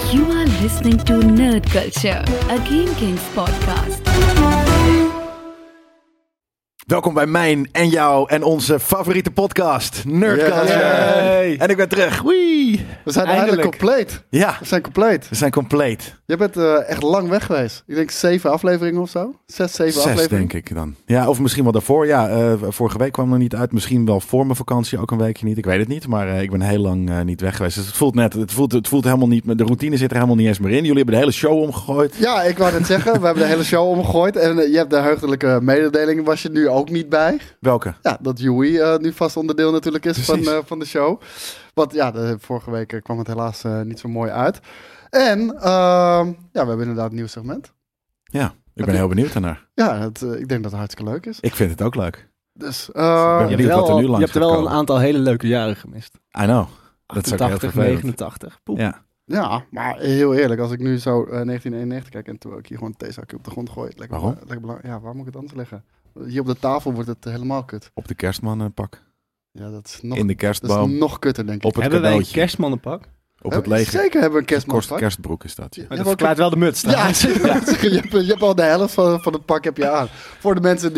You are listening to Nerd Culture, a Game Kings podcast. Welkom bij mijn en jou en onze favoriete podcast, Nerd Culture. Yay. En ik ben terug. Wee. We zijn eindelijk compleet. Ja, We zijn compleet. we zijn compleet. Je bent echt lang weg geweest. Ik denk 7 afleveringen of zo. 6, 7 6 afleveringen. denk ik dan. Ja, of misschien wel daarvoor. Ja, vorige week kwam er niet uit. Misschien wel voor mijn vakantie ook een weekje niet. Ik weet het niet, maar ik ben heel lang niet weg geweest. Dus het voelt helemaal niet, de routine zit er helemaal niet eens meer in. Jullie hebben de hele show omgegooid. Ja, ik wou net zeggen. We hebben de hele show omgegooid. En je hebt de heugelijke mededeling, was je nu ook niet bij. Welke? Ja, dat Joey nu vast onderdeel natuurlijk is van de show. Want ja, vorige week kwam het helaas niet zo mooi uit. En ja, we hebben inderdaad een nieuw segment. Ja, ik ben heel benieuwd daarnaar. Ja, ik denk dat het hartstikke leuk is. Ik vind het ook leuk. Dus, Ik ben benieuwd wat er nu je langs hebt er wel gaat een komen. aantal hele leuke jaren gemist. I know. Dat is ook heel 88, vervelend. 89. Poeh. Ja. ja, maar heel eerlijk, als ik nu zo 1991 kijk en terwijl ik hier gewoon een theezakje op de grond gooi. Waarom? Ja, waar moet ik het anders leggen? Hier op de tafel wordt het helemaal kut. Op de kerstmanpak. Ja, dat is nog, In de dat is kerstboom. nog kutter, denk ik. Op het Hebben wij een cadeautje. kerstmannenpak? Op het leger. Zeker hebben we een kerstman. Kerstbroek is dat. Ja. Maar dat verklaart wel de muts. Ja, je hebt al de helft van het pak heb je aan. Voor de mensen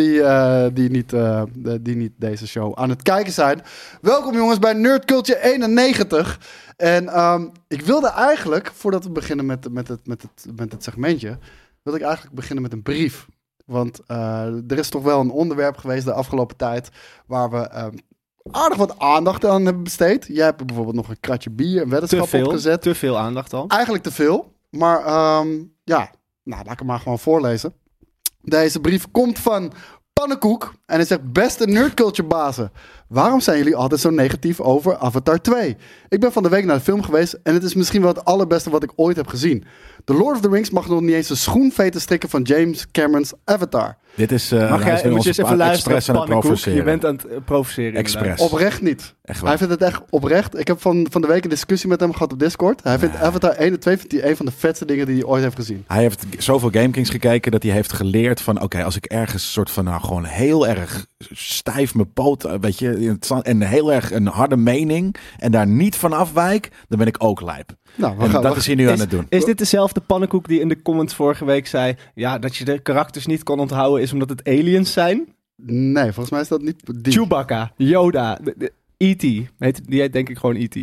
die niet deze show aan het kijken zijn. Welkom jongens bij Nerd Culture 91. En ik wilde eigenlijk, voordat we beginnen met het segmentje, wilde ik eigenlijk beginnen met een brief. Want er is toch wel een onderwerp geweest de afgelopen tijd waar we aardig wat aandacht aan hebben besteed. Jij hebt er bijvoorbeeld nog een kratje bier, een weddenschap opgezet. Te veel aandacht al. Eigenlijk te veel. Maar ja, nou, laat ik hem maar gewoon voorlezen. Deze brief komt van Pannenkoek. En hij zegt, beste nerdculture bazen. Waarom zijn jullie altijd zo negatief over Avatar 2? Ik ben van de week naar de film geweest en het is misschien wel het allerbeste wat ik ooit heb gezien. The Lord of the Rings mag nog niet eens de schoenveten strikken van James Cameron's Avatar. Dit is Moet je eens even luisteren, aan het Pannenkoek. provoceren. Je bent aan het provoceren. Expres. Oprecht niet. Echt waar. Hij vindt het echt oprecht. Ik heb van de week een discussie met hem gehad op Discord. Hij vindt Avatar 1 en 2 een van de vetste dingen die hij ooit heeft gezien. Hij heeft zoveel GameKings gekeken dat hij heeft geleerd van oké, als ik ergens soort van gewoon heel erg stijf mijn poot, weet je, in het zand, en heel erg een harde mening en daar niet van afwijk, dan ben ik ook lijp. Nou, En dat is hij nu aan het doen. Is dit dezelfde Pannenkoek die in de comments vorige week zei, ja, dat je de karakters niet kon onthouden is omdat het aliens zijn? Nee, volgens mij is dat niet die. Chewbacca, Yoda, E.T. Die heet denk ik gewoon E.T.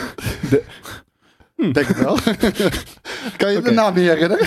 Denk ik wel. Kan je de naam niet herinneren?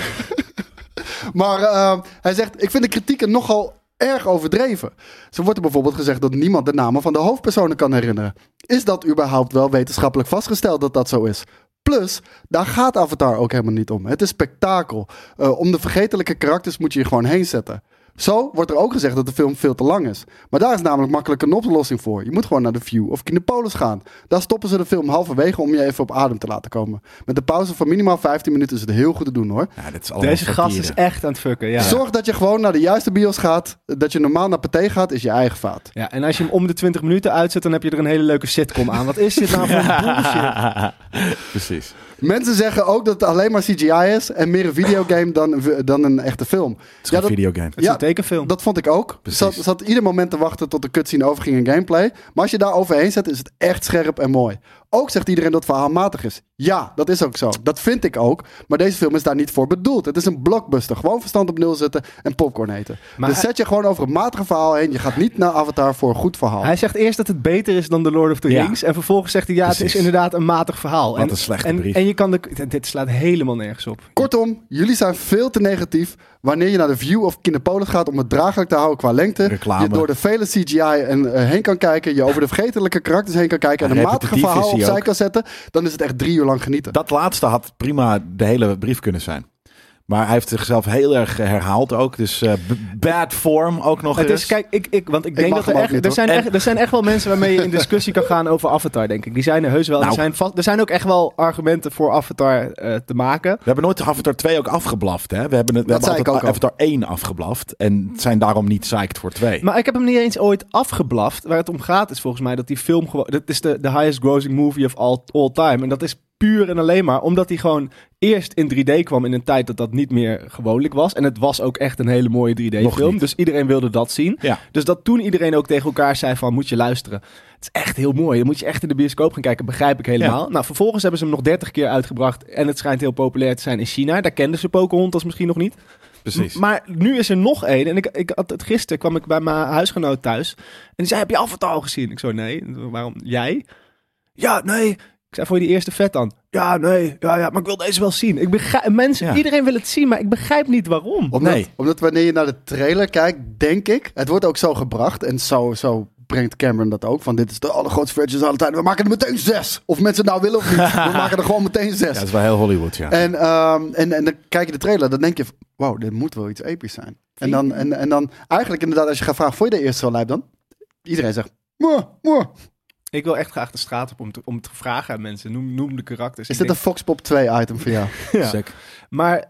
Maar hij zegt, ik vind de kritieken nogal erg overdreven. Zo wordt er bijvoorbeeld gezegd dat niemand de namen van de hoofdpersonen kan herinneren. Is dat überhaupt wel wetenschappelijk vastgesteld dat dat zo is? Plus, daar gaat Avatar ook helemaal niet om. Het is spektakel. Om de vergetelijke karakters moet je gewoon heen zetten. Zo wordt er ook gezegd dat de film veel te lang is. Maar daar is namelijk makkelijk een oplossing voor. Je moet gewoon naar de View of Kinepolis gaan. Daar stoppen ze de film halverwege om je even op adem te laten komen. Met een pauze van minimaal 15 minuten is het heel goed te doen hoor. Ja, dit is allemaal Deze gast satire. is echt aan het fucken, ja. Zorg dat je gewoon naar de juiste bios gaat. Dat je normaal naar Pathé gaat, is je eigen fout. Ja, en als je hem om de 20 minuten uitzet, dan heb je er een hele leuke sitcom aan. Wat is dit nou voor bullshit? Precies. Mensen zeggen ook dat het alleen maar CGI is en meer een videogame dan een echte film. Het is een videogame. Het is een tekenfilm. Dat vond ik ook. Precies. Zat ieder moment te wachten tot de cutscene overging in gameplay. Maar als je daar overheen zet, is het echt scherp en mooi. Ook zegt iedereen dat het verhaalmatig is. Ja, dat is ook zo. Dat vind ik ook. Maar deze film is daar niet voor bedoeld. Het is een blockbuster. Gewoon verstand op nul zetten en popcorn eten. Maar dus zet je gewoon over een matige verhaal heen. Je gaat niet naar Avatar voor een goed verhaal. Hij zegt eerst dat het beter is dan The Lord of the Ja. Rings. En vervolgens zegt hij, ja, het Precies. is inderdaad een matig verhaal. Wat een slechte brief. En je kan dit slaat helemaal nergens op. Kortom, jullie zijn veel te negatief wanneer je naar de View of Kinepolis gaat om het draaglijk te houden qua lengte. Reclame. Je door de vele CGI heen kan kijken. Je over de vergetelijke karakters heen kan kijken. En een matige Repetitief verhaal is hij opzij ook. kan zetten. Dan is het echt 3 uur lang genieten. Dat laatste had prima de hele brief kunnen zijn. Maar hij heeft zichzelf heel erg herhaald ook. Dus bad form ook nog Het eens. is, kijk, want ik denk mag dat hem ook niet, er zijn echt wel mensen waarmee je in discussie kan gaan over Avatar, denk ik. Die zijn er heus wel. Nou. Er zijn ook echt wel argumenten voor Avatar te maken. We hebben nooit Avatar 2 ook afgeblaft. Hè? We hebben zei altijd ik ook al. Avatar 1 afgeblaft. En zijn daarom niet psyched voor 2. Maar ik heb hem niet eens ooit afgeblaft. Waar het om gaat is volgens mij dat die film gewoon... Dat is de highest grossing movie of all time. En dat is puur en alleen maar omdat hij gewoon eerst in 3D kwam in een tijd dat niet meer gewoonlijk was. En het was ook echt een hele mooie 3D-film. Dus iedereen wilde dat zien. Ja. Dus dat toen iedereen ook tegen elkaar zei van, moet je luisteren. Het is echt heel mooi. Dan moet je echt in de bioscoop gaan kijken. Begrijp ik helemaal. Ja. Nou, vervolgens hebben ze hem nog 30 keer uitgebracht. En het schijnt heel populair te zijn in China. Daar kenden ze Pocahontas misschien nog niet. Precies. Maar nu is er nog één. En ik had het gisteren kwam ik bij mijn huisgenoot thuis. En die zei, heb je Avatar al gezien? Ik zo, nee. Waarom? Jij? Ja, nee. Ik zei, vond je die eerste vet dan? Ja, nee. Ja, maar ik wil deze wel zien. Ik begrijp, mensen, iedereen wil het zien, maar ik begrijp niet waarom. Omdat wanneer je naar de trailer kijkt, denk ik, het wordt ook zo gebracht. En zo brengt Cameron dat ook. Van dit is de allergrootste franchise aller tijden. We maken er meteen 6. Of mensen het nou willen of niet. We maken er gewoon meteen 6. Ja, dat is wel heel Hollywood, ja. En dan kijk je de trailer, dan denk je, wow, dit moet wel iets episch zijn. En dan eigenlijk inderdaad, als je gaat vragen, vond je de eerste zo lijp dan? Iedereen zegt, moe. Ik wil echt graag de straat op om te vragen aan mensen. Noem de karakters. Is dit een Foxpop 2 item voor jou? Ja. Zeker. Maar,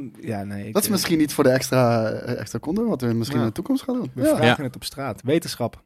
nee. Dat is misschien niet voor de extra content, wat we misschien in de toekomst gaan doen. We vragen het op straat. Wetenschap.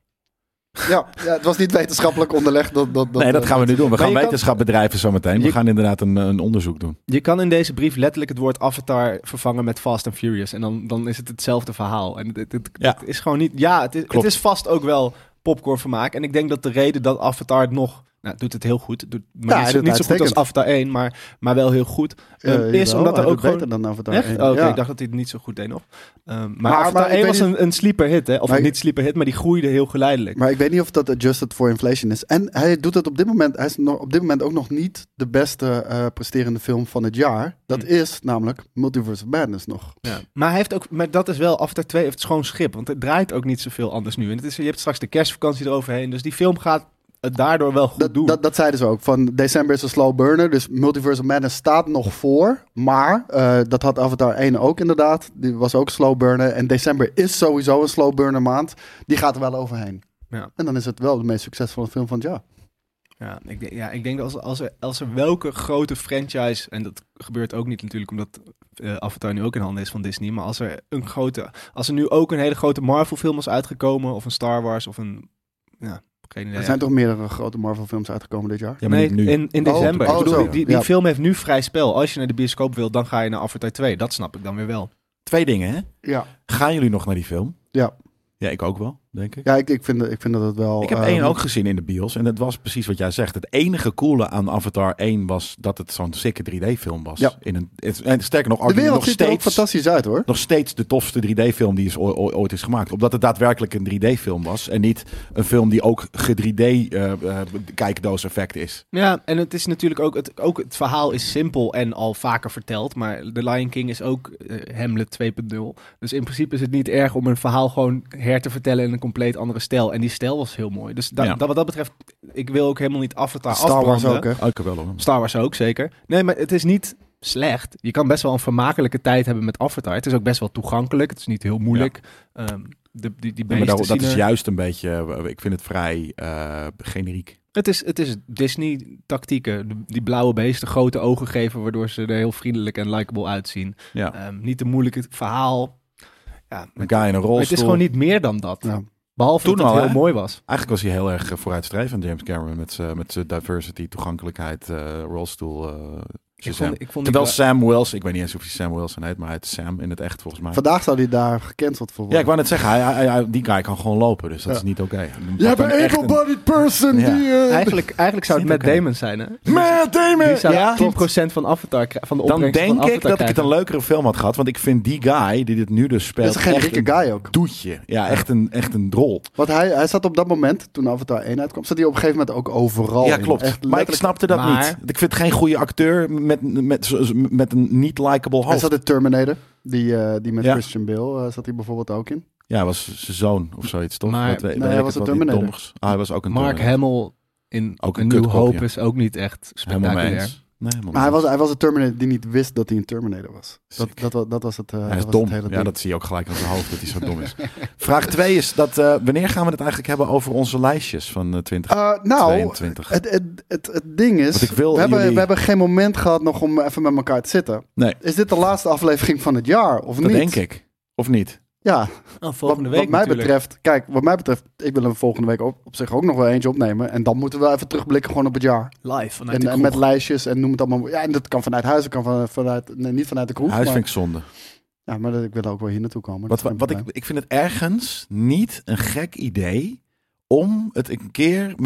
Ja, het was niet wetenschappelijk onderlegd. Nee, dat gaan we nu doen. We gaan wetenschap bedrijven zometeen. We gaan inderdaad een onderzoek doen. Je kan in deze brief letterlijk het woord Avatar vervangen met Fast and Furious. En dan is het hetzelfde verhaal. En het is gewoon niet... Ja, het is vast ook wel popcornvermaak. En ik denk dat de reden dat Avatar het nog... Nou, doet het heel goed. Niet zo goed als Avatar 1, maar wel heel goed. Is omdat er ook gewoon... beter dan Avatar echt? 1. Oh, okay. Ik dacht dat hij het niet zo goed deed nog. Maar Avatar 1 was een sleeper hit, hè? Of niet sleeper hit, maar die groeide heel geleidelijk. Maar ik weet niet of dat adjusted for inflation is. En hij doet het op dit moment... Hij is op dit moment ook nog niet de beste presterende film van het jaar. Dat is namelijk Multiverse of Madness nog. Ja. Maar hij heeft ook... Maar dat is wel... Avatar 2 heeft schoon schip. Want het draait ook niet zoveel anders nu. En je hebt straks de kerstvakantie eroverheen. Dus die film gaat... het daardoor wel goed doen. Dat zeiden ze ook. Van december is een slow burner. Dus Multiverse of Madness staat nog voor. Maar dat had Avatar 1 ook inderdaad. Die was ook slow burner. En december is sowieso een slow burner maand. Die gaat er wel overheen. Ja. En dan is het wel de meest succesvolle film van het jaar. Ja, ik denk dat als er welke grote franchise... en dat gebeurt ook niet natuurlijk omdat Avatar nu ook in handen is van Disney... maar als er nu ook een hele grote Marvel film is uitgekomen... of een Star Wars of een... Ja, geen idee. Er zijn toch meerdere grote Marvel films uitgekomen dit jaar? Ja, maar nu. In december. Ik bedoel, die film heeft nu vrij spel. Als je naar de bioscoop wilt, dan ga je naar Avatar 2. Dat snap ik dan weer wel. 2 dingen, hè? Ja. Gaan jullie nog naar die film? Ja. Ja, ik ook wel, denk ik. Ja, ik vind dat het wel... Ik heb 1 ook gezien in de bios. En het was precies wat jij zegt. Het enige coole aan Avatar 1 was dat het zo'n sikke 3D-film was. Ja. En sterker nog, de wereld nog ziet er ook fantastisch uit, hoor. Nog steeds de tofste 3D-film die ooit is gemaakt. Omdat het daadwerkelijk een 3D-film was. En niet een film die ook ge-3D-kijkdoos-effect is. Ja, en het is natuurlijk ook het verhaal is simpel en al vaker verteld. Maar The Lion King is ook Hamlet 2.0. Dus in principe is het niet erg om een verhaal gewoon her te vertellen in een compleet andere stijl. En die stijl was heel mooi. Dus wat dat betreft, ik wil ook helemaal niet Avatar Star Wars ook, hè? Ook wel, hoor. Star Wars ook, zeker. Nee, maar het is niet slecht. Je kan best wel een vermakelijke tijd hebben met Avatar. Het is ook best wel toegankelijk. Het is niet heel moeilijk. Ja. Die maar dat is juist een beetje... Ik vind het vrij generiek. Het is Disney-tactieken. Die blauwe beesten grote ogen geven... waardoor ze er heel vriendelijk en likable uitzien. Ja. Niet een moeilijke verhaal... Ja, een guy in een rolstoel. Het is gewoon niet meer dan dat. Ja. Behalve toen dat het heel mooi was. Eigenlijk was hij heel erg vooruitstrevend, James Cameron, met zijn diversity, toegankelijkheid, rolstoel. Terwijl Sam Wills, ik weet niet eens of hij Sam Wilson heet, maar hij heet Sam in het echt volgens mij. Vandaag zou hij daar gecanceld voor worden. Ja, ik wou net zeggen, die guy kan gewoon lopen, dus dat is niet oké. Jij bent een able-bodied person. Ja. Die, eigenlijk zou het Matt Damon zijn, hè? Matt Damon! Die zou 10% van Avatar van de opbrengst van Avatar Dan denk ik dat krijgen. ik het een leukere film had gehad, want ik vind die guy die dit nu dus speelt... Dat is geen gekke guy ook. Doetje. Ja, echt een drol. Want hij zat op dat moment, toen Avatar 1 uitkwam, zat hij op een gegeven moment ook overal. Ja, klopt. Maar ik snapte dat niet. Ik vind geen goede acteur met een niet likable hoofd. Hij zat in Terminator, die met Christian Bale zat hij bijvoorbeeld ook in. Ja, hij was zijn zoon of zoiets, toch? Maar hij was een Terminator. Hij was ook een Mark Hamill in ook een New Hope is ook niet echt spectaculair. Nee, maar hij was een Terminator die niet wist dat hij een Terminator was. Dat was het. Hij is dom. Ja, dat zie je ook gelijk aan zijn hoofd dat hij zo dom is. Vraag 2 is dat wanneer gaan we het eigenlijk hebben over onze lijstjes van 2022? Het ding is, we hebben geen moment gehad nog om even met elkaar te zitten. Nee. Is dit de laatste aflevering van het jaar of niet? Dat denk ik. Of niet? Ja, Volgende week wat mij natuurlijk. betreft, kijk, wat mij betreft, ik wil hem volgende week op zich ook nog wel eentje opnemen. En dan moeten we even terugblikken gewoon op het jaar. Live vanuit de En kroeg. met lijstjes en noem het allemaal. Ja, en dat kan vanuit huis, dat kan niet vanuit de kroeg. Huis maar, vind ik zonde. ja, maar ik wil ook wel hier naartoe komen. Dat is geen Wat probleem. ik vind het ergens niet een gek idee om het een keer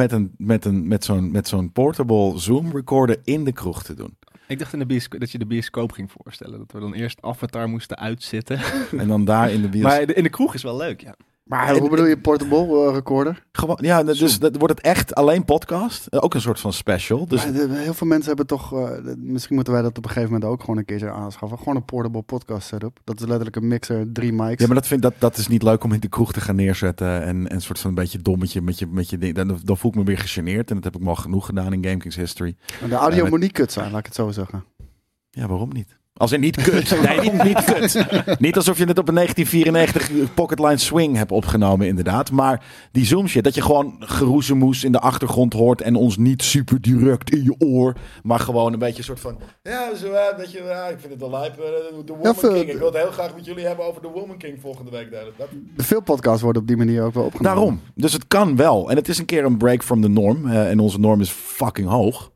met zo'n portable Zoom recorder in de kroeg te doen. Ik dacht dat je de bioscoop ging voorstellen. Dat we dan eerst Avatar moesten uitzitten. En dan daar in de bios. Maar in de kroeg is wel leuk, ja. Maar hoe bedoel je portable recorder? Gewoon, ja, dus dat wordt het echt alleen podcast. Ook een soort van special. Dus Maar heel veel mensen hebben toch... misschien moeten wij dat op een gegeven moment ook gewoon een keer aanschaffen. Gewoon een portable podcast setup. Dat is letterlijk een mixer, 3 mics. ja, maar dat is niet leuk om in de kroeg te gaan neerzetten. En een soort van een beetje dommetje met je ding. Dan voel ik me weer gegeneerd. En dat heb ik me al genoeg gedaan in GameKings history. De audio moet niet kut zijn, laat ik het zo zeggen. Ja, waarom niet? Als in niet kut. Nee, niet kut. Niet alsof je het op een 1994 Pocketline Swing hebt opgenomen, inderdaad. Maar die Zoom shit, dat je gewoon geroezemoes in de achtergrond hoort en ons niet super direct in je oor, maar gewoon een beetje een soort van, ja, zo, weet je, ik vind het wel lijp. De Woman King. Ik wil het heel graag met jullie hebben over de Woman King volgende week. Veel podcasts worden op die manier ook wel opgenomen. Daarom. Dus het kan wel. En het is een keer een break from the norm. En onze norm is fucking hoog.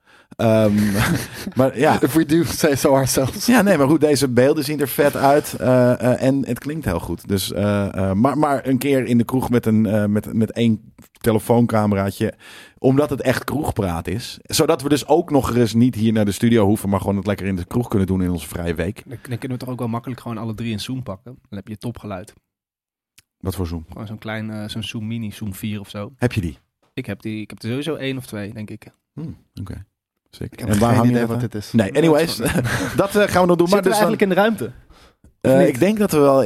Maar ja. If we do say so ourselves. Ja, nee, maar goed, deze beelden zien er vet uit. En het klinkt heel goed. Dus, maar een keer in de kroeg met één telefooncameraatje. Omdat het echt kroegpraat is. Zodat we dus ook nog eens niet hier naar de studio hoeven. Maar gewoon het lekker in de kroeg kunnen doen in onze vrije week. Dan kunnen we toch ook wel makkelijk gewoon alle 3 in Zoom pakken. Dan heb je topgeluid. Wat voor Zoom? Gewoon zo'n klein, zo'n Zoom Mini, Zoom 4 of zo. Heb je die? Ik heb er sowieso 1 of 2, denk ik. Oké. Sick. Ik heb En waar geen hang je idee dat wat aan? dit is. Nee, anyways. Dat gaan we nog doen. Maar Zitten we dus eigenlijk in de ruimte? ik denk dat we wel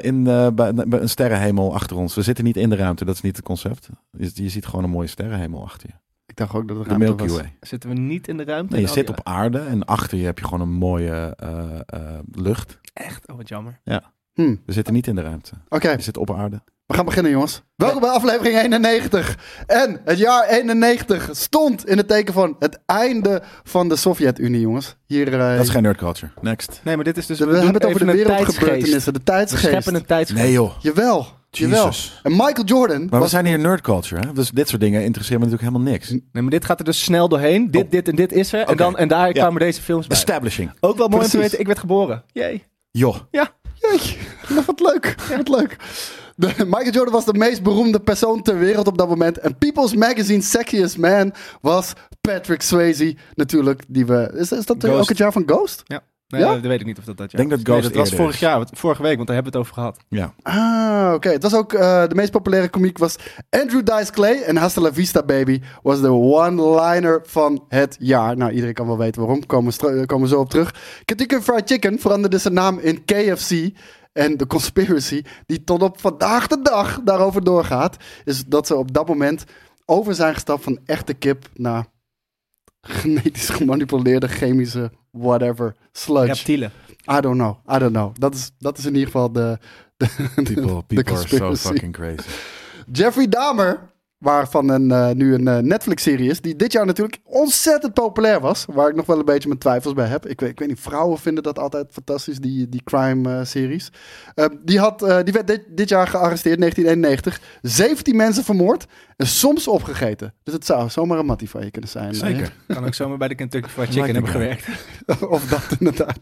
bij een sterrenhemel achter ons. We zitten niet in de ruimte, dat is niet het concept. Je ziet gewoon een mooie sterrenhemel achter je. Ik dacht ook dat het De ruimte Milky was. Way. Zitten we niet in de ruimte? Nee, je Oh, zit ja. op aarde en achter je heb je gewoon een mooie lucht. Echt? Oh, wat jammer. We zitten niet in de ruimte. Oké, Je zit op aarde. we gaan beginnen, jongens. Welkom bij aflevering 91. En het jaar 91 stond in het teken van het einde van de Sovjet-Unie, jongens. Hier, Dat is geen nerd culture. Next. Nee, maar dit is dus... we hebben het over de even een wereldgebeurtenissen, de We tijdsgeest. scheppen een tijdsgeest. Nee joh. Jawel. Jesus. En Michael Jordan Maar we was... zijn hier nerd culture, hè? Dus dit soort dingen interesseren me natuurlijk helemaal niks. Nee, maar dit gaat er dus snel doorheen. Dit en dit is er. Oké. En daar Ja. kwamen deze films bij. Establishing. Ook wel mooi om te Precies. weten, ik werd geboren. Jee. Joh. Jeetje, wat leuk. Wat leuk. Michael Jordan was de meest beroemde persoon ter wereld op dat moment. En People's Magazine Sexiest Man was Patrick Swayze. Natuurlijk, die we... Is dat Ghost. ook het jaar van Ghost? Nee, Ja? dat weet ik niet of dat jaar Denk dat was. Ghost dat was eerder vorig is. jaar, vorige week, want daar hebben we het over gehad. Ja. Ah, oké. Het was ook de meest populaire komiek was Andrew Dice Clay. En Hasta La Vista Baby was de one-liner van het jaar. Nou, iedereen kan wel weten waarom. Komen we zo op terug. Kentucky Fried Chicken veranderde zijn naam in KFC. En de conspiracy die tot op vandaag de dag daarover doorgaat, is dat ze op dat moment over zijn gestapt van echte kip naar genetisch gemanipuleerde chemische whatever sludge. Reptielen. I don't know. Dat is in ieder geval de People are so conspiracy. fucking crazy. Jeffrey Dahmer, waarvan nu een Netflix-serie is, die dit jaar natuurlijk ontzettend populair was, waar ik nog wel een beetje mijn twijfels bij heb. Ik weet niet, vrouwen vinden dat altijd fantastisch, die crime-series. Die werd dit jaar gearresteerd, 1991. 17 mensen vermoord en soms opgegeten. Dus het zou zomaar een mattie van je kunnen zijn. Zeker. Kan ook zomaar bij de Kentucky Fried Chicken Lijkt me hebben gewerkt. Of dat inderdaad.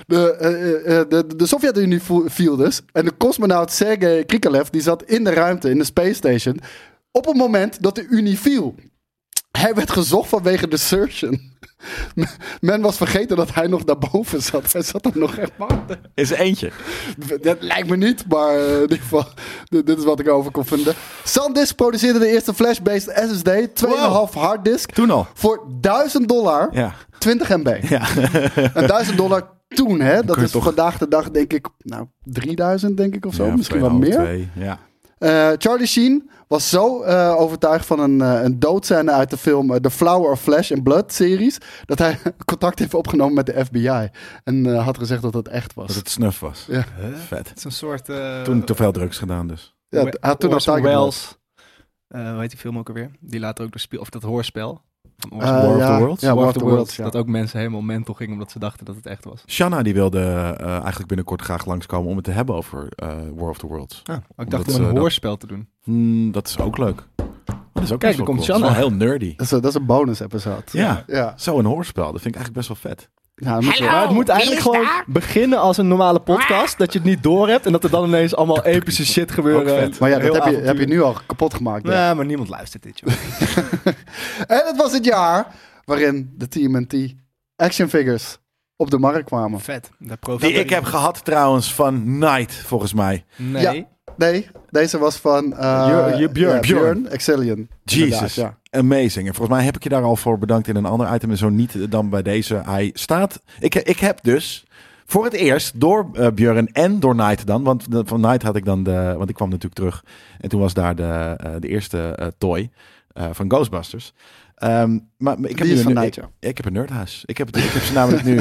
De Sovjet-Unie viel dus. En de cosmonaut Sergei Krikalev die zat in de ruimte, in de Space Station, op het moment dat de Unie viel. Hij werd gezocht vanwege desertion. Men was vergeten dat hij nog daarboven zat. Hij zat er nog echt maanden. Is er eentje. Dat lijkt me niet, maar in ieder geval, dit is wat ik over kon vinden. SanDisk produceerde de eerste flash-based SSD, 2,5 harddisk, Toen al. voor $1.000, Ja. 20 MB. Ja. En $1.000 toen, hè? Dat kun je is toch- vandaag de dag, denk ik, 3000, denk ik, of zo. Ja, Misschien wel 2,5, meer. 2, ja. Charlie Sheen was zo overtuigd van een doodscène uit de film The Flower of Flesh and Blood series, dat hij contact heeft opgenomen met de FBI. En had gezegd dat het echt was. Dat het snuf was. Ja. Vet. Het is een soort... Toen te veel drugs gedaan dus. Ja, hij had toen al Orson Tiger Blood. Welles. Hoe heet die film ook alweer? Die later ook dat hoorspel. War of the Worlds? Ja, War of the Worlds, ja. Dat ook mensen helemaal mental gingen omdat ze dachten dat het echt was. Shanna die wilde eigenlijk binnenkort graag langskomen om het te hebben over War of the Worlds. Ik dacht om een hoorspel te doen. Dat is ook leuk. Dat is ook Kijk, best wel komt cool. Dat is wel heel nerdy. Dat is een bonus episode. Ja, zo'n hoorspel. Dat vind ik eigenlijk best wel vet. Ja, Maar het moet eigenlijk gewoon beginnen als een normale podcast. Dat je het niet door hebt en dat er dan ineens allemaal epische shit gebeuren. Maar ja, dat heb je nu al kapot gemaakt. Ja, maar niemand luistert dit, joh. En het was het jaar waarin de TMNT action figures op de markt kwamen. Vet. Die ik heb gehad trouwens van Knight, volgens mij. Nee. Ja. Nee, deze was van Björn Excellion. Jesus, ja. Amazing. En volgens mij heb ik je daar al voor bedankt in een ander item en zo niet dan bij deze. Hij staat... Ik heb dus voor het eerst door Björn en door Knight dan, want van Knight had ik dan want ik kwam natuurlijk terug en toen was daar de eerste toy van Ghostbusters. Maar ik heb Die is van nu Knight, ja. Ik heb een nerdhuis. Ik heb ze namelijk nu...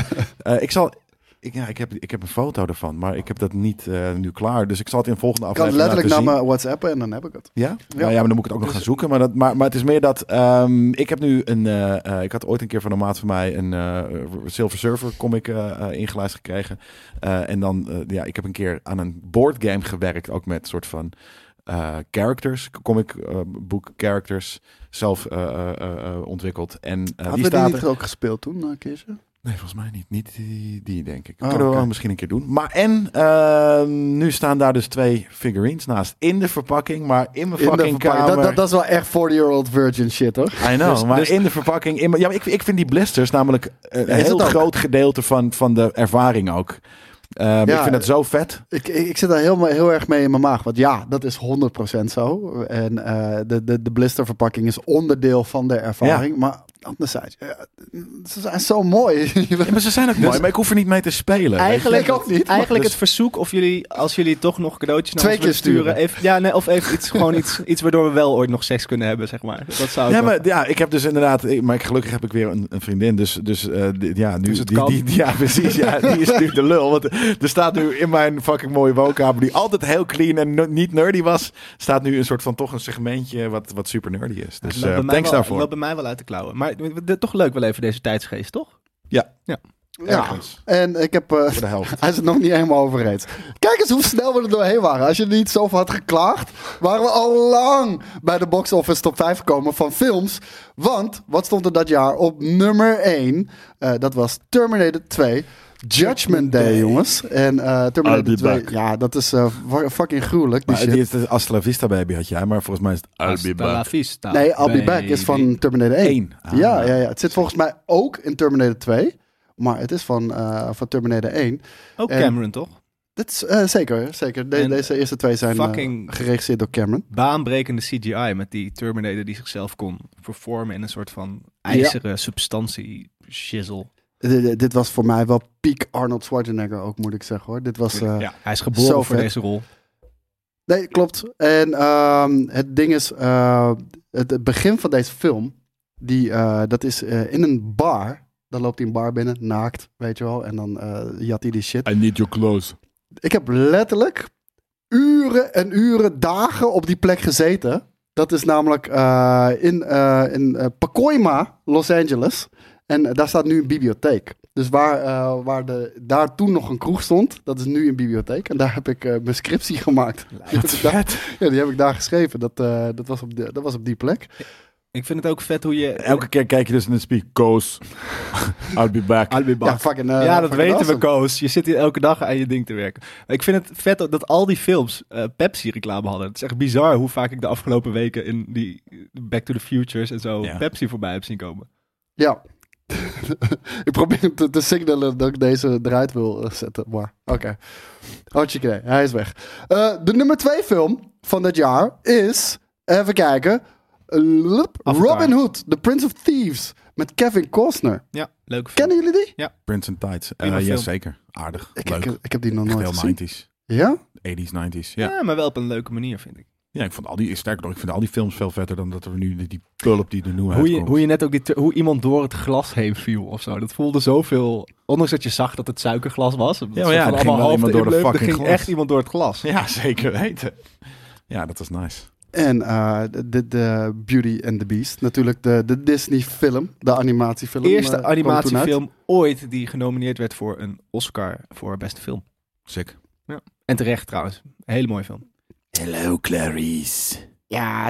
Ik heb een foto ervan, maar ik heb dat niet nu klaar. Dus ik zal het in de volgende Ik kan aflevering letterlijk naar laten zien. mijn WhatsApp en dan heb ik het. Ja? Nou ja, maar dan moet ik het ook nog gaan zoeken. Maar het is meer dat... ik heb nu ik had ooit een keer van een maat van mij een Silver Surfer comic ingelijst gekregen. En dan... ik heb een keer aan een boardgame gewerkt. Ook met soort van characters. Comic book characters. Zelf ontwikkeld. En Hadden we die niet ook gespeeld toen, Keesje? Nee, volgens mij niet. Niet die denk ik. Oh, Kunnen we wel misschien een keer doen. Maar nu staan daar dus 2 figurines naast. In de verpakking, maar in mijn fucking kamer. Dat is wel echt 40-year-old virgin shit, hoor. I know, maar in de verpakking. Ik vind die blisters namelijk een heel groot gedeelte van de ervaring ook. Ik vind het zo vet. Ik zit daar heel erg mee in mijn maag. Want ja, dat is 100% zo. En de blisterverpakking is onderdeel van de ervaring. Ja. Maar anderzijds, ze zijn zo mooi. Ja, maar ze zijn ook mooi, maar ik hoef er niet mee te spelen. Eigenlijk ook niet. Eigenlijk Dus- het verzoek of jullie, als jullie toch nog cadeautjes naar 2 ons willen keer sturen. Even, of even iets waardoor we wel ooit nog seks kunnen hebben, zeg maar. Dat zou ik wel- Ik heb dus inderdaad... Maar gelukkig heb ik weer een vriendin. Dus nu... Dus het kan. Ja, precies. Ja, die is nu de lul. Want er staat nu in mijn fucking mooie woonkamer... die altijd heel clean en niet nerdy was... staat nu een soort van toch een segmentje... wat super nerdy is. Dus thanks daarvoor. loopt bij mij wel uit de klauwen. Maar toch leuk wel even deze tijdsgeest, toch? Ja. Ja, en ik heb... Voor de helft. Hij is het nog niet helemaal over eens. Kijk eens hoe snel we er doorheen waren. Als je niet zoveel had geklaagd, waren we al lang bij de box office top 5 gekomen van films. Want, wat stond er dat jaar op nummer 1? Dat was Terminator 2. Judgment Day, jongens. En Terminator 2, ja, dat is fucking gruwelijk. Maar die is de Hasta la Vista Baby had jij, maar volgens mij is het I'll Be Back. Vista, nee, I'll Be Back is van Terminator 1. Ja. Het zit volgens mij ook in Terminator 2. Maar het is van Terminator 1. Ook Cameron, toch? Dat is zeker. Deze eerste 2 zijn geregisseerd door Cameron. Baanbrekende CGI met die Terminator die zichzelf kon vervormen in een soort van ijzeren substantie shizzle. Dit was voor mij wel peak Arnold Schwarzenegger ook, moet ik zeggen, hoor. Dit was hij is geboren voor deze rol. Nee, klopt. En het ding is, het begin van deze film, dat is in een bar. Dan loopt hij een bar binnen, naakt, weet je wel. En dan jat hij die shit. I need your clothes. Ik heb letterlijk uren en uren, dagen op die plek gezeten. Dat is namelijk in Pacoima, Los Angeles. En daar staat nu een bibliotheek. Dus waar daar toen nog een kroeg stond, dat is nu een bibliotheek. En daar heb ik mijn scriptie gemaakt. Ja, die heb ik daar geschreven. Dat was op die plek. Ik vind het ook vet hoe je... Elke keer kijk je dus in de speak. Koos. I'll be back. Ja, fucking, dat fucking weten awesome. we, Koos. Je zit hier elke dag aan je ding te werken. Ik vind het vet dat al die films Pepsi-reclame hadden. Het is echt bizar hoe vaak ik de afgelopen weken in die Back to the Futures en zo Pepsi voorbij heb zien komen. Ja. Ik probeer te signalen dat ik deze eruit wil zetten. Maar oké. Hartstikke, hij is weg. De nummer 2 film van dit jaar is... Even kijken... Robin Hood, The Prince of Thieves. Met Kevin Costner. Ja, leuke film. Kennen jullie die? Ja. Prince and Tides. Film. Zeker. Aardig. Leuk. Ik heb die nog nooit Heel gezien. 90s. Ja? 80s, 90s. Ja, maar wel op een leuke manier, vind ik. Ja, ik vond al die films veel vetter dan dat we nu die pulp die er nu uitkomt. Hoe je net ook hoe iemand door het glas heen viel of zo. Dat voelde zoveel... Ondanks dat je zag dat het suikerglas was. Er ging wel iemand door de fucking ging glas. echt iemand door het glas. Ja, zeker weten. Ja, dat was nice. En de Beauty and the Beast. Natuurlijk de Disney film. De animatiefilm. De eerste animatiefilm ooit die genomineerd werd voor een Oscar voor beste film. Sick. Ja. En terecht trouwens. Een hele mooie film. Hello Clarice. Ja,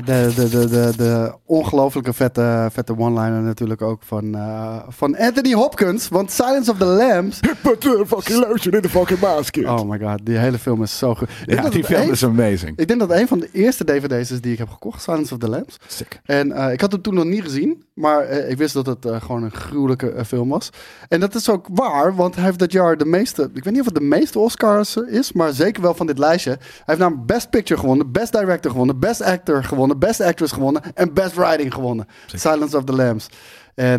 de ongelooflijke vette one-liner natuurlijk ook van Anthony Hopkins. Want Silence of the Lambs... Put the fucking lotion in the fucking basket. Oh my god, die hele film is zo goed. Ja, die film is amazing. Ik denk dat een van de eerste DVD's is die ik heb gekocht. Silence of the Lambs. Sick. En ik had hem toen nog niet gezien. Maar ik wist dat het gewoon een gruwelijke film was. En dat is ook waar, want hij heeft dat jaar de meeste... Ik weet niet of het de meeste Oscars is, maar zeker wel van dit lijstje. Hij heeft namelijk Best Picture gewonnen, Best Director gewonnen, Best Actor gewonnen, Best Actress gewonnen en Best Writing gewonnen. Sick. Silence of the Lambs. En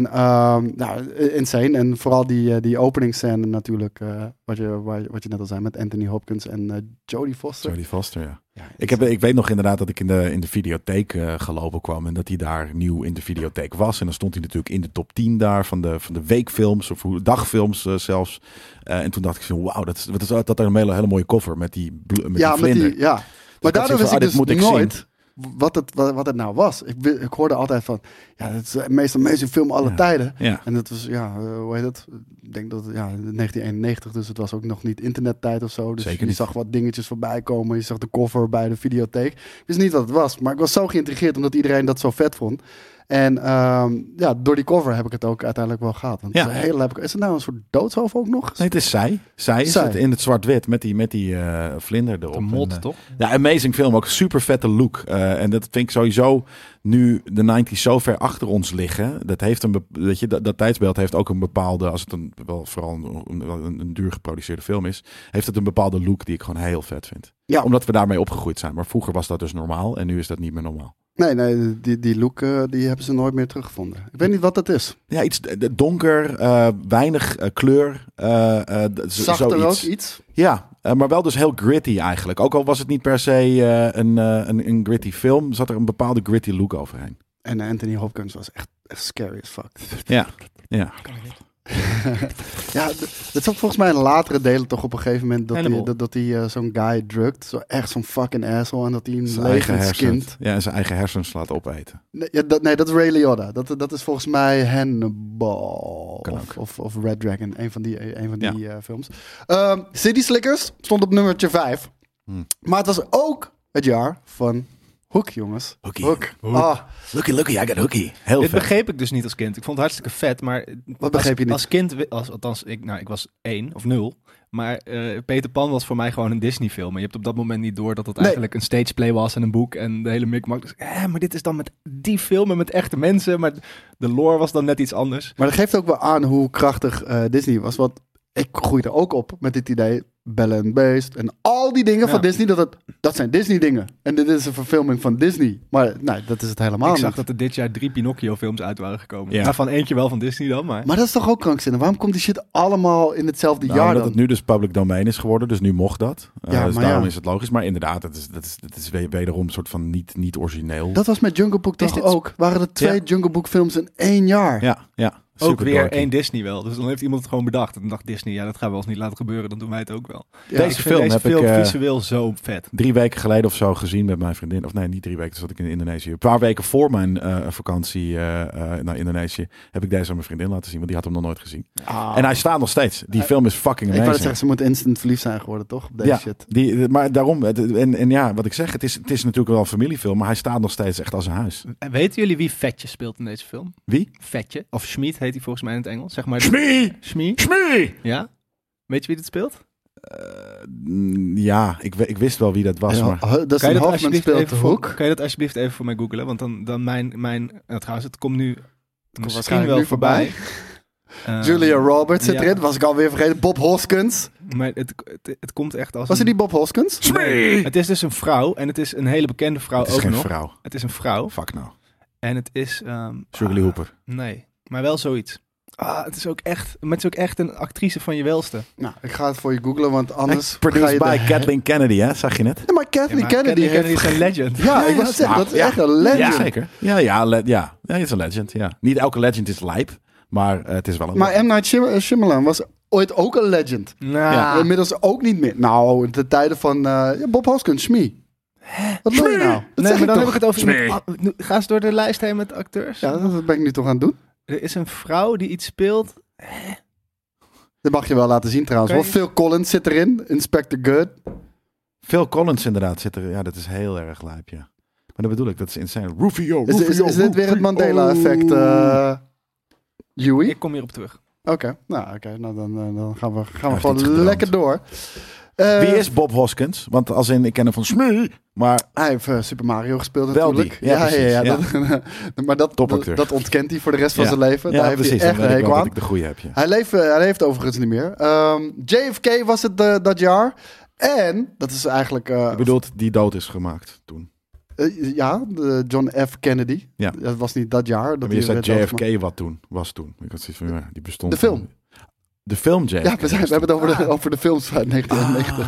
insane. En vooral die openingsscène natuurlijk, wat je net al zei met Anthony Hopkins en Jodie Foster. Jodie Foster, ja. Ik weet nog inderdaad dat ik in de videotheek gelopen kwam en dat hij daar nieuw in de videotheek was. En dan stond hij natuurlijk in de top 10 daar van de weekfilms of dagfilms zelfs. En toen dacht ik zo, wauw, dat een hele mooie cover met die vlinder. Ja, maar daardoor wist ik dus nooit wat het nou was. Ik hoorde altijd van, ja, het is de meest amazing film aller tijden. Ja. En dat was, hoe heet het? Ik denk dat 1991, dus het was ook nog niet internettijd of zo. Dus Zeker je niet. zag wat dingetjes voorbij komen. Je zag de cover bij de videotheek. Ik wist niet wat het was, maar ik was zo geïntrigeerd omdat iedereen dat zo vet vond. En door die cover heb ik het ook uiteindelijk wel gehad. Want is het nou een soort doodshoofd ook nog? Nee, het is zij. Zij is het in het zwart-wit met die vlinder erop. De mod, toch? Ja, amazing film. Ook super vette look. En dat vind ik sowieso nu de 90's zo ver achter ons liggen. Dat heeft dat tijdsbeeld heeft ook een bepaalde, als het vooral een duur geproduceerde film is, heeft het een bepaalde look die ik gewoon heel vet vind. Ja. Omdat we daarmee opgegroeid zijn. Maar vroeger was dat dus normaal en nu is dat niet meer normaal. Nee, die look die hebben ze nooit meer teruggevonden. Ik weet niet wat dat is. Ja, iets donker, weinig kleur. Zachter ook iets? Ja, maar wel dus heel gritty eigenlijk. Ook al was het niet per se een gritty film, zat er een bepaalde gritty look overheen. En Anthony Hopkins was echt scary as fuck. Ja. Ja, dat zat volgens mij in latere delen toch op een gegeven moment dat hij zo'n guy drugt. Zo echt zo'n fucking asshole. En dat hij een levend skint. Ja, en zijn eigen hersens laat opeten. Nee, dat is Ray Liotta. Dat is volgens mij Hannibal. Of Red Dragon. Een van die films. City Slickers stond op nummertje 5. Maar het was ook het jaar van Hook, jongens. Hook. Ah. Looky, I got Hookie. Heel Dit vet. begreep ik dus niet als kind. Ik vond het hartstikke vet, maar... Wat begreep je niet? Als kind, althans, ik was 1 of 0. Maar Peter Pan was voor mij gewoon een Disney film. En je hebt op dat moment niet door dat het eigenlijk een stageplay was en een boek en de hele mikmak. Dus, maar dit is dan met die film en met echte mensen. Maar de lore was dan net iets anders. Maar dat geeft ook wel aan hoe krachtig Disney was. Want ik groeide ook op met dit idee. Belle and Beast en al die dingen van Disney, dat zijn Disney dingen. En dit is een verfilming van Disney. Maar nee, dat is het helemaal niet. Ik zag dat er dit jaar 3 Pinocchio films uit waren gekomen. Ja. Daarvan eentje wel van Disney dan, maar... Maar dat is toch ook krankzinnig? Waarom komt die shit allemaal in hetzelfde jaar Omdat dan? het nu dus public domain is geworden, dus nu mocht dat. Dus daarom ja. is het logisch. Maar inderdaad, het is wederom een soort van niet origineel. Dat was met Jungle Book toch ook? Waren er 2 Jungle Book films in 1 jaar? Ja. Ook Super weer dorky. 1 Disney wel. Dus dan heeft iemand het gewoon bedacht. En dan dacht Disney, dat gaan we ons niet laten gebeuren. Dan doen wij het ook wel. Ja, Deze Ik vind film deze heb film ik visueel zo vet. 3 weken geleden of zo gezien met mijn vriendin. Of nee, niet 3 weken. Toen zat ik in Indonesië. Een paar weken voor mijn vakantie naar Indonesië heb ik deze aan mijn vriendin laten zien. Want die had hem nog nooit gezien. En hij staat nog steeds. Die film is fucking Ik wou amazing. zeggen, ze moeten instant verliefd zijn geworden, toch? Op deze shit. Maar daarom. En ja, wat ik zeg. Het is natuurlijk wel een familiefilm. Maar hij staat nog steeds echt als een huis. En weten jullie wie Vetje speelt in deze film? Wie? Vetje. Of Schmid heet hij volgens mij in het Engels. Zeg maar. Schmie! Schmid? Ja? Weet je wie dit speelt? Ja, ik wist wel wie dat was. Maar... Dat is een Hoffman speelt de Hook. Kan je dat alsjeblieft even voor mij googlen? Want dan mijn trouwens, het komt nu misschien waarschijnlijk wel nu voorbij. Julia Roberts zit erin. Was ik alweer vergeten. Bob Hoskins. Maar het komt echt als Was hij die Bob Hoskins? Het is dus een vrouw. En het is een hele bekende vrouw ook nog. Het is geen vrouw. Het is een vrouw. Fuck nou. En het is... Shirley Hooper. Nee, maar wel zoiets. Het is ook echt een actrice van je welste. Nou, ik ga het voor je googlen, want anders ga Produced je... by Kathleen Kennedy, hè? Zag je net? Ja, maar Kathleen Kennedy is een legend. Ja, ik was zeggen, dat is echt een legend. Ja, zeker. Ja, het is een legend, ja. Niet elke legend is lijp, maar het is wel een Maar M. Night Shyamalan was ooit ook een legend. Nou, Inmiddels ook niet meer. Nou, de tijden van Bob Hoskins, Shmee. Wat wil je nou? Dat Nee, zeg maar dan toch? heb ik het over... Ga eens door de lijst heen met acteurs. Ja, dat ben ik nu toch aan het doen. Er is een vrouw die iets speelt. Dat mag je wel laten zien trouwens. Oké. Want Phil Collins zit erin. Inspector Good. Phil Collins inderdaad zit er. Ja, dat is heel erg lijp, ja. Maar dat bedoel ik, dat is insane. Rufio, Is dit weer het Mandela-effect, Huey? Ik kom hierop terug. Oké, nou dan gaan we heeft gewoon iets gedroomd. lekker door. Wie is Bob Hoskins? Want als in, ik ken hem van Smee, maar Hij heeft Super Mario gespeeld Wel natuurlijk. die, ja, precies, ja. Maar Topacteur. dat ontkent hij voor de rest van Ja. zijn leven. ja, Daar heeft precies. hij echt Dan een weet ik hekel wel aan. dat ik de goede heb, ja. Hij leeft overigens niet meer. JFK was het dat jaar. En, dat is eigenlijk... Je bedoelt, die dood is gemaakt toen. John F. Kennedy. Ja. Dat was niet dat jaar. Dat Maar je zei werd doodgemaakt. JFK was toen. Ik had zoiets van, ja, die bestond. De film. De film JFK. Ja, we hebben het over de films uit 1991.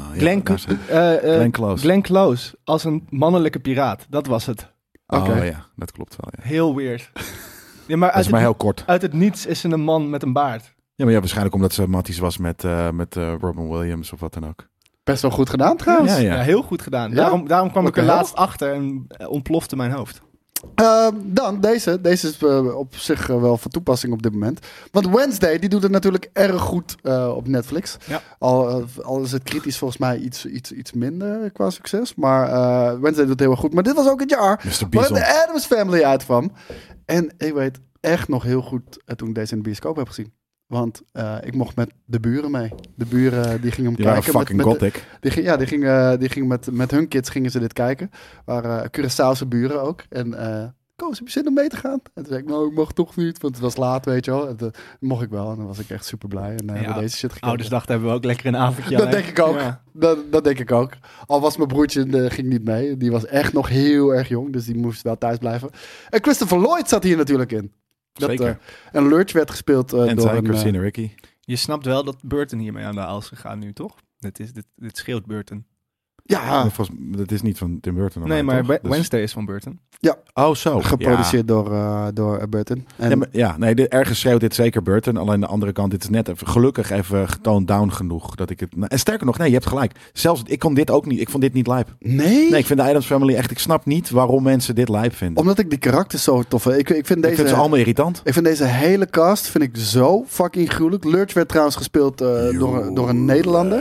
Glenn Close. Glenn Close als een mannelijke piraat. Dat was het. Oké. Oh ja, dat klopt wel. Ja. Heel weird. Ja, maar Dat is maar heel kort. uit het niets is ze een man met een baard. Ja, maar ja, waarschijnlijk omdat ze matties was met Robin Williams of wat dan ook. Best wel goed gedaan trouwens. Ja, Ja, heel goed gedaan. Ja? Daarom kwam ik Oké. er laatst achter en ontplofte mijn hoofd. Dan deze. Deze is op zich wel van toepassing op dit moment. Want Wednesday, die doet het natuurlijk erg goed op Netflix. Ja. Al is het kritisch volgens mij iets minder qua succes. Maar Wednesday doet het heel erg goed. Maar dit was ook het jaar Mr. waar Bison. de Addams Family uitkwam. En ik weet echt nog heel goed toen ik deze in de bioscoop heb gezien. Want ik mocht met de buren mee. De buren die gingen hem Die waren kijken. fucking gothic. Die gingen met hun kids gingen ze dit kijken. Waren Curaçaose buren ook. En Koos, heb je zin om mee te gaan? En toen zei ik, nou, ik mag toch niet, want het was laat, weet je wel. En toen mocht ik wel en dan was ik echt super blij. En hebben we deze shit gekeken. Oudersdag hebben we ook lekker een avondje. Dat aan, denk hè? ik ook. Ja. Dat denk ik ook. Al was mijn broertje, ging niet mee. Die was echt nog heel erg jong, dus die moest wel thuis blijven. En Christopher Lloyd zat hier natuurlijk in. Zeker. En Lurch werd gespeeld En door zijn een... Christina Ricci. Je snapt wel dat Burton hiermee aan de haal is gegaan nu, toch? Dit scheelt Burton. ja, Dat is niet van Tim Burton. Nee, maar toch? Dus- Wednesday is van Burton. Oh, zo. geproduceerd door Burton. En, Ergens schreeuwt dit zeker Burton. Alleen de andere kant, dit is net even, gelukkig even getoond down genoeg. Dat ik het, en sterker nog, nee, je hebt gelijk. Zelfs, ik kon dit ook niet, ik vond dit niet lijp. nee, Nee, ik vind de Addams Family echt, ik snap niet waarom mensen dit lijp vinden. omdat ik die karakters zo tof vind. Ik vind Ik deze... vind ze allemaal irritant. Ik vind deze hele cast vind ik zo fucking gruwelijk. Lurch werd trouwens gespeeld door een Nederlander.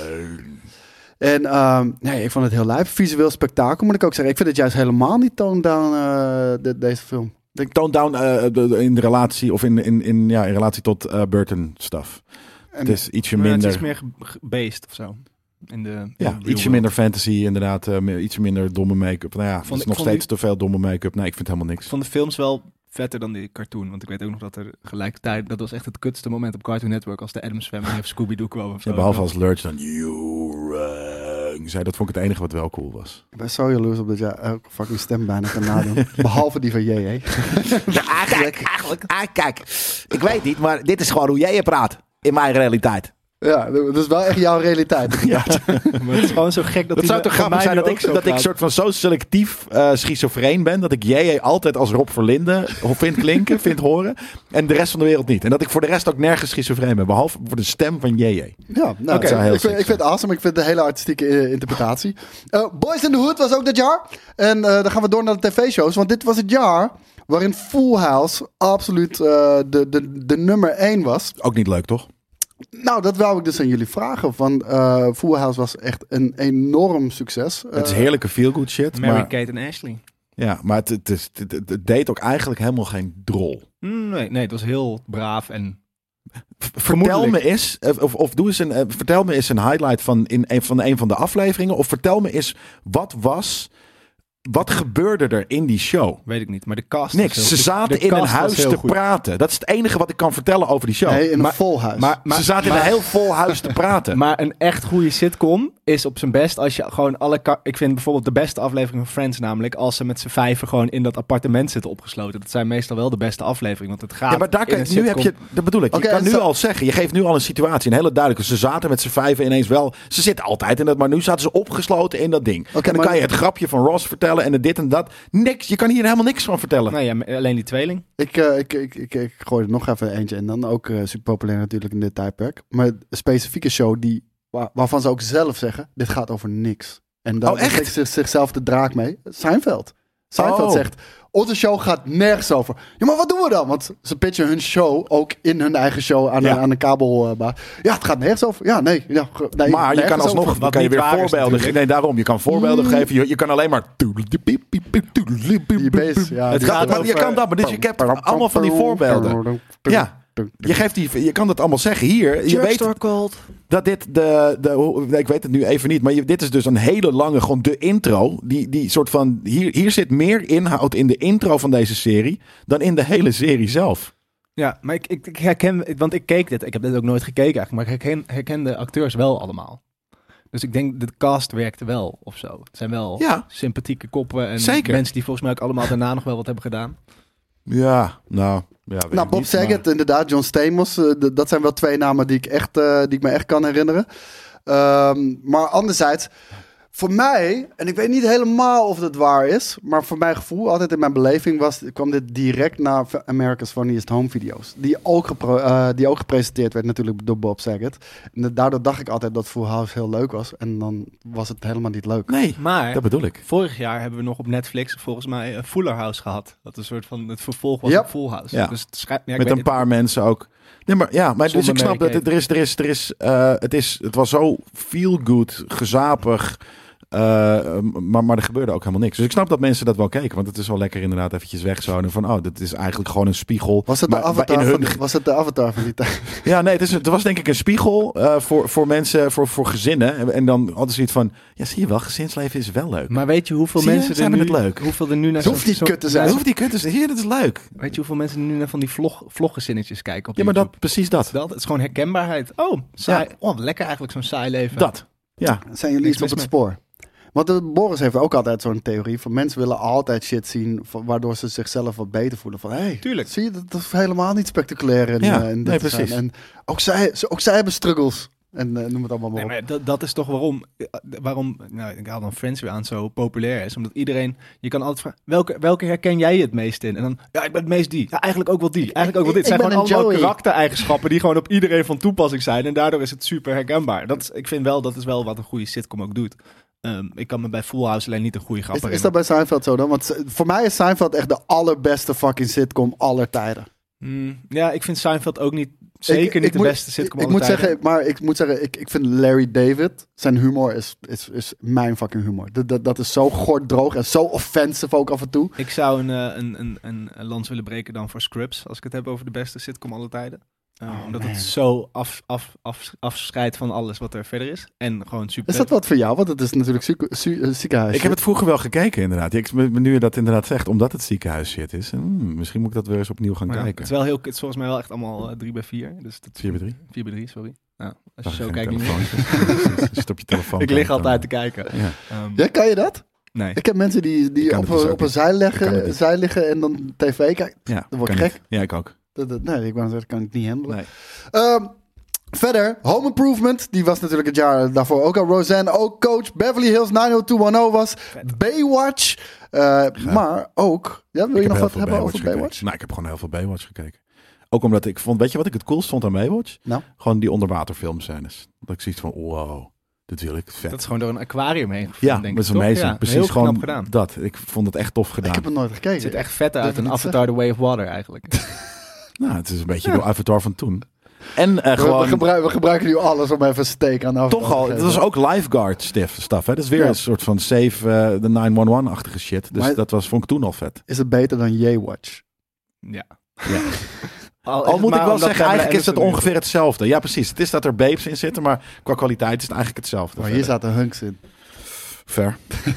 En nee, ik vond het heel lijp. Visueel spektakel moet ik ook zeggen. Ik vind het juist helemaal niet toned down, deze film. Tone down in de relatie, of in relatie tot Burton stuff. En, Het is ietsje Maar minder... het is meer beest of zo. In de Ja, real ietsje world. minder fantasy inderdaad. Ietsje minder domme make-up. Nou ja, het Vond is ik- nog vond steeds te veel domme make-up. Nee, ik vind helemaal niks. Ik vond de films wel vetter dan die cartoon. Want ik weet ook nog dat er gelijkertijd... Dat was echt het kutste moment op Cartoon Network... als de Addams Family of Scooby-Doo kwam of zo. Ja, behalve als Lurch dan... zei, dat vond ik het enige wat wel cool was. ik ben zo jaloers op dat jij elke fucking stem bijna kan nadoen. Behalve die van JJ. Kijk, ik weet niet, maar dit is gewoon hoe jij je praat. In mijn realiteit. Ja, dat is wel echt jouw realiteit. Ja. Maar het is gewoon zo gek dat Het zou toch grappig zijn dat ik soort van zo selectief schizofreen ben... dat ik jij altijd als Rob Verlinde vind klinken, vind horen... en de rest van de wereld niet. En dat ik voor de rest ook nergens schizofreen ben... behalve voor de stem van JJ. Ja, nou, Oké, heel ik vind het awesome. Ik vind het een hele artistieke interpretatie. Boys in the Hood was ook dit jaar. En dan gaan we door naar de tv-shows. Want dit was het jaar waarin Full House absoluut de nummer 1 was. Ook niet leuk, toch? Nou, dat wou ik dus aan jullie vragen. Van Full House was echt een enorm succes. Het is heerlijke feel-good shit. Mary, maar, Kate en Ashley. ja, maar het deed ook eigenlijk helemaal geen drol. Nee, het was heel braaf en... Vertel me eens, of doe eens vertel me eens een highlight van een van de afleveringen. Of vertel me eens, wat gebeurde er in die show? Weet ik niet, maar de cast... Niks. was Ze heel- zaten de in een cast was huis heel te goed. praten. Dat is het enige wat ik kan vertellen over die show. Nee, in een vol huis. Ze zaten in een heel vol huis te praten. Maar een echt goede sitcom is op zijn best als je gewoon ik vind bijvoorbeeld de beste aflevering van Friends namelijk als ze met z'n vijven gewoon in dat appartement zitten opgesloten. Dat zijn meestal wel de beste afleveringen, want het gaat Ja, maar daar in een nu heb sitcom- je, dat bedoel ik. Oké, Je kan en nu zo- al zeggen, je geeft nu al een situatie, een hele duidelijke. Ze zaten met z'n vijven ineens wel. Ze zitten altijd in dat, maar nu zaten ze opgesloten in dat ding. En dan maar- kan je het grapje van Ross vertellen en dit en dat. Niks. Je kan hier helemaal niks van vertellen. Nee, ja, alleen die tweeling. Ik gooi er nog even eentje in. Dan ook super populair natuurlijk in dit tijdperk. Maar een specifieke show waarvan ze ook zelf zeggen, dit gaat over niks. En dan steekt ze zichzelf de draak mee. Seinfeld zegt, onze show gaat nergens over. Ja, maar wat doen we dan? Want ze pitchen hun show ook in hun eigen show aan de kabelbaas. Ja, het gaat nergens over. Ja, nee. Maar je kan alsnog, dan kan je weer voorbeelden. Nee, daarom. Je kan voorbeelden geven. Je kan alleen maar... Die bass, het gaat maar je kan dat, maar dus je hebt allemaal van die voorbeelden. Ja. Je kan dat allemaal zeggen hier. Je weet dat dit ik weet het nu even niet, maar dit is dus een hele lange, gewoon de intro. Die soort van, hier zit meer inhoud in de intro van deze serie dan in de hele serie zelf. Ja, maar ik herken, want ik keek dit. Ik heb dit ook nooit gekeken eigenlijk, maar ik herken de acteurs wel allemaal. Dus ik denk, de cast werkte wel of zo. Het zijn wel sympathieke koppen en mensen die volgens mij ook allemaal daarna nog wel wat hebben gedaan. Ja, Bob Saget, inderdaad, John Stamos. Dat zijn wel 2 namen die ik me echt kan herinneren. Maar anderzijds, voor mij, en ik weet niet helemaal of dat waar is, maar voor mijn gevoel, altijd in mijn beleving kwam dit direct na America's Funniest Home Video's. Die ook gepresenteerd werd natuurlijk door Bob Saget. En daardoor dacht ik altijd dat Full House heel leuk was. En dan was het helemaal niet leuk. Nee, maar dat bedoel ik. Vorig jaar hebben we nog op Netflix volgens mij Fuller House gehad. Dat een soort van het vervolg was op Full House. Ja. Dus met een paar mensen ook. Nee, maar dus ik snap dat het was zo feel good, gezapig. Maar er gebeurde ook helemaal niks. Dus ik snap dat mensen dat wel keken. Want het is wel lekker inderdaad eventjes wegzonen van... dit is eigenlijk gewoon een spiegel. Was het de avatar van die tijd? Ja, nee, het was denk ik een spiegel voor mensen, voor gezinnen. En dan hadden ze iets van... Ja, zie je wel, gezinsleven is wel leuk. Maar weet je hoeveel mensen zijn het leuk? Hoeveel er nu naar hoeft niet kut te zijn. Hoeft niet kut te zijn. Hier, dat is leuk. Weet je hoeveel mensen nu naar van die vloggezinnetjes kijken op YouTube? Maar precies dat. Het is gewoon herkenbaarheid. Oh, saai. Ja. Oh, lekker eigenlijk zo'n saai leven. Dat. Ja. Zijn jullie iets op het spoor? Want Boris heeft ook altijd zo'n theorie van mensen willen altijd shit zien waardoor ze zichzelf wat beter voelen. Van tuurlijk. Zie je, dat is helemaal niet spectaculair. In dit precies. En ook zij hebben struggles. En noem het allemaal maar op. Maar dat is toch waarom ik haal dan Friends weer aan, zo populair is. Omdat iedereen, je kan altijd vragen, welke herken jij het meest in? En dan, ja, ik ben het meest die. Ja, eigenlijk ook wel die. Eigenlijk ook wel dit. Het zijn gewoon allemaal karaktereigenschappen die gewoon op iedereen van toepassing zijn. En daardoor is het super herkenbaar. Ik vind wel, dat is wel wat een goede sitcom ook doet. Ik kan me bij Full House alleen niet een goede grap herinneren. Is dat bij Seinfeld zo dan? Want voor mij is Seinfeld echt de allerbeste fucking sitcom aller tijden. Ja, ik vind Seinfeld ook niet... Zeker niet de beste sitcom aller tijden. Ik moet zeggen, ik vind Larry David, zijn humor is mijn fucking humor. Dat is zo gorddroog en zo offensive ook af en toe. Ik zou een lans willen breken dan voor Scrubs, als ik het heb over de beste sitcom aller tijden. Omdat het zo afscheidt van alles wat er verder is. En gewoon super... Is dat wat voor jou? Want het is natuurlijk ziekenhuis. Ik heb het vroeger wel gekeken inderdaad. Nu je dat inderdaad zegt, omdat het ziekenhuis shit is. Misschien moet ik dat weer eens opnieuw gaan kijken. Het is wel het is volgens mij wel echt allemaal 3x4. Dus 4x3? 4x3, sorry. Nou, als je zo kijkt niet meer. Zit op je telefoon. Ik lig altijd te kijken. Ja, kan je dat? Nee. Ik heb mensen die op een zij liggen en dan tv kijken. Ja, dan word ik gek. Ja, ik ook. Nee, ik wou zeggen, kan ik niet handelen. Nee. Verder, Home Improvement. Die was natuurlijk het jaar daarvoor ook al. Roseanne ook coach. Beverly Hills 90210 was. Vet. Baywatch. Maar ook... Ja, wil je nog wat hebben over Baywatch? Nou, ik heb gewoon heel veel Baywatch gekeken. Ook omdat ik vond... Weet je wat ik het coolst vond aan Baywatch? Nou? Gewoon die onderwaterfilmscènes. Dat ik zoiets van, wow, dit wil ik. Vet. Dat is gewoon door een aquarium heen gevoerd, denk ik. Dat is amazing. Ja, precies, gewoon gedaan. Dat. Ik vond het echt tof gedaan. Ik heb het nooit gekeken. Het ziet echt vet uit. Een Avatar The Way of Water eigenlijk. Nou, het is een beetje de Avatar van toen. En we gebruiken nu alles om even steek aan Avatar. Toch al, dat is ook lifeguard stuff. Hè? Dat is weer een soort van save the 911-achtige shit. Dus maar vond ik toen al vet. Is het beter dan J-Watch? Ja. Al moet ik wel zeggen, eigenlijk is het ongeveer hetzelfde. Ja, precies. Het is dat er babes in zitten, maar qua kwaliteit is het eigenlijk hetzelfde. Maar hier zaten hunks in. Fair.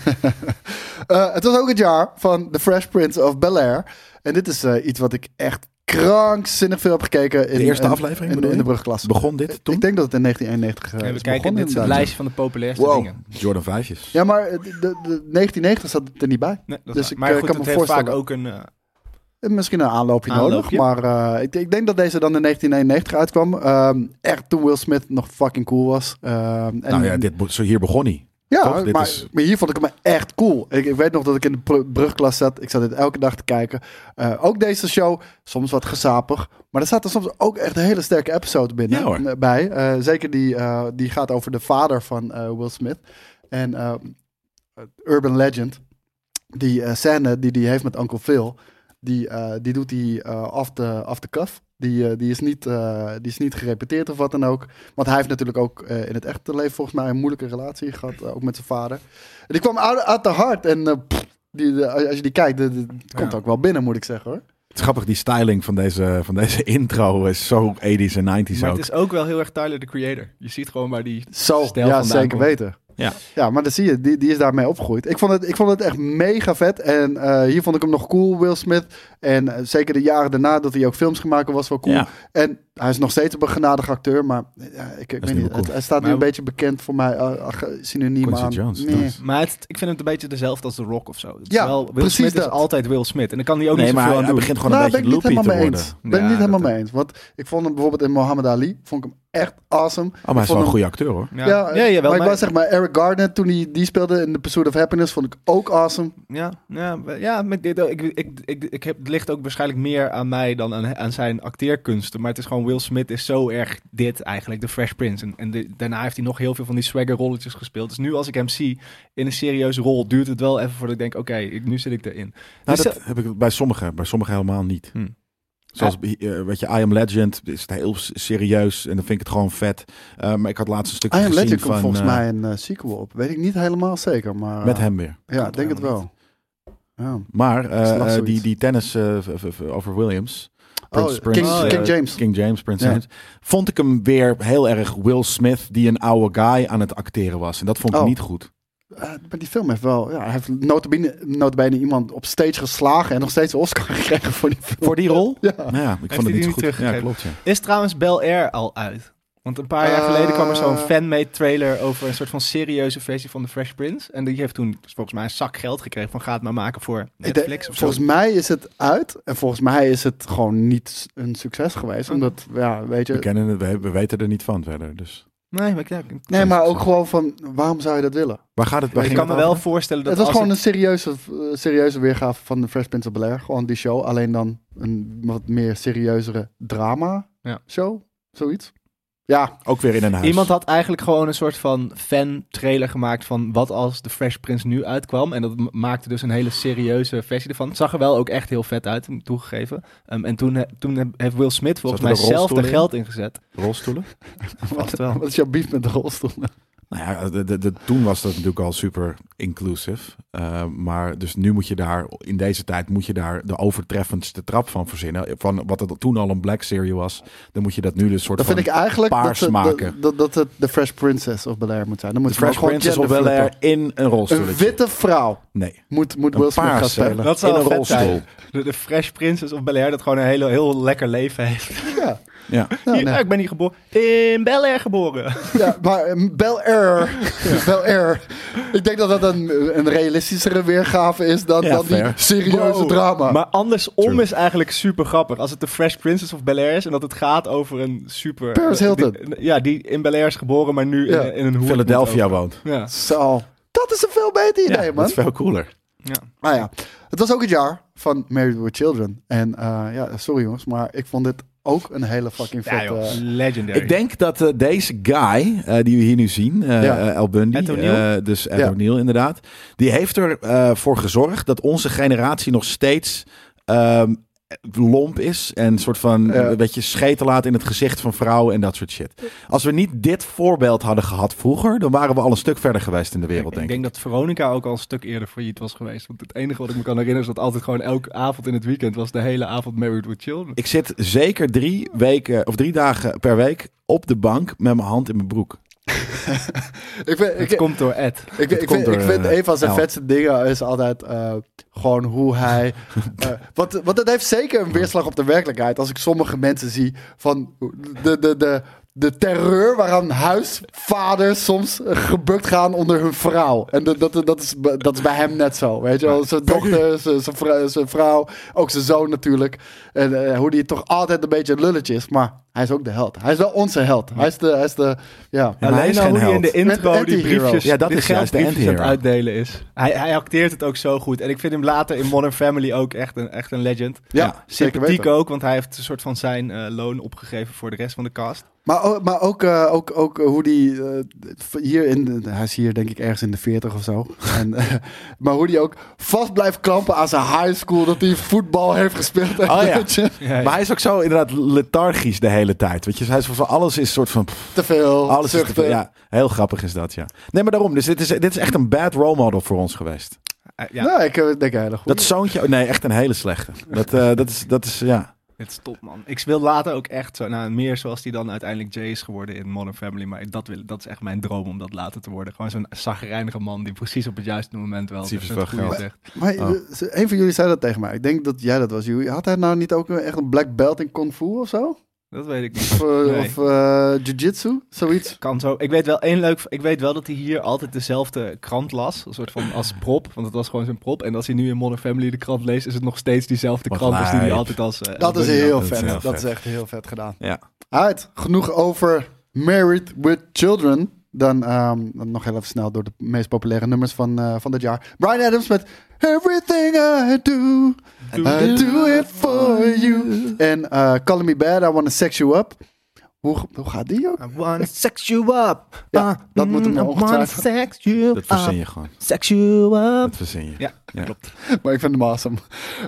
Het was ook het jaar van The Fresh Prince of Bel-Air. En dit is iets wat ik echt krankzinnig veel heb gekeken. In de eerste aflevering in de brugklasse. Begon dit toen? Ik denk dat het in 1991 we kijken, dit is het lijstje van de populairste dingen. Jordan 5'jes. Ja, maar de 1990 zat het er niet bij. Nee, dus ik maar kan me voorstellen. Vaak ook een... Misschien een aanloopje nodig. Maar ik denk dat deze dan in 1991 uitkwam. Echt toen Will Smith nog fucking cool was. Hier begon hij. Ja, maar hier vond ik hem echt cool. Ik weet nog dat ik in de brugklas zat. Ik zat dit elke dag te kijken. Ook deze show, soms wat gezapig. Maar er zaten soms ook echt een hele sterke episode binnen bij. Zeker die gaat over de vader van Will Smith. En urban legend. Die scène die hij heeft met Uncle Phil, die doet hij off the cuff. Die is niet gerepeteerd of wat dan ook. Want hij heeft natuurlijk ook in het echte leven volgens mij een moeilijke relatie gehad. Ook met zijn vader. En die kwam uit de hart. En als je die kijkt, het komt ook wel binnen, moet ik zeggen hoor. Het is grappig, die styling van deze intro is zo 80s en 90s maar ook. het is ook wel heel erg Tyler, the Creator. Je ziet gewoon waar die Zo, stijl ja, vandaan zeker komt. weten. Ja, maar dan zie je, die is daarmee opgegroeid. Ik vond het echt mega vet. En hier vond ik hem nog cool, Will Smith. En zeker de jaren daarna dat hij ook films gemaakt was wel cool. Ja. En hij is nog steeds een begenadigd acteur. Maar ik weet niet, cool. hij staat nu een beetje bekend voor mij. Synoniem Quincy aan. Jones, Nee. nice. Maar ik vind het een beetje dezelfde als The Rock of zo. Het is Ja, wel, Will precies Smith is dat. altijd Will Smith. En dan kan hij ook Nee, niet maar zoveel aan hij doen. begint gewoon een ben ik beetje niet helemaal loopy te mee worden. eens. Ben ik Ja, niet helemaal dat- mee eens. Want ik vond hem bijvoorbeeld in Muhammad Ali, vond ik hem echt awesome. Oh, maar hij is Ik wel vond een goede acteur hoor. Ja, jawel, maar ik maar- wou zeg maar Eric Gardner, toen hij die speelde in The Pursuit of Happiness, vond ik ook awesome. Ja, met dit, het ligt ook waarschijnlijk meer aan mij dan aan zijn acteerkunsten. Maar het is gewoon, Will Smith is zo erg dit eigenlijk, de Fresh Prince. En daarna heeft hij nog heel veel van die swagger rolletjes gespeeld. Dus nu als ik hem zie in een serieuze rol, duurt het wel even voordat ik denk, oké, nu zit ik erin. Nou, Dus, dat heb ik bij sommigen helemaal niet. Hm. Zoals, weet je, I Am Legend is het heel serieus en dan vind ik het gewoon vet. Maar ik had laatst een stukje I Am gezien Legend van... komt volgens mij een sequel op. Weet ik niet helemaal zeker, maar... met hem weer. Ja, ik denk het wel. Ja. Maar lag zoiets. die tennis over Williams... King James. Prince Ja. James. Vond ik hem weer heel erg Will Smith, die een oude guy aan het acteren was. En dat vond ik niet goed. Maar die film heeft wel... Ja, hij heeft notabene iemand op stage geslagen en nog steeds een Oscar gekregen voor die film. Voor die rol? Ja. Nou ja, ik vond hij het die niet zo niet goed. Ja, teruggegeven? klopt, ja. Is trouwens Bel Air al uit? Want een paar jaar geleden kwam er zo'n fanmade trailer over een soort van serieuze versie van The Fresh Prince. En die heeft toen volgens mij een zak geld gekregen van ga het maar maken voor Netflix of zo. Volgens mij is het uit en volgens mij is het gewoon niet een succes geweest. Omdat, ja, weet je... We kennen het, we weten er niet van verder. Dus. Nee, maar Nee, maar ook gewoon van, waarom zou je dat willen? Waar gaat het? Waar ik ging kan me het wel over? voorstellen dat Het was als gewoon een serieuze weergave van The Fresh Prince of Bel-Air. Gewoon die show, alleen dan een wat meer serieuzere drama show, zoiets. Ja, Ook weer in een huis. iemand had eigenlijk gewoon een soort van fan-trailer gemaakt van wat als The Fresh Prince nu uitkwam. En dat maakte dus een hele serieuze versie ervan. Het zag er wel ook echt heel vet uit, toegegeven. En toen heeft Will Smith volgens mij Zaten er zelf er rolstoelen in? geld ingezet. Rolstoelen? Vast wel. wat is jouw beef met de rolstoel? Nou ja, toen was dat natuurlijk al super inclusive. Maar dus nu moet je daar, in deze tijd, moet je daar de overtreffendste trap van verzinnen. Van wat het toen al een black serie was, dan moet je dat nu dus soort Dat van vind ik eigenlijk paars maken. dat het de Fresh Princess of Bel-Air moet zijn. Dan moet De je Fresh gewoon Princess of genderflippen. Bel-Air in een rolstoel. Een witte vrouw Nee. moet Will Een Smith gaan paarse. spelen. Dat zou In een wel vet rolstoel. zijn. De Fresh Princess of Bel-Air dat gewoon een heel lekker leven heeft. Ja. Ja. Nou, Hier, nee. ik ben hier geboren. In Bel-Air geboren. Ja, maar Bel-Air. Bel-Air. Ik denk dat dat een realistischere weergave is dan die fair. serieuze Wow. drama. Maar andersom True. is eigenlijk super grappig. Als het de Fresh Princess of Bel-Air is en dat het gaat over een super... Paris Hilton. Die in Bel-Air is geboren, maar nu Ja. in een hoek. Philadelphia moet woont. over. Ja. Zo. Dat is een veel beter idee, Dat man. is veel cooler. Ja. Maar ja, het was ook het jaar van Married with Children. En sorry jongens, maar ik vond dit ook een hele fucking Ja, vette... joh. Legendary. Ik denk dat deze guy, die we hier nu zien, Al Bundy, Ed O'Neill? dus Ed O'Neill inderdaad, die heeft er voor gezorgd dat onze generatie nog steeds lomp is en een soort van een beetje scheten laat in het gezicht van vrouwen en dat soort shit. Als we niet dit voorbeeld hadden gehad vroeger, dan waren we al een stuk verder geweest in de wereld, Ik denk dat Veronica ook al een stuk eerder failliet was geweest. Want het enige wat ik me kan herinneren is dat altijd gewoon elke avond in het weekend was de hele avond Married with Children. Ik zit zeker 3 dagen per week op de bank met mijn hand in mijn broek. Het komt door Ed. Ik komt vind door, een van zijn Al. vetste dingen is altijd gewoon hoe hij... want het heeft zeker een weerslag op de werkelijkheid. Als ik sommige mensen zie van de terreur waaraan huisvaders soms gebukt gaan onder hun vrouw. En dat is bij hem net zo. Weet je wel? Zijn dochter, zijn vrouw, ook zijn zoon natuurlijk. En hoe die toch altijd een beetje een lulletje is. Maar Hij is ook de held. Hij is wel onze held. Hij is de ja. Ja, maar hij is Alleen geen hoe hij in de held. intro die briefjes, Ja, dat die is juist de geldbriefjes aan het anti-hero. uitdelen is. Hij acteert het ook zo goed. En ik vind hem later in Modern Family ook echt een legend. Ja, zeker Sympathiek weten. ook, want hij heeft een soort van zijn loon opgegeven voor de rest van de cast. Maar ook hoe die hij is hier denk ik ergens in de 40 of zo. Maar hoe die ook vast blijft klampen aan zijn high school dat hij voetbal heeft gespeeld. Oh ja. Weet je? Ja, Maar hij is ook zo inderdaad lethargisch de hele tijd. Weet je, hij is van alles is een soort van... Te veel. Alles is te zuchten. veel. Ja, heel grappig is dat, ja. Nee, maar daarom. Dus dit is echt een bad role model voor ons geweest. ja. Nou, ik denk heel goed. Dat zoontje... Nee, echt een hele slechte. Dat is ja... Het is top, man. Ik wil later ook echt zo, meer zoals die dan uiteindelijk Jay is geworden in Modern Family. Maar dat is echt mijn droom om dat later te worden. Gewoon zo'n chagrijnige man die precies op het juiste moment wel Precies het wel goede geld. zegt. Maar een van jullie zei dat tegen mij. Ik denk dat jij dat was. Had hij nou niet ook echt een black belt in Kung Fu of zo? Dat weet ik niet. Of Nee. Jiu-Jitsu? Zoiets? Kan zo. Ik weet wel dat hij hier altijd dezelfde krant las. Een soort van als prop. Want het was gewoon zijn prop. En als hij nu in Modern Family de krant leest, is het nog steeds diezelfde Wat krant. Dus die hij lijp. altijd als... Dat is als- heel dat is vet. heel Dat vet. is echt heel vet gedaan. Ja. Uit. Genoeg over Married with Children. Dan nog heel even snel door de meest populaire nummers van dit jaar. Bryan Adams met Everything I Do, I do it for you. En Calling Me Bad, I Wanna Sex You Up. Hoe gaat die ook? I wanna sex you up. Ja, dat moet hem I wanna ongetwijfeld. sex you Dat verzin je gewoon. Sex you up. Dat verzin je. Ja, Ja. klopt. Maar ik vind hem awesome.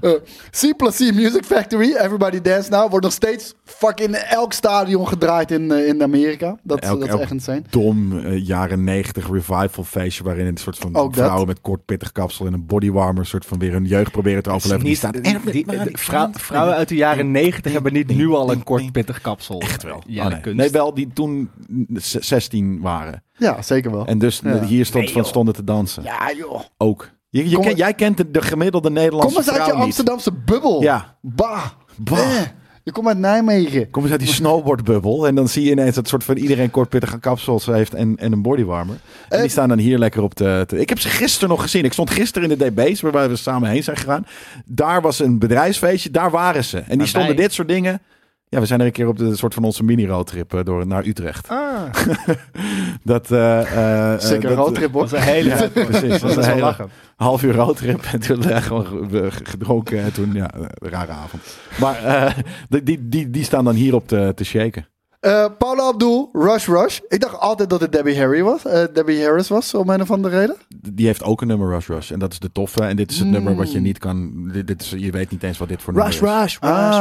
C+C Music Factory, Everybody Dance Now, wordt nog steeds fucking in elk stadion gedraaid in Amerika. Dat is echt insane. Dom jaren 90 revival feestje waarin een soort van Ook dat. vrouwen met kort pittig kapsel en een bodywarmer soort van weer hun jeugd proberen te overleven. Die staat Vrouwen uit de jaren 90 hebben niet nu al een kort pittig kapsel. echt wel. Ja, Oh, de nee. kunst. Nee, wel die toen 16 waren. Ja, zeker wel. En dus Ja. hier stonden te dansen. Ja, joh. Ook. Kom- Jij kent de gemiddelde Nederlandse Kom eens uit je vrouw niet. Amsterdamse bubbel. Ja. Bah. Bah. Je komt uit Nijmegen. Kom eens uit die snowboardbubbel en dan zie je ineens dat soort van iedereen kortpittige kapsels heeft en een bodywarmer. En die staan dan hier lekker op Ik heb ze gisteren nog gezien. Ik stond gisteren in de DB's waar we samen heen zijn gegaan. Daar was een bedrijfsfeestje, daar waren ze. En die stonden dit soort dingen. Ja, we zijn er een keer op de soort van onze mini-roadtrip naar Utrecht. Ah, Zeker een roadtrip hoor. dat was een hele... Precies, dat was wel een hele lachen. half uur roadtrip en toen gewoon gedronken en toen, ja, een rare avond. Maar die staan dan hier op te shaken. Paula Abdul, Rush. Ik dacht altijd dat het Debbie Harris was, om een of andere reden. Die heeft ook een nummer Rush. En dat is de toffe. En dit is het nummer wat je niet kan... je weet niet eens wat dit voor nummer is. Rush.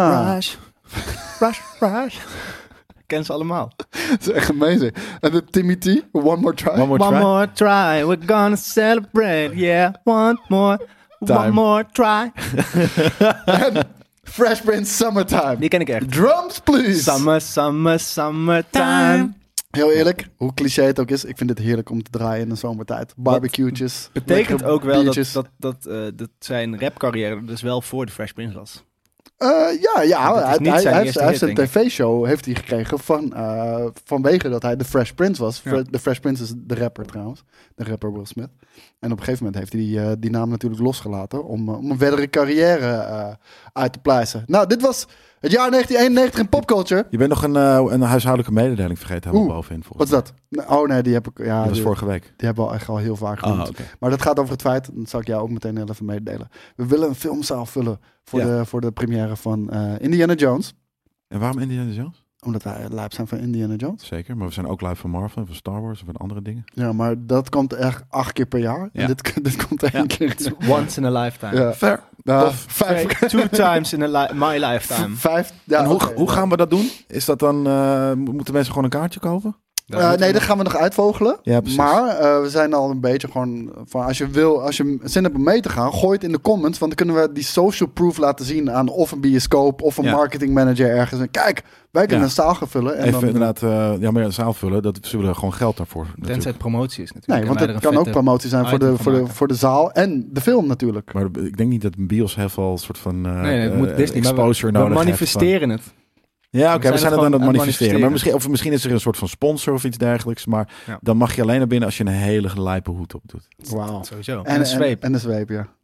Ken ze allemaal. Dat is echt amazing. En de Timmy T, One More Try. One More One Try. more try, we're gonna celebrate. Yeah, one Time. more try. Fresh Prince, Summertime. Die ken ik echt. Drums, please. Summertime. Heel eerlijk, hoe cliché het ook is, ik vind het heerlijk om te draaien in de zomertijd. Barbecue'tjes. Betekent lekkere ook wel biertjes. dat zijn rapcarrière dus wel voor de Fresh Prince was. Ja, Dat is niet hij zijn heeft eerste hij hit, heeft een denk ik. tv-show heeft hij gekregen vanwege dat hij de Fresh Prince was. Ja. De Fresh Prince is de rapper trouwens, de rapper Will Smith. En op een gegeven moment heeft hij die naam natuurlijk losgelaten om een verdere carrière uit te pleisen. Nou, dit was het jaar 1991 in popculture. Je bent nog een huishoudelijke mededeling vergeten helemaal bovenin. Wat is dat? Oh nee, die heb ik. Ja, Dat was die vorige week. Die hebben we al echt al heel vaak genoemd. oké. Maar dat gaat over het feit, dat zal ik jou ook meteen heel even meedelen. We willen een filmzaal vullen voor de première van Indiana Jones. En waarom Indiana Jones? Omdat wij lijp zijn van Indiana Jones. Zeker, maar we zijn ook live van Marvel en van Star Wars en van andere dingen. Ja, maar dat komt echt 8 keer per jaar. Ja. En dit komt 1 keer. Once in a lifetime. Ja. Fair. Tof. 5. Two times in my lifetime. 5. Ja, En oké. hoe gaan we dat doen? Is dat dan, moeten mensen gewoon een kaartje kopen? Nee, dat gaan we nog uitvogelen. Ja, precies. Maar we zijn al een beetje gewoon van als je zin hebt om mee te gaan, gooi het in de comments, want dan kunnen we die social proof laten zien aan of een bioscoop of een marketing manager ergens. En kijk, wij kunnen een zaal gaan vullen. En Even dan, inderdaad, maar een zaal vullen, dat zullen we gewoon geld daarvoor. Tenzij natuurlijk. het promotie is natuurlijk. nee, want En wij het er kan een ook vette promotie zijn item van maken. voor de zaal en de film natuurlijk. Maar ik denk niet dat een bios heel veel soort van Nee, het moet Disney. Maar exposure we nodig heeft. manifesteren het. Ja, oké, we zijn het aan het manifesteren. Maar manifesteren. misschien is er een soort van sponsor of iets dergelijks. Maar Ja. dan mag je alleen naar binnen als je een hele lijpe hoed op doet. Wauw. Sowieso. En een zweep. En een zweep, ja.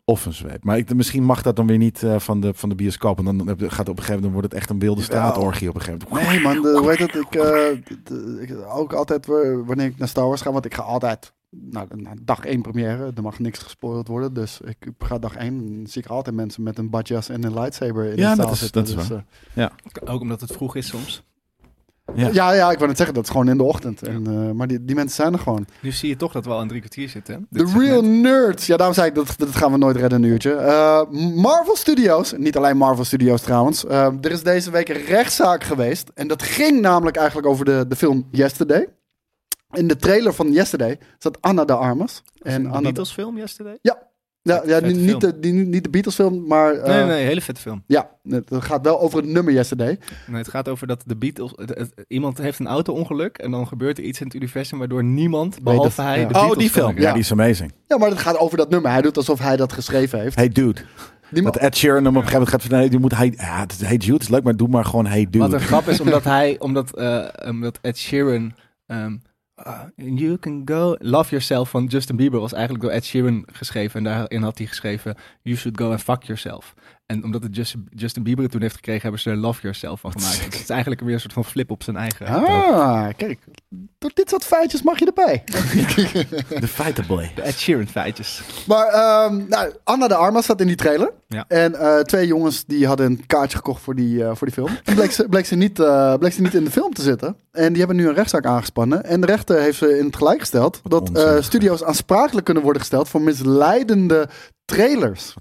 Of een zweep. Maar misschien mag dat dan weer niet van de bioscoop. En dan gaat op een gegeven moment wordt het echt een wilde straatorgie op een gegeven moment. Nee man, hoe heet het? Ik ook altijd wanneer ik naar Star Wars ga, want ik ga altijd naar dag 1 première. Er mag niks gespoild worden. Dus ik ga dag 1. Dan zie ik altijd mensen met een badjas en een lightsaber in de zaal zitten. Dat is waar. Ja. Ook omdat het vroeg is soms. Ja, ik wou net zeggen, dat is gewoon in de ochtend. Maar die mensen zijn er gewoon. Nu zie je toch dat we al in 3 kwartier zitten. De real nerds. Ja, daarom zei ik, dat gaan we nooit redden een uurtje. Marvel Studios, niet alleen Marvel Studios trouwens. Er is deze week een rechtszaak geweest. En dat ging namelijk eigenlijk over de film Yesterday. In de trailer van Yesterday zat Anna de Armas. En de Beatles film Yesterday? Ja, niet de Beatles film, maar... Nee, hele vette film. Ja, het gaat wel over het nummer Yesterday. Nee, het gaat over dat de Beatles... iemand heeft een auto-ongeluk en dan gebeurt er iets in het universum waardoor niemand, behalve hij, de Beatles... Oh, die film. Ja, die is amazing. Ja, maar het gaat over dat nummer. Hij doet alsof hij dat geschreven heeft. Hey dude. Dat Ed Sheeran hem op een gegeven moment gaat vertellen, je moet Hey Jude, is leuk, maar doe maar gewoon Hey dude. Wat een grap is, omdat Ed Sheeran... You can go. Love Yourself van Justin Bieber was eigenlijk door Ed Sheeran geschreven. En daarin had hij geschreven, you should go and fuck yourself. En omdat het Justin Bieber het toen heeft gekregen, hebben ze er Love Yourself van gemaakt. Het is eigenlijk weer een soort van flip op zijn eigen. Kijk. Door dit soort feitjes mag je erbij. De feitenboy. De Ed Sheeran feitjes. Maar Anna de Armas zat in die trailer. Ja. En 2 jongens die hadden een kaartje gekocht voor die film. En bleek ze niet in de film te zitten. En die hebben nu een rechtszaak aangespannen. En de rechter heeft ze in het gelijk gesteld dat studio's aansprakelijk kunnen worden gesteld voor misleidende trailers.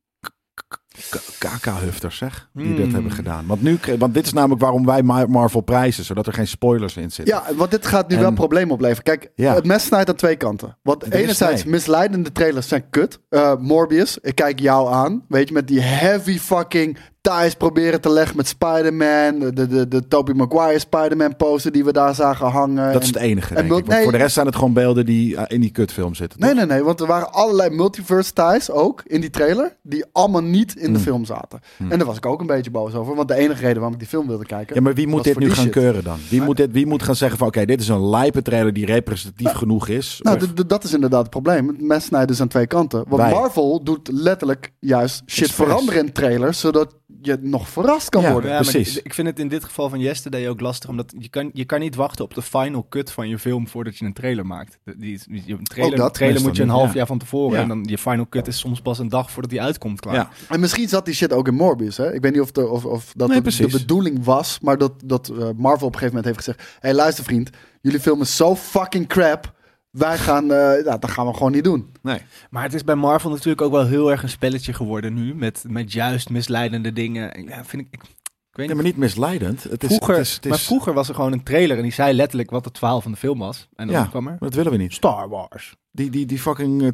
KK-hufters, zeg, die dit hebben gedaan. Want dit is namelijk waarom wij Marvel prijzen, zodat er geen spoilers in zitten. Ja, want dit gaat nu wel problemen opleveren. Kijk, het mes snijdt aan 2 kanten. Want enerzijds, misleidende trailers zijn kut. Morbius, ik kijk jou aan. Weet je, met die heavy fucking ties proberen te leggen met Spider-Man. De Tobey Maguire Spider-Man poster die we daar zagen hangen. Dat is het enige, denk ik. Want voor de rest zijn het gewoon beelden die in die kutfilm zitten. Nee. Want er waren allerlei multiverse ties ook in die trailer. Die allemaal niet in de film zaten. En daar was ik ook een beetje boos over. Want de enige reden waarom ik die film wilde kijken... Ja, maar wie moet dit nu gaan keuren dan? Wie moet gaan zeggen van oké, dit is een lijpe trailer die representatief genoeg is? Dat is inderdaad het probleem. Het mes snijdt dus aan 2 kanten. Want Marvel doet letterlijk juist shit veranderen in trailers, zodat je nog verrast kan worden. Ja, precies. Ik vind het in dit geval van Yesterday ook lastig, omdat je kan niet wachten op de final cut van je film voordat je een trailer maakt. Een trailer moet je een half jaar van tevoren en dan je final cut is soms pas een dag voordat die uitkomt klaar. Ja. En misschien zat die shit ook in Morbius. Hè? Ik weet niet of dat de bedoeling was, maar dat Marvel op een gegeven moment heeft gezegd, hey, luister vriend, jullie film is zo fucking crap. Wij gaan, dat gaan we gewoon niet doen. Nee. Maar het is bij Marvel natuurlijk ook wel heel erg een spelletje geworden nu. Met juist misleidende dingen. Ja, vind ik weet niet. Maar niet misleidend. Maar vroeger was er gewoon een trailer en die zei letterlijk wat het verhaal van de film was. En dan kwam er. Dat willen we niet. Star Wars. Die fucking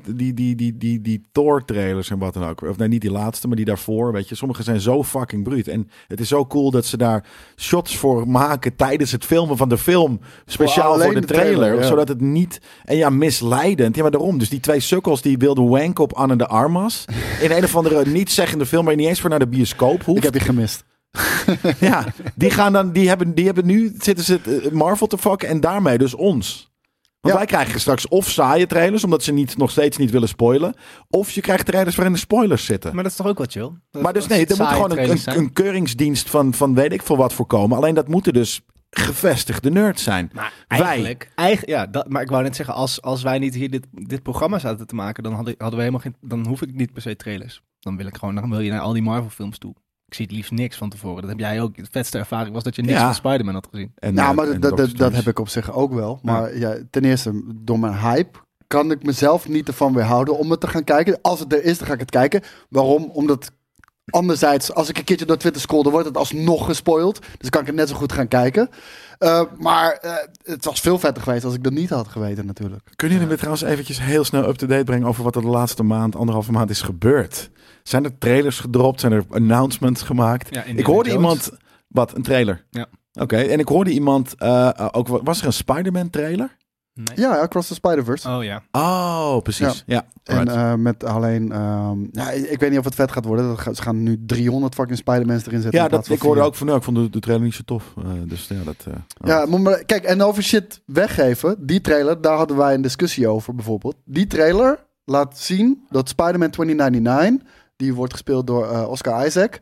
die Thor trailers en wat dan ook. Of nee, niet die laatste, maar die daarvoor. Weet je, sommige zijn zo fucking bruut. En het is zo cool dat ze daar shots voor maken tijdens het filmen van de film. Speciaal voor de trailer. Zodat het niet... En misleidend. Ja, maar daarom. Dus die 2 sukkels die wilden wanken op Anne de Armas. In een of andere niet-zeggende film, waar je niet eens voor naar de bioscoop hoeft. Ik heb die gemist. Ja, die hebben nu zitten ze Marvel te fucken en daarmee dus ons. Want wij krijgen straks of saaie trailers, omdat ze nog steeds niet willen spoilen. Of je krijgt trailers waarin de spoilers zitten. Maar dat is toch ook wat chill? Maar dus nee, er moet gewoon een keuringsdienst van weet ik veel wat voorkomen. Alleen dat moeten dus gevestigde nerds zijn. Maar maar ik wou net zeggen, als wij niet hier dit programma zaten te maken, dan hadden we helemaal geen... Dan hoef ik niet per se trailers. Dan wil je naar al die Marvel films toe. Ik zie het liefst niks van tevoren. Dat heb jij ook. De vetste ervaring was dat je niks van Spider-Man had gezien. Maar dat heb ik op zich ook wel. Maar ten eerste, door mijn hype kan ik mezelf niet ervan weerhouden om het te gaan kijken. Als het er is, dan ga ik het kijken. Waarom? Omdat anderzijds, als ik een keertje door Twitter scroll, dan wordt het alsnog gespoild. Dus kan ik het net zo goed gaan kijken. Maar het was veel vetter geweest als ik dat niet had geweten natuurlijk. Kunnen jullie me trouwens eventjes heel snel up-to-date brengen over wat er de laatste anderhalve maand is gebeurd? Zijn er trailers gedropt? Zijn er announcements gemaakt? Ja, ik hoorde iemand... Wat, een trailer? Ja. Oké, en ik hoorde iemand... was er een Spider-Man trailer? Nee. Ja, Across the Spider-Verse. Oh ja. Oh, precies. Ja. En met alleen... ik weet niet of het vet gaat worden. Ze gaan nu 300 fucking Spider-Mans erin zetten. Ja, ik hoorde ook van... ik vond de trailer niet zo tof. Dus ja, dat... maar kijk, en over shit weggeven. Die trailer, daar hadden wij een discussie over bijvoorbeeld. Die trailer laat zien dat Spider-Man 2099, die wordt gespeeld door Oscar Isaac,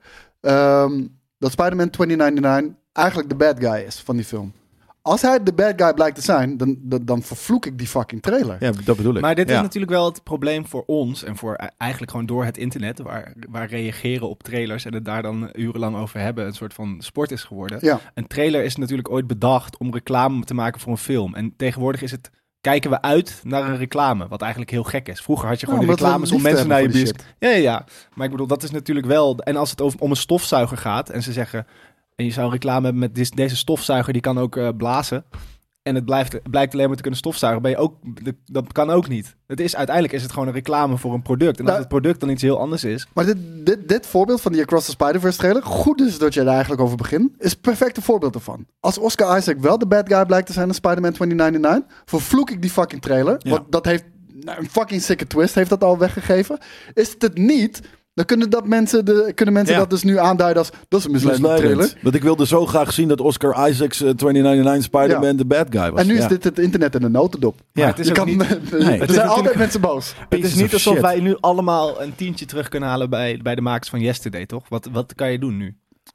dat Spider-Man 2099 eigenlijk de bad guy is van die film. Als hij de bad guy blijkt te zijn, dan vervloek ik die fucking trailer. Ja, dat bedoel ik. Maar dit is natuurlijk wel het probleem voor ons en voor eigenlijk gewoon door het internet, waar reageren op trailers en het daar dan urenlang over hebben, een soort van sport is geworden. Ja. Een trailer is natuurlijk ooit bedacht om reclame te maken voor een film. En tegenwoordig kijken we uit naar een reclame, wat eigenlijk heel gek is. Vroeger had je gewoon de reclames om mensen naar je bioscoop. Ja. Maar ik bedoel, dat is natuurlijk wel. En als het om een stofzuiger gaat en ze zeggen, en je zou een reclame hebben met deze stofzuiger, die kan ook blazen. En het blijkt alleen maar te kunnen stofzuigen. Dat kan ook niet. Uiteindelijk is het gewoon een reclame voor een product. En als het product dan iets heel anders is. Maar dit voorbeeld van die Across the Spider-Verse trailer, goed dus dat je er eigenlijk over begint, is het perfecte voorbeeld ervan. Als Oscar Isaac wel de bad guy blijkt te zijn in Spider-Man 2099, vervloek ik die fucking trailer. Ja. Want dat heeft een fucking sicke twist, heeft dat al weggegeven. Is het niet, dan kunnen mensen dat dus nu aanduiden als, dat is een misleidende trailer. Want ik wilde zo graag zien dat Oscar Isaacs 2099 Spider-Man de bad guy was. En nu is dit het internet in een notendop. Ja, het is er zijn altijd mensen boos. Het is niet alsof wij nu allemaal een tientje terug kunnen halen bij de makers van Yesterday, toch? Wat kan je doen nu?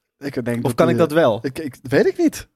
Kan ik dat wel? Weet ik niet.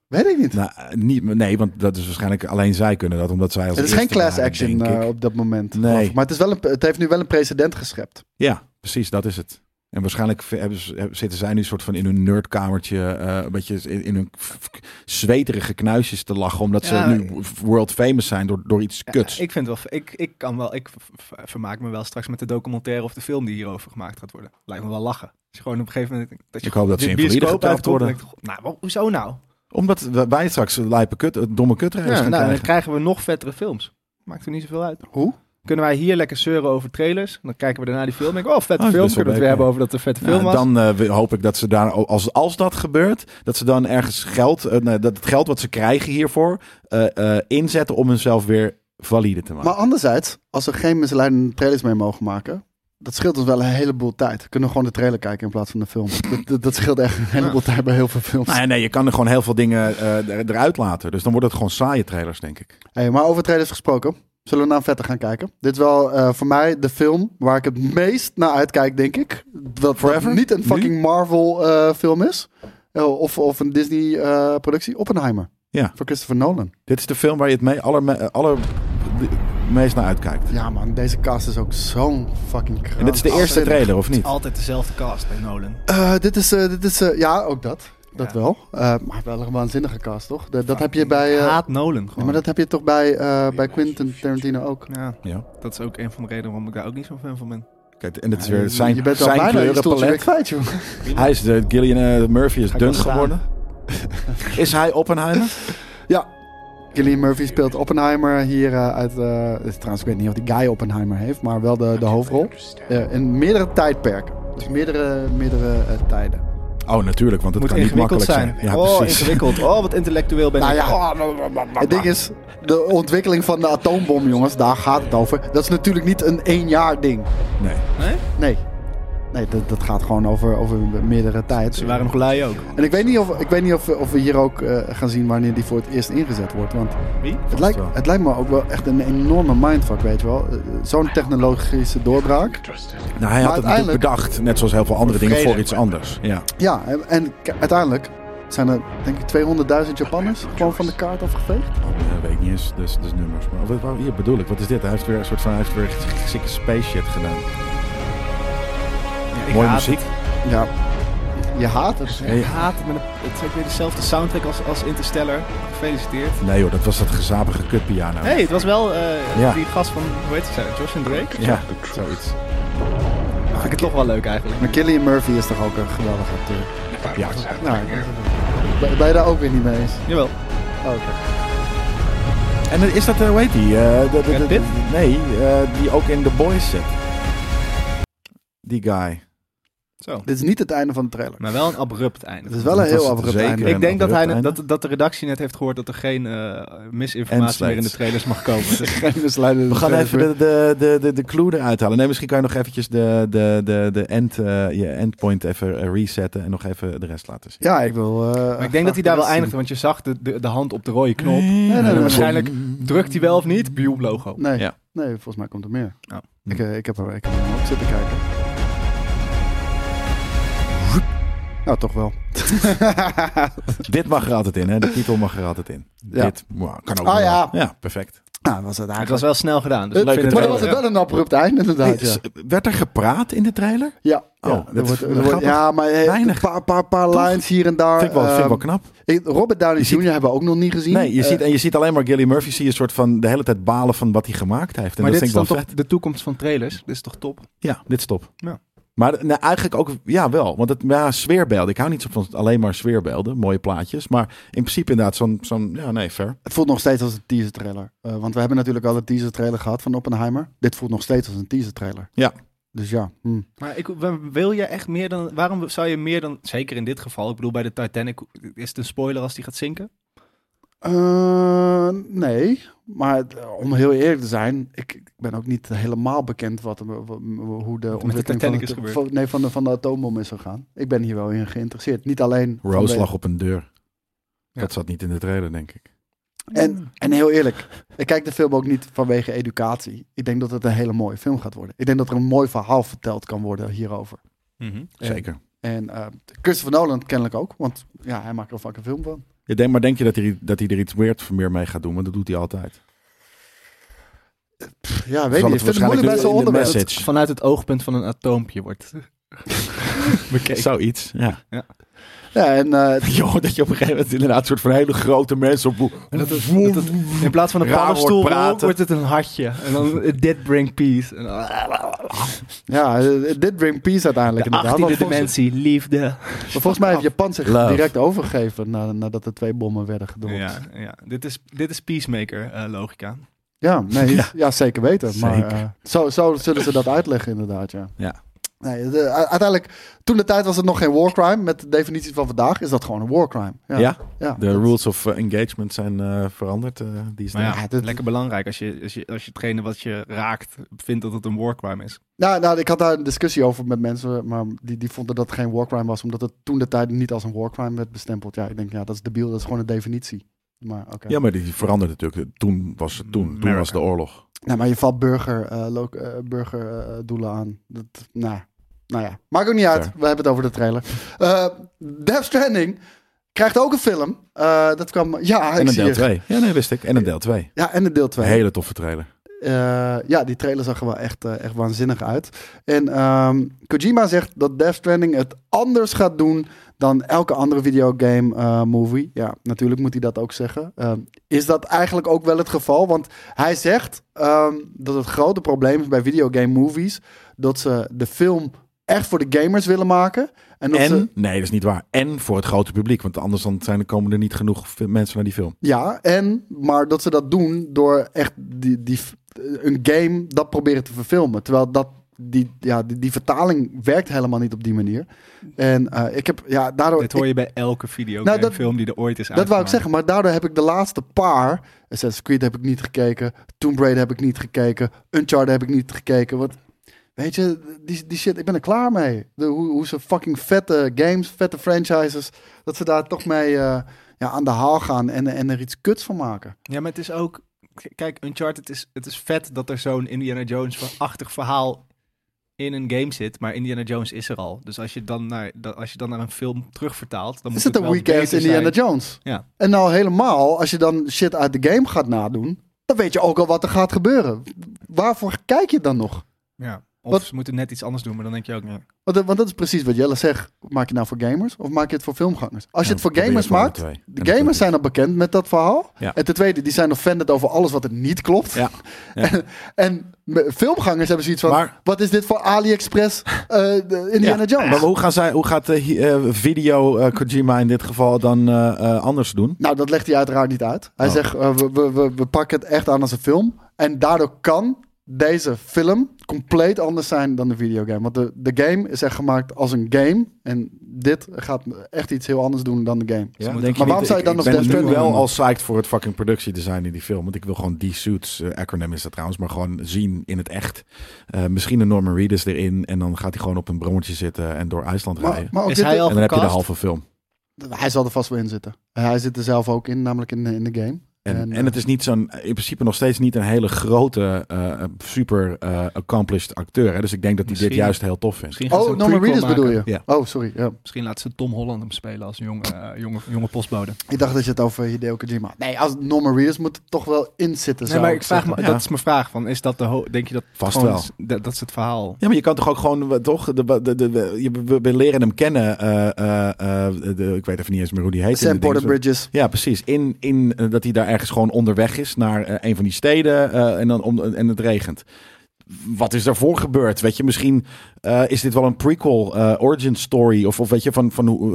Nee, want dat is waarschijnlijk alleen zij kunnen dat, omdat zij als het is geen class action op dat moment. Nee. Maar het heeft nu wel een precedent geschept. Ja, precies, dat is het. En waarschijnlijk zitten zij nu soort van in hun nerdkamertje, een beetje in hun zweterige knuisjes te lachen, omdat ze nu world famous zijn door iets kuts. Ik vind wel, ik vermaak me wel straks met de documentaire of de film die hierover gemaakt gaat worden. Lijkt me wel lachen. Als je gewoon op een gegeven moment ik hoop dat ze invalide getrapt worden. Hoezo nou? Omdat wij straks domme kutrailers gaan krijgen. Dan krijgen we nog vettere films. Maakt er niet zoveel uit. Hoe? Kunnen wij hier lekker zeuren over trailers? Dan kijken we daarna die film en denken, vette film. Kunnen we het weer hebben over dat het een vette film was? Dan hoop ik dat ze daar, als dat gebeurt, dat ze dan ergens dat het geld wat ze krijgen hiervoor inzetten om hunzelf weer valide te maken. Maar anderzijds, als er geen misleidende trailers mee mogen maken, dat scheelt ons wel een heleboel tijd. We kunnen gewoon de trailer kijken in plaats van de film. Dat scheelt echt een heleboel tijd bij heel veel films. Nee, je kan er gewoon heel veel dingen eruit laten. Dus dan wordt het gewoon saaie trailers, denk ik. Hey, maar over trailers gesproken, zullen we naar vetter gaan kijken? Dit is wel voor mij de film waar ik het meest naar uitkijk, denk ik. Wat niet een fucking Marvel film is. Of een Disney productie. Oppenheimer. Ja. Voor Christopher Nolan. Dit is de film waar je het allermeest naar uitkijkt. Ja man, deze cast is ook zo'n fucking kraan. En dit is de eerste trailer, of niet? Het is altijd dezelfde cast bij Nolan. Dit is ja, ook dat. Dat wel. Maar wel een waanzinnige cast, toch? Dat heb je bij... haat Nolan gewoon. Ja, maar dat heb je toch bij Quentin Tarantino ook? Ja, dat is ook een van de redenen waarom ik daar ook niet zo'n fan van ben. Kijk, en het is weer zijn je bent al bijna je stoeltje weer kwijt, joh. Hij is Cillian Murphy is dun geworden. Is hij Oppenheimer? Ja. Cillian Murphy speelt Oppenheimer hier uit... trouwens, ik weet niet of die guy Oppenheimer heeft, maar wel de hoofdrol. In meerdere tijdperken. Dus meerdere tijden. Oh, natuurlijk, want het kan niet makkelijk zijn. Ja, precies. Ingewikkeld. Wat intellectueel ben ik. Het ding is, de ontwikkeling van de atoombom, jongens, daar gaat het over. Dat is natuurlijk niet een 1 jaar ding. Nee, dat gaat gewoon over meerdere tijd. Ze waren nog lui ook. En ik weet niet of we hier ook gaan zien wanneer die voor het eerst ingezet wordt. Want wie? Het lijkt me ook wel echt een enorme mindfuck, weet je wel. Zo'n technologische doorbraak. Nou, hij had het natuurlijk bedacht, net zoals heel veel andere dingen, voor iets anders. Ja, en uiteindelijk zijn er, denk ik, 200.000 Japanners gewoon van de kaart afgeveegd. Dat weet ik niet eens, dus nummers. Maar hier bedoel ik, wat is dit? Hij heeft weer een soort van zieke space shit gedaan. Mooie muziek. Ja. Je haat het. Ik haat het. Het is ook weer dezelfde soundtrack als Interstellar. Gefeliciteerd. Nee joh, dat was dat gezapige kutpiano. Nee, het was wel die gast van, hoe heet het? Josh and Drake? Ja, zoiets. Vind ik het toch wel leuk eigenlijk. Maar Cillian Murphy is toch ook een geweldige acteur? Ja. Ben je daar ook weer niet mee eens? Jawel. Oh, oké. En is dat, hoe heet die? Die ook in The Boys zit. Die guy. Zo. Dit is niet het einde van de trailer. Maar wel een abrupt einde. Het is wel een heel abrupt einde. Ik denk dat de redactie net heeft gehoord dat er geen misinformatie meer in de trailers mag komen. Dus geen misleidende. We gaan even de clue eruit halen. Nee, misschien kan je nog eventjes je endpoint even resetten en nog even de rest laten zien. Ja, ik wil... maar ik denk dat hij daar wel eindigde, want je zag de hand op de rode knop. Nee, waarschijnlijk drukt hij wel of niet. Biop logo. Nee. Ja. Nee, volgens mij komt er meer. Oh. Ik heb er ook zitten kijken. Nou, toch wel. Dit mag er altijd in, hè? De titel mag er altijd in. Ja. Dit kan ook Ah, wel. ja. Ja, perfect. Nou, was het eigenlijk... Het was wel snel gedaan. Dus Leuk, ik vind maar het dan wel, was het wel een abrupt eind, inderdaad. Ja. Werd er gepraat in de trailer? Ja. Oh, Ja, dat is grappig. ja, maar Weinig. een paar lines hier en daar. Vind ik wel knap. Robert Downey Je Jr. hebben we ook nog niet gezien. Nee, je ziet alleen maar Cillian Murphy zie je een soort van de hele tijd balen van wat hij gemaakt heeft. En maar dat dit vind is ik dan wel toch vet. de toekomst van trailers? Dit is toch top? Ja, dit is top. Ja. Maar eigenlijk ook, ja wel. Want sfeerbeelden. Ik hou niet zo van alleen maar sfeerbeelden. Mooie plaatjes. Maar in principe inderdaad zo'n ja nee, fair. Het voelt nog steeds als een teaser trailer. Want we hebben natuurlijk al een teaser trailer gehad van Oppenheimer. Dit voelt nog steeds als een teaser trailer. Ja. Dus ja. Maar wil je echt meer dan... Waarom zou je meer dan... Zeker in dit geval. Ik bedoel, bij de Titanic is het een spoiler als die gaat zinken? Nee. Maar om heel eerlijk te zijn, ik ben ook niet helemaal bekend hoe de ontwikkeling is gebeurd. van de atoombom is gegaan. Ik ben hier wel in geïnteresseerd. Niet alleen... Rose lag op een deur. Ja. Dat zat niet in de trailer, denk ik. En heel eerlijk, ik kijk de film ook niet vanwege educatie. Ik denk dat het een hele mooie film gaat worden. Ik denk dat er een mooi verhaal verteld kan worden hierover. Zeker. En Christopher Nolan kennelijk ook, want ja, hij maakt er vaak een film van. Maar denk je dat hij er iets weird meer mee gaat doen? Want dat doet hij altijd. Ja, weet je, ik vind het moeilijk bij zo'n onderwerp. Vanuit het oogpunt van een atoompje wordt bekeken. Zoiets, ja. Ja, en Joh, dat je op een gegeven moment inderdaad een soort van hele grote mensen op... In plaats van een raar paddenstoel wordt praten. wordt het een hartje. En dan did bring peace. En ja, dit brengt peace uiteindelijk de inderdaad. 18e dimensie, liefde. Maar volgens mij heeft Japan zich Love. direct overgegeven nadat er 2 bommen werden gedropt. Ja. Dit is Peacemaker logica. Ja, nee, ja, zeker weten. Zeker. Maar zo zullen ze dat uitleggen inderdaad, ja. Ja. Nee, uiteindelijk, toen de tijd was het nog geen war crime. Met de definitie van vandaag is dat gewoon een war crime. Ja. De rules of engagement zijn veranderd. Die is Maar ja, dit- lekker belangrijk als je hetgene wat je raakt vindt dat het een war crime is. Nou, ik had daar een discussie over met mensen, maar die vonden dat het geen war crime was, omdat het toen de tijd niet als een war crime werd bestempeld. Ja, ik denk, ja, dat is debiel, dat is gewoon een definitie. Maar oké. Ja, maar die veranderde natuurlijk. Toen was de oorlog. Nou, maar je valt burgerdoelen aan. Nou ja, maakt ook niet uit. Fair. We hebben het over de trailer. Death Stranding krijgt ook een film. Dat kwam... Ja, En een deel 2. Ja, nee, wist ik. En een deel 2. Ja, en een deel 2. Hele toffe trailer. Ja, die trailer zag er wel echt waanzinnig uit. En Kojima zegt dat Death Stranding het anders gaat doen dan elke andere videogame movie. Ja, natuurlijk moet hij dat ook zeggen. Is dat eigenlijk ook wel het geval? Want hij zegt dat het grote probleem is bij videogame movies dat ze de film echt voor de gamers willen maken. Nee, dat is niet waar. En voor het grote publiek. Want anders dan komen er niet genoeg mensen naar die film. Ja, maar dat ze dat doen door echt een game dat proberen te verfilmen. Terwijl die vertaling werkt helemaal niet op die manier. En ik heb, ja, daardoor... Dit hoor je bij elke videogame film die er ooit is Dat wou ik uitgemaakt. zeggen, maar daardoor heb ik de laatste paar... Assassin's Creed heb ik niet gekeken. Tomb Raider heb ik niet gekeken. Uncharted heb ik niet gekeken. Want, weet je, die shit, ik ben er klaar mee. Hoe ze fucking vette games, vette franchises... dat ze daar toch mee aan de haal gaan en er iets kuts van maken. Ja, maar het is ook... Kijk, Uncharted het is vet dat er zo'n Indiana Jones-achtig verhaal in een game zit, maar Indiana Jones is er al. Dus als je dan naar een film terugvertaalt, dan Is moet het een wel weekend beter Indiana zijn. Jones? Ja. En nou helemaal, als je dan shit uit de game gaat nadoen, dan weet je ook al wat er gaat gebeuren. Waarvoor kijk je dan nog? Ja. Of Wat? ze moeten net iets anders doen, maar dan denk je ook... Ja. Want dat is precies wat Jelle zegt. Maak je nou voor gamers of maak je het voor filmgangers? Als je het voor gamers maakt, de gamers zijn al bekend met dat verhaal. Ja. En ten tweede, die zijn offended over alles wat er niet klopt. Ja. En filmgangers hebben zoiets van, Maar- wat is dit voor AliExpress Indiana Jones? Maar hoe gaat video Kojima in dit geval dan anders doen? Nou, dat legt hij uiteraard niet uit. Hij zegt, we pakken het echt aan als een film. En daardoor kan deze film compleet anders zijn dan de videogame. Want de game is echt gemaakt als een game. En dit gaat echt iets heel anders doen dan de game. Ja, maar denk waarom niet? zou je dan nog Ik ben Death nu Stranding wel doen? al psyched voor het fucking productiedesign in die film. Want ik wil gewoon die suits, acronym is dat trouwens, maar gewoon zien in het echt. Misschien een Norman Reedus erin. En dan gaat hij gewoon op een brommetje zitten en door IJsland rijden. Maar ook Is dit- hij al En dan heb je de gecast? halve film. Hij zal er vast wel in zitten. Hij zit er zelf ook in, namelijk in de game. En het is niet in principe nog steeds niet een hele grote, super accomplished acteur. Hè? Dus ik denk dat hij dit juist heel tof vindt. Norman Reedus bedoel je? Ja. Oh, sorry. Ja. Misschien laat ze Tom Holland hem spelen als jonge postbode. Ik dacht dat je het over Hideo Kojima. Nee, als Norman Reedus moet er toch wel in zitten. Nee, maar ik vraag me, dat is mijn vraag. Is dat denk je dat vast wel? Dat is het verhaal. Ja, maar je kan toch ook gewoon we leren hem kennen. Ik weet even niet eens meer hoe die heet. Sam Porter Bridges. Ja, precies. In dat hij daar ergens gewoon onderweg is naar een van die steden en het regent. Wat is daarvoor gebeurd? Weet je, misschien is dit wel een prequel origin story of weet je van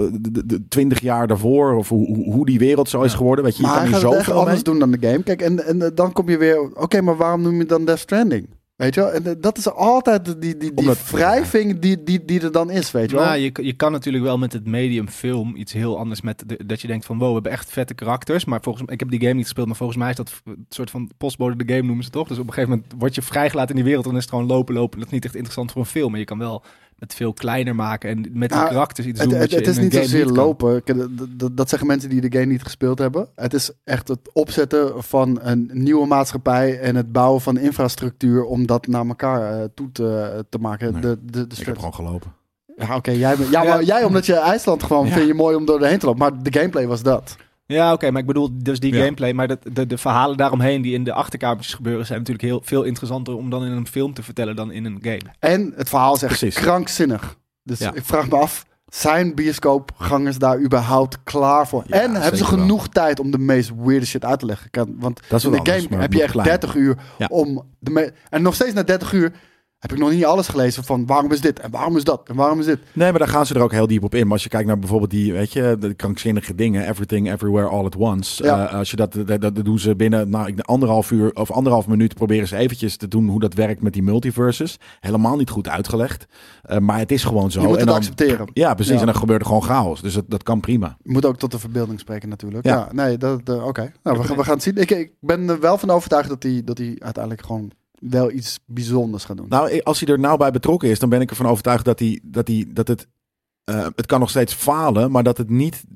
20 jaar daarvoor of hoe die wereld zo is geworden. Weet je, maar je kan hij hier gaat het echt anders mee doen dan de game. Kijk, en dan kom je weer. Oké, maar waarom noem je dan Death Stranding? Weet je wel? En dat is altijd die wrijving die er dan is, weet je wel? Nou, je kan natuurlijk wel met het medium film iets heel anders dat je denkt van, wow, we hebben echt vette karakters. Maar ik heb die game niet gespeeld, maar volgens mij is dat een soort van postbode de game noemen ze toch? Dus op een gegeven moment word je vrijgelaten in die wereld en dan is het gewoon lopen. Dat is niet echt interessant voor een film. Maar je kan wel het veel kleiner maken en met die karakters iets doen. Het is niet zozeer lopen. Dat zeggen mensen die de game niet gespeeld hebben. Het is echt het opzetten van een nieuwe maatschappij en het bouwen van infrastructuur om dat naar elkaar toe te maken. Nee, ik heb gewoon gelopen. Ja, oké. Jij omdat je IJsland gewoon vind je mooi om door heen te lopen. Maar de gameplay was dat. Ja, oké, maar ik bedoel dus die gameplay, maar de verhalen daaromheen die in de achterkamertjes gebeuren zijn natuurlijk heel veel interessanter om dan in een film te vertellen dan in een game. En het verhaal is echt krankzinnig. Dus ik vraag me af, zijn bioscoopgangers daar überhaupt klaar voor? Ja, en hebben ze genoeg tijd om de meest weirde shit uit te leggen? Want in de game heb je echt 30 uur om en nog steeds na 30 uur heb ik nog niet alles gelezen van waarom is dit en waarom is dat en waarom is dit. Nee, maar daar gaan ze er ook heel diep op in. Maar als je kijkt naar bijvoorbeeld die, weet je, de krankzinnige dingen, Everything, Everywhere, All at Once. Ja. Als je dat doen ze binnen anderhalf uur of anderhalf minuut proberen ze eventjes te doen hoe dat werkt met die multiverses. Helemaal niet goed uitgelegd. Maar het is gewoon zo. Je moet het accepteren. Ja, precies. Ja. En dan gebeurt er gewoon chaos. Dus dat kan prima. Je moet ook tot de verbeelding spreken natuurlijk. Ja, nee, oké. Nou, we gaan het zien. Ik ben er wel van overtuigd dat hij uiteindelijk gewoon wel iets bijzonders gaat doen. Nou, als hij er nou bij betrokken is, dan ben ik ervan overtuigd dat het kan nog steeds falen, maar dat het niet,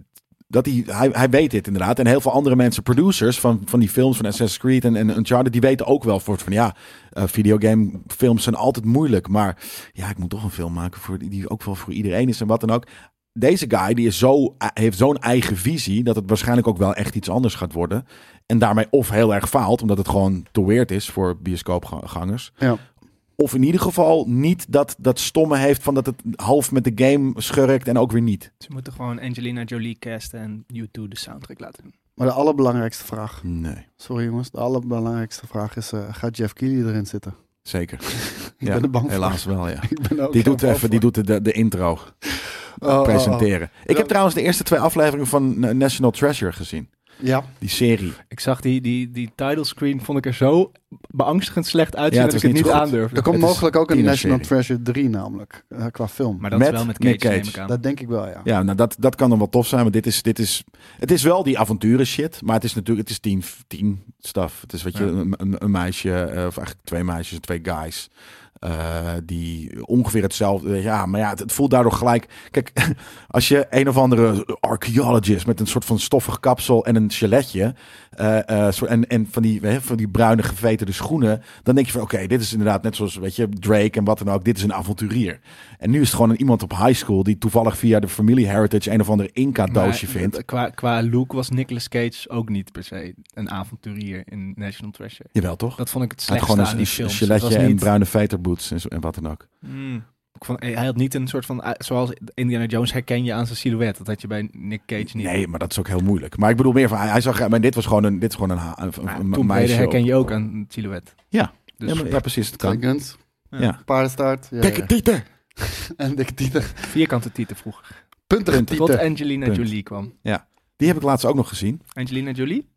hij weet dit inderdaad. En heel veel andere mensen, producers van die films van Assassin's Creed en Uncharted, die weten ook wel videogame films zijn altijd moeilijk, maar ja, ik moet toch een film maken die ook wel voor iedereen is en wat dan ook. Deze guy die heeft zo'n eigen visie dat het waarschijnlijk ook wel echt iets anders gaat worden. En daarmee of heel erg faalt, omdat het gewoon te weird is voor bioscoopgangers. Ja. Of in ieder geval niet dat stomme heeft van dat het half met de game schurkt en ook weer niet. Ze moeten gewoon Angelina Jolie casten en U2 de soundtrack laten doen. Maar de allerbelangrijkste vraag. Nee. Sorry jongens, de allerbelangrijkste vraag is, gaat Jeff Keighley erin zitten? Zeker. Ik ben er bang voor. Helaas wel, ja. Die doet de intro presenteren. Ik heb trouwens de eerste 2 afleveringen van National Treasure gezien. Ja. Die serie. Ik zag die title screen, vond ik er zo beangstigend slecht uitzien dat ik het niet aandurfde. Er komt mogelijk ook een National Treasure 3 namelijk, qua film. Maar dat is wel met Cage, neem ik aan. Dat denk ik wel, ja. Ja, nou dat kan dan wel tof zijn, maar het is wel die avonturen shit, maar het is 10 stuff. Het is een meisje, of eigenlijk 2 meisjes en 2 guys. Die ongeveer hetzelfde. Ja, maar ja, het voelt daardoor gelijk. Kijk, als je een of andere archaeologist met een soort van stoffig kapsel en een giletje en van die bruine geveterde schoenen, dan denk je van oké, dit is inderdaad net zoals Drake en wat dan ook. Dit is een avonturier. En nu is het gewoon iemand op high school die toevallig via de familie heritage een of ander Inca doosje vindt. Qua look was Nicolas Cage ook niet per se een avonturier in National Treasure. Jawel, toch? Dat vond ik het slechtste aan die films. Een giletje en bruine veterboots en wat dan ook. Hij had niet een soort van, zoals Indiana Jones herken je aan zijn silhouet. Dat had je bij Nick Cage niet. Nee, maar dat is ook heel moeilijk. Maar ik bedoel meer van, hij zag, maar dit is gewoon een meisje. Herken je ook aan het silhouet. Ja, dus, ja precies. Het kan. Guns. Ja. Paardenstaart. Dikke tieten. En dikke tieten. Vierkante tieten vroeger. Puntige tieten. Tot Angelina Jolie kwam. Ja, die heb ik laatst ook nog gezien. Angelina Jolie?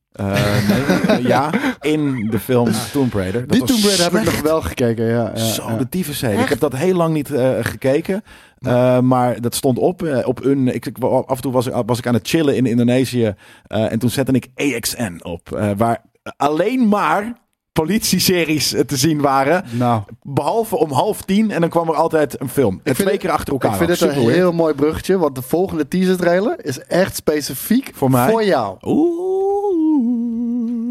In de film Tomb Raider. Die Tomb Raider heb ik nog wel gekeken, ja. Zo, de tyfusheen. Ik heb dat heel lang niet gekeken. Maar dat stond op af en toe was ik aan het chillen in Indonesië. En toen zette ik AXN op. Waar alleen maar politieseries te zien waren. Nou. Behalve om 9:30 en dan kwam er altijd een film. 2 keer achter elkaar. Ik vind het een heel mooi bruggetje, want de volgende teaser trailer is echt specifiek voor jou. Oeh.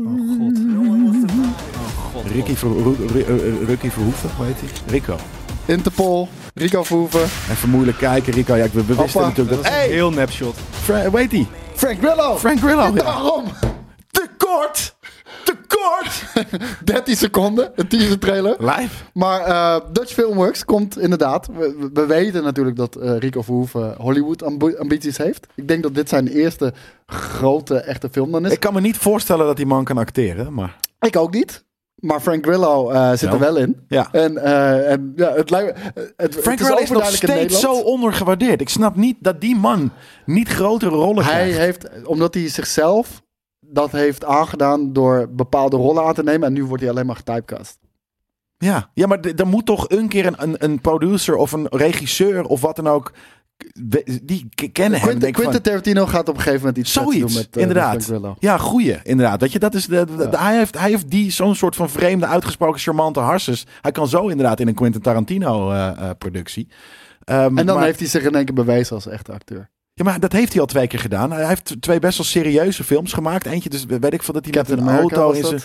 Ricky Verhoeven, hoe heet hij? Rico. Interpol, Rico Verhoeven. Even moeilijk kijken, Rico. Ja, we wisten natuurlijk Dat is een heel nep shot. Hoe heet hij? Frank Grillo. Frank Grillo. Ja. Daarom. Te kort! 13 seconden, een teaser trailer. Live. Maar Dutch Filmworks komt inderdaad. We weten natuurlijk dat Rico Verhoeven Hollywood ambities heeft. Ik denk dat dit zijn eerste grote echte film dan is. Ik kan me niet voorstellen dat die man kan acteren, maar... Ik ook niet. Maar Frank Grillo zit er wel in. Ja. En ja, het lijkt Frank Grillo is nog steeds zo ondergewaardeerd. Ik snap niet dat die man niet grotere rollen krijgt. Hij heeft, omdat hij zichzelf dat heeft aangedaan door bepaalde rollen aan te nemen. En nu wordt hij alleen maar getypecast. Ja, maar er moet toch een keer een producer of een regisseur of wat dan ook... Die kennen hem. Quentin Tarantino gaat op een gegeven moment iets doen met inderdaad. Frank Grillo. Ja, goeie, inderdaad. Weet je, dat is hij heeft die zo'n soort van vreemde, uitgesproken charmante harses. Hij kan zo inderdaad in een Quentin Tarantino productie. En dan heeft hij zich in één keer bewezen als echte acteur. Ja, maar dat heeft hij al 2 keer gedaan. Hij heeft 2 best wel serieuze films gemaakt. Eentje, dus weet ik veel dat hij Captain met een America, auto in zijn...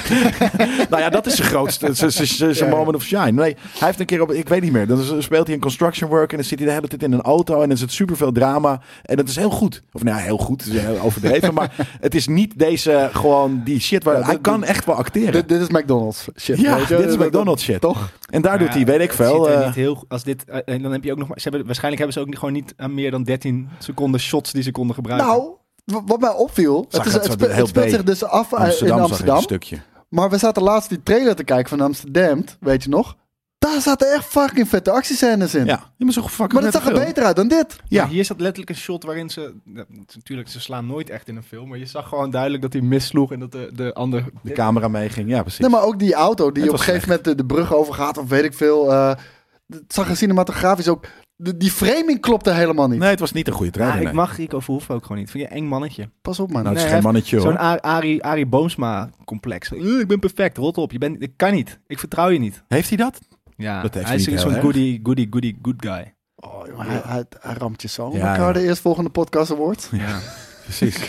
Nou ja, dat is zijn grootste, zijn moment of shine. Nee, hij heeft een keer ik weet niet meer. Dan speelt hij in construction work en dan zit hij de hele tijd in een auto en dan zit superveel drama. En dat is heel goed. Of nou, heel goed, is heel overdreven. Maar het is niet die shit waar hij kan echt wel acteren. Dit is McDonald's shit. Ja, weet je? dit is McDonald's shit. Toch? En daar doet hij, weet ik veel. Als dit, en dan heb je ook nog maar. Waarschijnlijk hebben ze ook gewoon niet aan meer dan 13 seconden shots die ze konden gebruiken. Nou, wat mij opviel, het speelt zich dus af in Amsterdam. Een stukje. Maar we zaten laatst die trailer te kijken van Amsterdam, weet je nog? Daar zaten echt fucking vette actiescènes in. Ja, maar zo fucking. Maar dat zag er beter uit dan dit. Ja. Maar hier zat letterlijk een shot waarin natuurlijk, ze slaan nooit echt in een film, maar je zag gewoon duidelijk dat hij missloeg en dat de camera meeging. Ja, precies. Nee, maar ook die auto die op een gegeven moment de brug overgaat of weet ik veel. Het zag er cinematografisch ook. Die framing klopte helemaal niet. Nee, het was niet een goede trailer. Ik mag Rico Verhoeven ook gewoon niet. Vind je een eng mannetje? Pas op, man. Nou, het is geen mannetje, hoor. Zo'n Arie Boomsma-complex. Ik ben perfect, rot op. Ik kan niet. Ik vertrouw je niet. Heeft hij dat? Ja, dat heeft hij is zo'n goody good guy. Oh, joh, hij ramt je zo. Ja. De eerstvolgende podcast award. Ja, precies.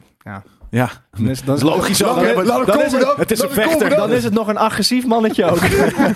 Ja. Dan is logisch ook. Het is een vechter. Dan is het nog een agressief mannetje ook.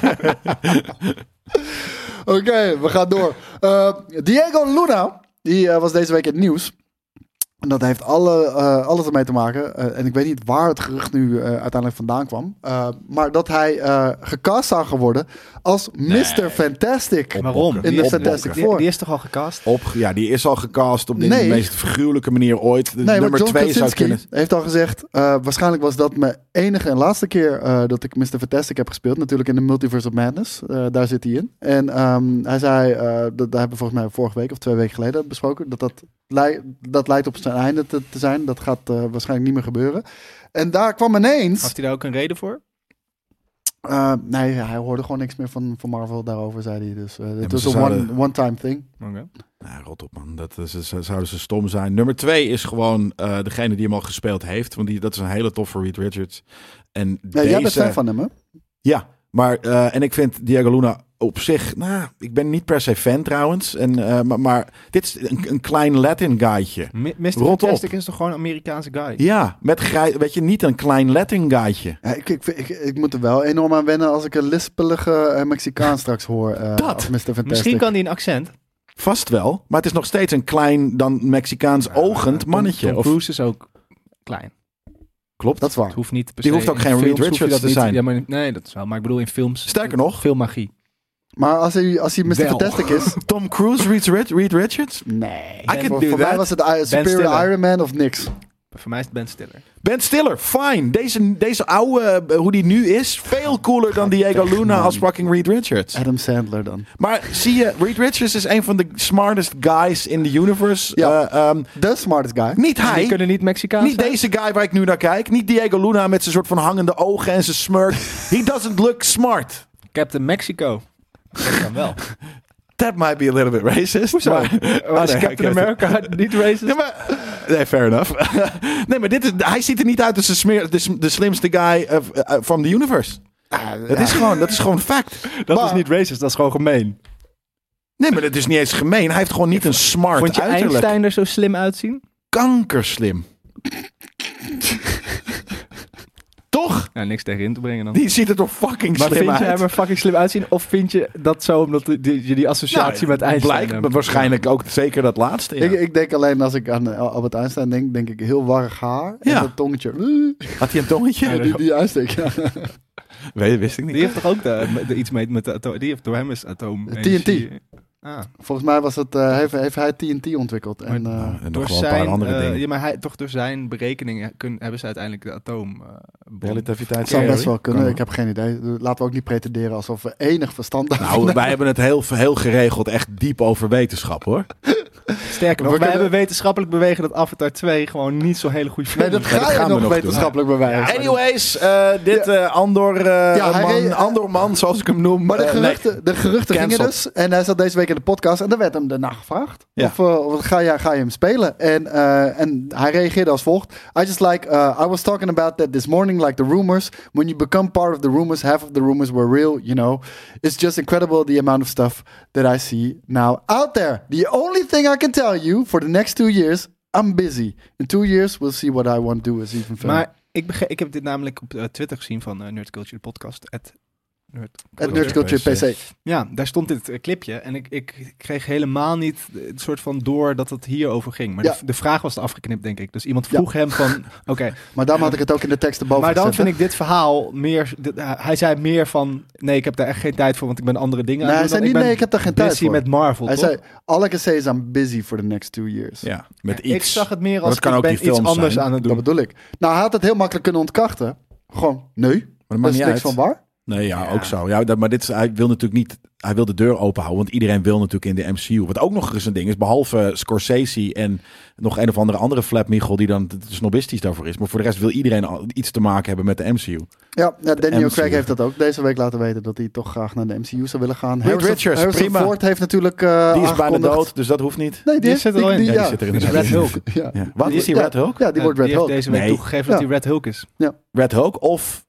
Oké, we gaan door. Diego Luna, die was deze week in het nieuws. En dat heeft alles ermee te maken. En ik weet niet waar het gerucht nu uiteindelijk vandaan kwam. Maar dat hij gecast zou gaan worden als Mr. Fantastic. Waarom? In de Fantastic Four. Die is toch al gecast? Die is al gecast op de meest figuurlijke manier ooit. Nummer 2 zou kunnen. Heeft al gezegd, waarschijnlijk was dat mijn enige en laatste keer dat ik Mr. Fantastic heb gespeeld. Natuurlijk in de Multiverse of Madness. Daar zit hij in. En hij zei, dat hebben we volgens mij vorige week of 2 weken geleden besproken. Dat lijkt op zijn einde te zijn. Dat gaat waarschijnlijk niet meer gebeuren. En daar kwam ineens... Had hij daar ook een reden voor? Nee, hij hoorde gewoon niks meer van Marvel daarover, zei hij. Dus het was een one-time thing. Okay. Ja, rot op, man. Zouden ze stom zijn. Nummer 2 is gewoon degene die hem al gespeeld heeft. Want dat is een hele toffe Reed Richards. En jij bent fan van hem, hè? Ja, maar en ik vind Diego Luna op zich... Nou, ik ben niet per se fan trouwens. Maar dit is een klein Latin guytje. Mr. Fantastic is toch gewoon een Amerikaanse guy? Ja, weet je, niet een klein Latin guytje. Ja, ik moet er wel enorm aan wennen als ik een lispelige Mexicaan straks hoor. Als Mr. Fantastic. Misschien kan hij een accent. Vast wel, maar het is nog steeds een klein, dan Mexicaans ogend mannetje. Tom Cruise is ook klein. Klopt. Dat is waar. Het hoeft niet per se. Die hoeft ook geen Reed Richards te zijn. Ja, maar, nee, dat is wel. Maar ik bedoel in films... Sterker nog. Veel magie. Maar als hij Mr. Fantastic is... Tom Cruise, Reed Richards? Nee. Voor mij was het Superior Iron Man of niks. Voor mij is het Ben Stiller. Ben Stiller, fine. Deze oude, hoe die nu is, veel cooler dan Diego Luna als fucking Reed Richards. Adam Sandler dan. Maar zie je, Reed Richards is een van de smartest guys in the universe. Ja, de smartest guy. Niet hij. Die kunnen niet Mexicaans Niet zijn? deze guy waar ik nu naar kijk. Niet Diego Luna met zijn soort van hangende ogen en zijn smirk. He doesn't look smart. Captain Mexico. Dat kan wel. That might be a little bit racist. Hoezo? Is Captain America niet racist? Ja, maar, nee, fair enough. Nee, maar hij ziet er niet uit als de slimste guy from the universe. Dat is gewoon fact. Dat is niet racist, dat is gewoon gemeen. Nee, maar dat is niet eens gemeen. Hij heeft gewoon niet een smart Vond je uiterlijk. Einstein er zo slim uitzien? Kankerslim. Toch? Ja, niks tegen in te brengen dan. Die ziet er toch fucking Maar slim vind je uit? hem er fucking slim uitzien? Of vind je dat zo omdat je die associatie met Einstein Blijkt hebt? waarschijnlijk ook zeker dat laatste. Ja. Ik denk alleen als ik aan Albert Einstein denk ik heel warrig haar. En Ja. dat tongetje. Had hij een tongetje? Ja, die uitsteek. Ja. Wist ik niet. Die heeft toch ook iets mee met de atoom? Die heeft door hem is atoom. TNT. Ah. Volgens mij was het, heeft hij TNT ontwikkeld. En, En Door nog wel een paar andere dingen. ja, maar toch door zijn berekeningen hebben ze uiteindelijk de atoom. Relativiteit. het zou best wel kunnen. Kan Ik heb geen idee. Laten we ook niet pretenderen alsof we enig verstand hebben. Nou, wij hebben het heel geregeld echt diep over wetenschap, hoor. Sterker nog, wij hebben wetenschappelijk bewegen dat Avatar 2 gewoon niet zo'n hele goede film Nee, dat is. ga je gaan we nog nog wetenschappelijk bewijzen. Anyways, Andor man, zoals ik hem noem. Maar de geruchten gingen cancelled. dus. En hij zat deze week in de podcast. En daar werd hem daarna gevraagd. Ja. Of ga je hem spelen? En hij reageerde als volgt. I just I was talking about that this morning, like the rumors. When you become part of the rumors, half of the rumors were real, you know. It's just incredible the amount of stuff that I see now out there. The only thing I can tell you, for the next 2 years, I'm busy. In 2 years, we'll see what I want to do as even film. Maar ik heb dit namelijk op Twitter gezien van Nerd Culture podcast. Het Nerd Culture PC. Ja, daar stond dit clipje en ik kreeg helemaal niet het soort van door dat het hierover ging. Maar Ja. de vraag was afgeknipt, denk ik. Dus iemand vroeg hem van, oké. Maar daarom had ik het ook in de tekst erboven Maar dan gezet, vind ik dit verhaal meer... Hij zei meer van, nee, ik heb daar echt geen tijd voor, want ik ben andere dingen Nee, aan hij het zei doen. niet, nee, ik heb daar geen tijd busy voor. met Marvel, Hij toch? zei, all I can say is I'm busy for the next 2 years. Ja, met iets. Ik zag het meer Maar als dat kan ik ook ben die iets films anders zijn. aan het Dat doen. bedoel ik. Nou, hij had het heel makkelijk kunnen ontkrachten. Gewoon, nee. Maar dat Dat maakt is niet niks uit. van waar. Nee, ja, ook zo. Ja, maar hij wil natuurlijk niet... Hij wil de deur open houden, want iedereen wil natuurlijk in de MCU. Wat ook nog eens een ding is, behalve Scorsese en nog een of andere flapmichel die dan te snobistisch daarvoor is. Maar voor de rest wil iedereen iets te maken hebben met de MCU. Ja, Daniel MCU. Craig heeft dat ook deze week laten weten dat hij toch graag naar de MCU zou willen gaan. Reed Richards, prima. Ford heeft natuurlijk Die is bijna aangekondigd- dood, dus dat hoeft niet. Nee, Die zit er al in. Ja, ja. die zit er Die is inderdaad Red in. Hulk. Ja. Ja. Wat is die Red Hulk? Ja, die wordt Red Die Hulk. heeft deze week Nee. toegegeven dat Ja. hij Red Hulk is. Red Hulk of...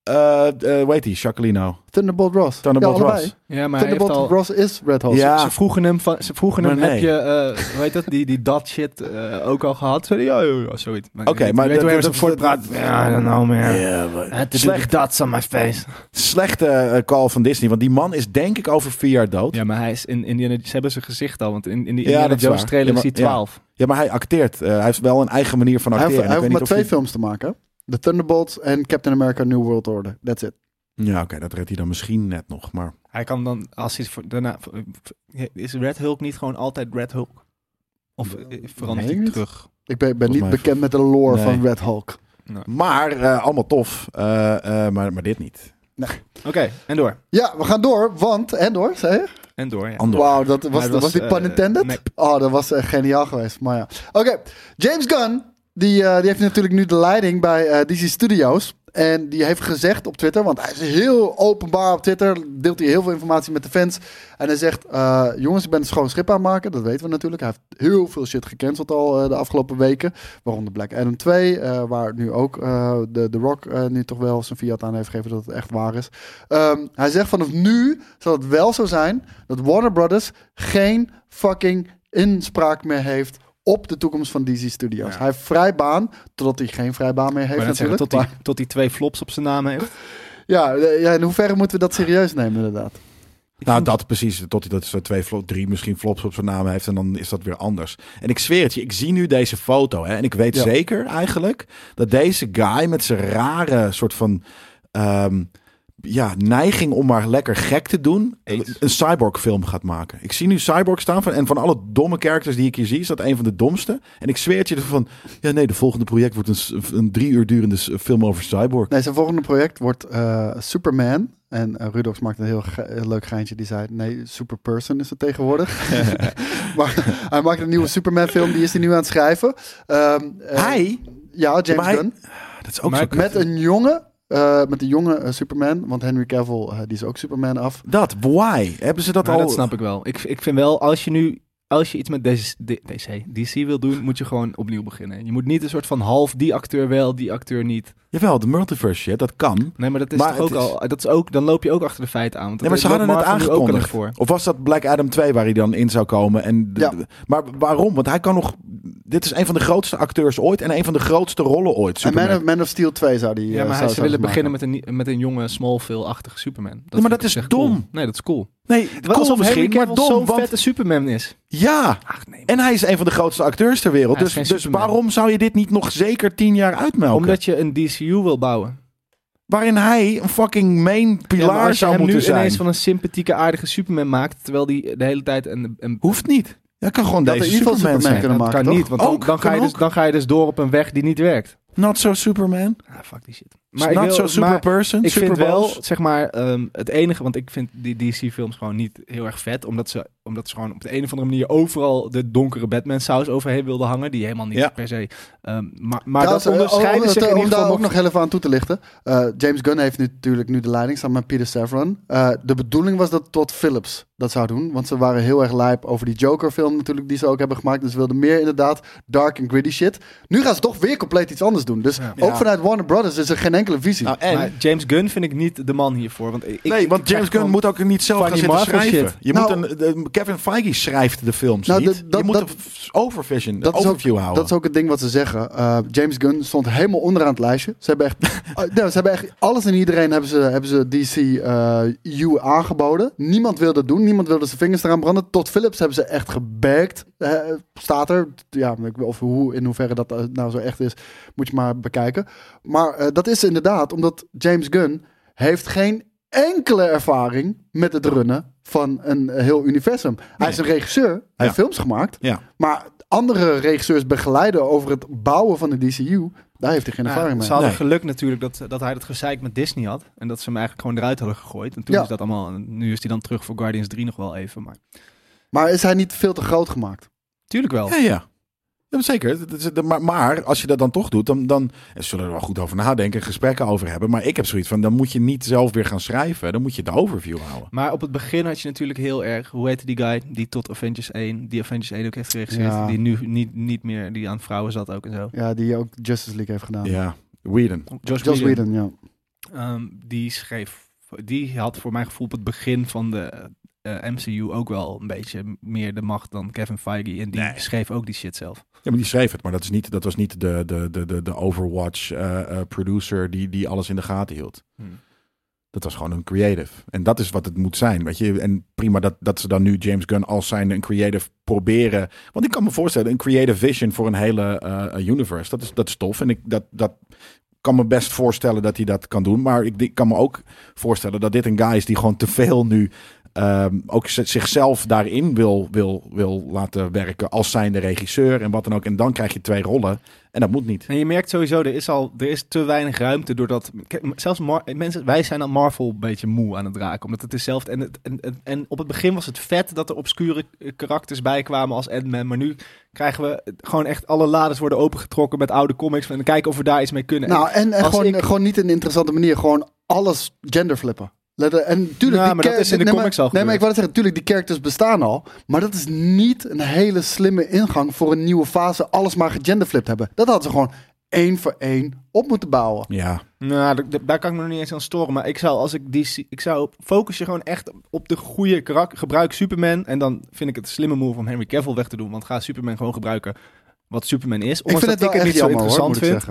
hoe heet die? Jacqueline nou? Thunderbolt Ross. Thunderbolt ja, allebei. Ross. Ja, maar hij heeft Thunderbolt al... Ross is Red Hulk. Ja. Ze vroegen hem, Maar heb nee. je, hoe heet dat, die dat shit ook al gehad? Zei hij, ja, zoiets. Oké, maar weet dat- hoe hij dat- zo voortpraat. Ja, I don't know, man. Ja, Slecht dots on my face. Slechte call van Disney, want die man is denk ik over 4 jaar dood. Ja, maar hij is in Indiana... Ze hebben zijn gezicht al, want in die Ja, Indiana dat is Jones waar. trailer Ja, is hij maar- ja. 12. Ja, maar hij acteert. Hij heeft wel een eigen manier van Hij acteren. heeft Ik weet maar niet 2 of hij- films te maken. The Thunderbolts en Captain America New World Order. That's it. Ja, oké, dat redt hij dan misschien net nog, maar... Hij kan dan, als hij daarna... Is Red Hulk niet gewoon altijd Red Hulk? Of verandert Nee, hij niet. terug? Ik ben Volgens niet mij- bekend met de lore Nee. van Red Hulk. Maar allemaal tof. Maar dit niet. Oké, en door. Ja, we gaan door, want... En door, zei je? En door, ja. Andor. Wauw, dat Maar het was die pun intended? nee. Oh, dat was geniaal geweest. Maar ja. Oké, James Gunn, die heeft natuurlijk nu de leiding bij DC Studios. En die heeft gezegd op Twitter, want hij is heel openbaar op Twitter, deelt hij heel veel informatie met de fans. En hij zegt, jongens, ik ben een schoon schip aan het maken. Dat weten we natuurlijk. Hij heeft heel veel shit gecanceld al de afgelopen weken. Waaronder Black Adam 2, waar nu ook The Rock nu toch wel zijn fiat aan heeft gegeven dat het echt waar is. Hij zegt vanaf nu zal het wel zo zijn dat Warner Brothers geen fucking inspraak meer heeft op de toekomst van DC Studios. Ja. Hij heeft vrij baan, totdat hij geen vrij baan meer heeft Maar natuurlijk. tot hij 2 flops op zijn naam heeft. Ja, in hoeverre moeten we dat serieus nemen inderdaad? Nou, dat precies. Tot hij dat zo 3 misschien flops op zijn naam heeft. En dan is dat weer anders. En ik zweer het je, ik zie nu deze foto. Hè, en ik weet zeker eigenlijk dat deze guy met zijn rare soort van... neiging om maar lekker gek te doen, een Cyborg film gaat maken. Ik zie nu Cyborg staan en van alle domme characters die ik hier zie, is dat een van de domste. En ik zweer het je van, ja nee, de volgende project wordt een 3 uur durende film over Cyborg. Nee, zijn volgende project wordt Superman. En Rudox maakte een heel leuk geintje. Die zei, nee, Superperson is het tegenwoordig. Maar hij maakt een nieuwe Superman film. Die is hij nu aan het schrijven. Hij? Ja, James Gunn. Dat is ook Maar zo. Met een jonge Superman. Want Henry Cavill, die is ook Superman af. Dat, why? Hebben ze dat Maar al... dat snap ik wel. Ik vind wel, als je iets met DC wil doen, moet je gewoon opnieuw beginnen. Je moet niet een soort van half die acteur wel, die acteur niet. Jawel, de multiverse shit, dat kan. Nee, maar dat is Maar toch ook het is- al... Dat is ook, dan loop je ook achter de feiten aan. Want Nee, maar ze hadden het aangekondigd. Voor. Of was dat Black Adam 2 waar hij dan in zou komen? En Ja. Maar waarom? Want hij kan nog dit is een van de grootste acteurs ooit en een van de grootste rollen ooit. En Man of Steel 2 zou die... Ja, maar ze willen beginnen met een jonge Smallville-achtige Superman. Maar dat is dom. Cool. Nee, dat is cool. Nee, cool misschien, maar dom. Zo'n vette Superman is. Ja, en hij is een van de grootste acteurs ter wereld. Dus waarom zou je dit niet nog zeker 10 jaar uitmelken? Omdat je een DCU wil bouwen. Waarin hij een fucking main pilaar zou moeten zijn. Als je hem nu ineens van een sympathieke, aardige Superman maakt, terwijl die de hele tijd een hoeft niet. Dat kan gewoon deze Superman zijn. Kunnen dat maken, kan niet, want dan ga je dus door op een weg die niet werkt. Not so Superman. Ah, fuck die shit. Not so super person. Ik vind wel, zeg maar, het enige, want ik vind die DC-films gewoon niet heel erg vet, omdat ze gewoon op de een of andere manier overal de donkere Batman-saus overheen wilden hangen, die helemaal niet per se. Maar dat onderscheiden zich in ieder geval. Om daar ook nog heel even aan toe te lichten. James Gunn heeft natuurlijk nu de leiding samen met Peter Safran. De bedoeling was dat Todd Phillips dat zou doen, want ze waren heel erg lijp over die Joker-film natuurlijk, die ze ook hebben gemaakt. Dus ze wilden meer inderdaad dark and gritty shit. Nu gaan ze toch weer compleet iets anders doen. Dus ook vanuit Warner Brothers is er geen enkele visie. Nou, maar James Gunn vind ik niet de man hiervoor. Want James Gunn moet ook niet zelf gaan zitten schrijven. Kevin Feige schrijft de films niet. Je moet een overview houden. Dat is ook het ding wat ze zeggen. James Gunn stond helemaal onderaan het lijstje. Ze hebben echt alles en iedereen hebben ze DCU aangeboden. Niemand wilde het doen. Niemand wilde zijn vingers eraan branden. Todd Phillips hebben ze echt gebergd. Staat er. Ja, of in hoeverre dat nou zo echt is, moet je maar bekijken. Maar dat is inderdaad omdat James Gunn heeft geen enkele ervaring met het runnen van een heel universum. Nee. Hij is een regisseur. Hij heeft films gemaakt. Ja. Maar andere regisseurs begeleiden over het bouwen van de DCU. Daar heeft hij geen ervaring mee. Ze hadden geluk natuurlijk dat hij dat gezeik met Disney had. En dat ze hem eigenlijk gewoon eruit hadden gegooid. En toen is dat allemaal... Nu is hij dan terug voor Guardians 3 nog wel even. Maar is hij niet veel te groot gemaakt? Tuurlijk wel. Ja. Ja, zeker. Maar als je dat dan toch doet, dan zullen we er wel goed over nadenken, gesprekken over hebben. Maar ik heb zoiets van, dan moet je niet zelf weer gaan schrijven. Dan moet je de overview houden. Maar op het begin had je natuurlijk heel erg, hoe heette die guy die tot Avengers 1 ook heeft geregisseerd. Ja. Die nu niet meer, die aan vrouwen zat ook en zo. Ja, die ook Justice League heeft gedaan. Ja, Whedon. Joss Whedon, ja. Die had voor mijn gevoel op het begin van de MCU ook wel een beetje meer de macht dan Kevin Feige. En die schreef ook die shit zelf. Ja, maar die schreef het, maar dat was niet de Overwatch producer die alles in de gaten hield. Dat was gewoon een creative. En dat is wat het moet zijn, weet je. En prima dat ze dan nu James Gunn als zijn een creative proberen. Want ik kan me voorstellen, een creative vision voor een hele universe. Dat is tof. En dat kan me best voorstellen dat hij dat kan doen. Maar ik kan me ook voorstellen dat dit een guy is die gewoon te veel nu ook zichzelf daarin wil laten werken als zijnde regisseur en wat dan ook. En dan krijg je 2 rollen en dat moet niet. En je merkt sowieso, er is te weinig ruimte doordat zelfs wij zijn aan Marvel een beetje moe aan het raken, omdat het is zelf en op het begin was het vet dat er obscure karakters bij kwamen als Ant-Man, maar nu krijgen we gewoon echt alle lades worden opengetrokken met oude comics en kijken of we daar iets mee kunnen. Nou, en gewoon niet in een interessante manier, gewoon alles genderflippen. En tuurlijk, maar dat is in de comics al maar ik wou zeggen, tuurlijk, die characters bestaan al. Maar dat is niet een hele slimme ingang voor een nieuwe fase. Alles maar gegenderflipt hebben. Dat hadden ze gewoon 1 voor 1 op moeten bouwen. Ja. Nou, daar kan ik me nog niet eens aan storen. Maar ik zou focus je gewoon echt op de goede karakter. Gebruik Superman. En dan vind ik het een slimme move om Henry Cavill weg te doen. Want ga Superman gewoon gebruiken wat Superman is. Ik vind het niet zo interessant vind.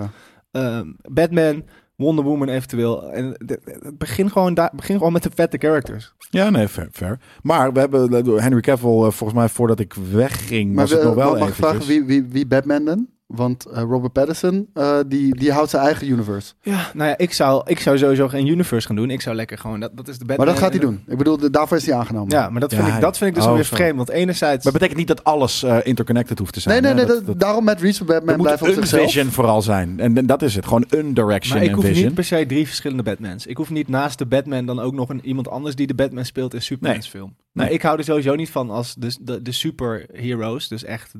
Batman, Wonder Woman eventueel. En het begin gewoon met de vette characters. Ja, nee, fair. Maar we hebben Henry Cavill, volgens mij voordat ik wegging, was het nog wel mag ik vragen wie Batman dan? Want Robert Pattinson, die houdt zijn eigen universe. Ja, nou ja, ik zou sowieso geen universe gaan doen. Ik zou lekker gewoon, dat is de Batman. Maar dat gaat hij doen. Ik bedoel, daarvoor is hij aangenomen. Ja, maar dat vind ik dus weer vreemd. Want enerzijds... Maar het betekent niet dat alles interconnected hoeft te zijn. Nee, daarom met Reese Batman blijft op zichzelf. Een vision vooral zijn. En dat is het. Gewoon een direction en vision. Maar ik hoef niet per se 3 verschillende Batmans. Ik hoef niet naast de Batman dan ook nog iemand anders die de Batman speelt in Superman's film. Nee, ik hou er sowieso niet van als de superheroes. Dus echt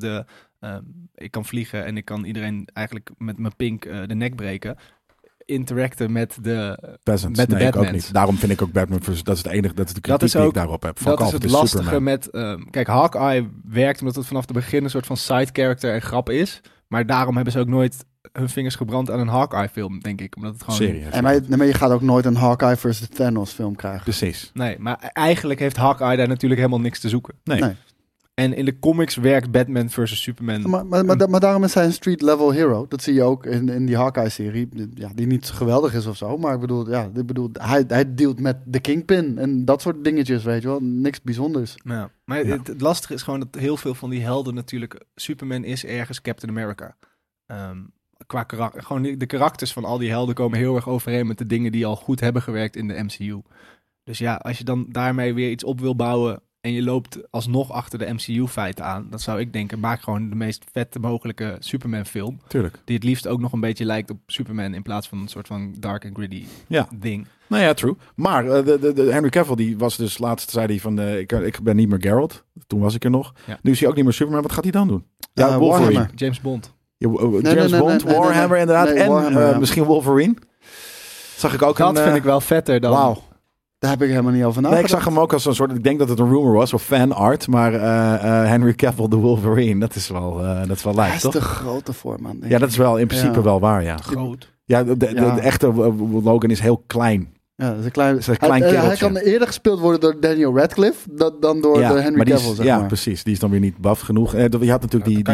ik kan vliegen en ik kan iedereen eigenlijk met mijn pink de nek breken. Interacten met de Peasants. Met de nee, Batmans. Ik ook niet. Daarom vind ik ook Batman, dat is de enige, dat is de kritiek die ik daarop heb. Dat is het lastige met, kijk, Hawkeye werkt omdat het vanaf het begin een soort van side character en grap is. Maar daarom hebben ze ook nooit hun vingers gebrand aan een Hawkeye film, denk ik. Omdat het gewoon... Serieus. Maar je gaat ook nooit een Hawkeye versus Thanos film krijgen. Precies. Nee, maar eigenlijk heeft Hawkeye daar natuurlijk helemaal niks te zoeken. Nee. En in de comics werkt Batman versus Superman. Maar daarom is hij een street-level hero. Dat zie je ook in die Hawkeye-serie. Ja, die niet geweldig is of zo. Maar ik bedoel, hij dealt met de Kingpin en dat soort dingetjes, weet je wel. Niks bijzonders. Ja. Maar het lastige is gewoon dat heel veel van die helden natuurlijk... Superman is ergens Captain America. Qua karakter. Gewoon de karakters van al die helden komen heel erg overeen met de dingen die al goed hebben gewerkt in de MCU. Dus ja, als je dan daarmee weer iets op wil bouwen... en je loopt alsnog achter de MCU-feiten aan... dan zou ik denken, maak gewoon de meest vette mogelijke Superman-film. Tuurlijk. Die het liefst ook nog een beetje lijkt op Superman... in plaats van een soort van dark and gritty ding. Nou ja, true. Maar de Henry Cavill, die was dus laatst, zei hij van... ik ben niet meer Geralt. Toen was ik er nog. Ja. Nu is hij ook niet meer Superman. Wat gaat hij dan doen? Ja, Wolverine. James Bond. James Bond, Warhammer inderdaad. En Warhammer, misschien Wolverine. Zag ik ook dat vind ik wel vetter dan... Wauw. Daar heb ik helemaal niet over nagedacht. Nee, ik zag hem ook als een soort... Ik denk dat het een rumor was, of fanart. Maar Henry Cavill, de Wolverine, dat is wel lijp, toch? Hij is te groot ervoor, man. Ja, dat is wel in principe wel waar, ja. Groot. Ja, de echte Logan is heel klein. Ja, dat is een klein kereltje. Hij kan eerder gespeeld worden door Daniel Radcliffe dan door de Henry Cavill, zeg maar. Ja, precies. Die is dan weer niet buff genoeg. Je had natuurlijk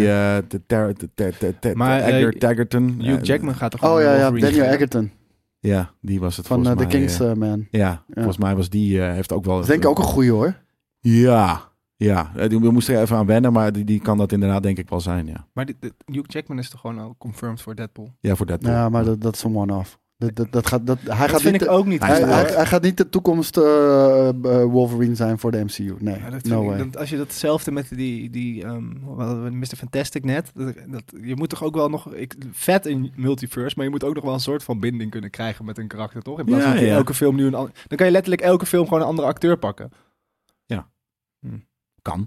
Taggerton. Hugh Jackman gaat toch Daniel Egerton. Ja, die was het van volgens mij. The Kingsman. Volgens mij was die, heeft ook wel... Dat is denk ik ook een goeie, hoor. Ja, we moesten er even aan wennen, maar die kan dat inderdaad denk ik wel zijn, ja. Maar Hugh Jackman is toch gewoon al confirmed voor Deadpool? Ja, voor Deadpool. Ja, maar dat is een one-off. Dat vind ik ook niet. Hij gaat niet de toekomst Wolverine zijn voor de MCU. Nee, no way. Als je datzelfde met die Mr. Fantastic net... je moet toch ook wel nog... vet in multiverse, maar je moet ook nog wel een soort van binding kunnen krijgen met een karakter, toch? In plaats van elke film nu dan kan je letterlijk elke film gewoon een andere acteur pakken. Ja. Kan.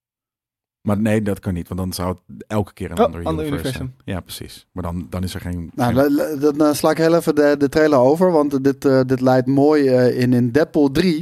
Maar nee, dat kan niet, want dan zou het elke keer een ander universum zijn. Ja, precies. Maar dan is er geen... Nou, dan sla ik heel even de trailer over, want dit leidt mooi in Deadpool 3.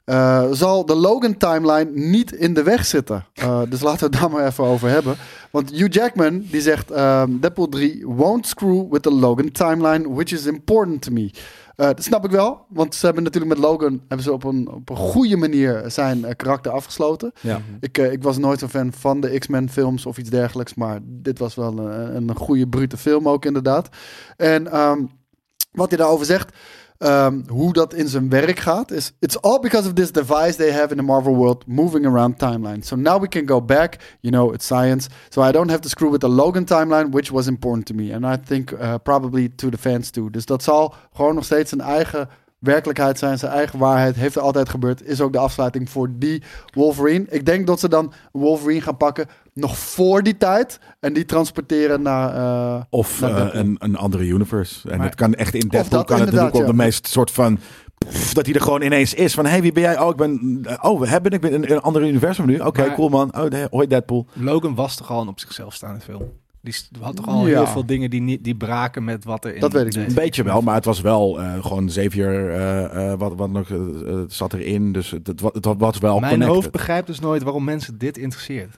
Zal de Logan-timeline niet in de weg zitten. Dus laten we het daar maar even over hebben. Want Hugh Jackman, die zegt... Deadpool 3 won't screw with the Logan-timeline, which is important to me. Dat snap ik wel, want ze hebben natuurlijk met Logan... hebben ze op een goede manier zijn karakter afgesloten. Ja. Ik was nooit zo'n fan van de X-Men films of iets dergelijks... maar dit was wel een goede, brute film ook inderdaad. En wat hij daarover zegt... hoe dat in zijn werk gaat is... It's all because of this device they have in the Marvel world... moving around timelines. So now we can go back. You know, it's science. So I don't have to screw with the Logan timeline... which was important to me. And I think probably to the fans too. Dus dat zal gewoon nog steeds zijn eigen... werkelijkheid zijn, zijn eigen waarheid. Heeft er altijd gebeurd. Is ook de afsluiting voor die Wolverine. Ik denk dat ze dan Wolverine gaan pakken... nog voor die tijd. En die transporteren naar... naar een andere universe. En het kan echt in Deadpool... kan het natuurlijk op de meest soort van... dat hij er gewoon ineens is. Van, hey, wie ben jij? Oh, ik ben in een ander universum nu. Oké, cool man. Hoi Deadpool. Logan was toch al een op zichzelf staande film? Die had toch al heel veel dingen die braken met wat er in... Dat weet ik niet. Een beetje wel, maar het was wel gewoon Xavier, wat nog zat erin. Dus het was wel Mijn connected. hoofd begrijpt dus nooit waarom mensen dit interesseert.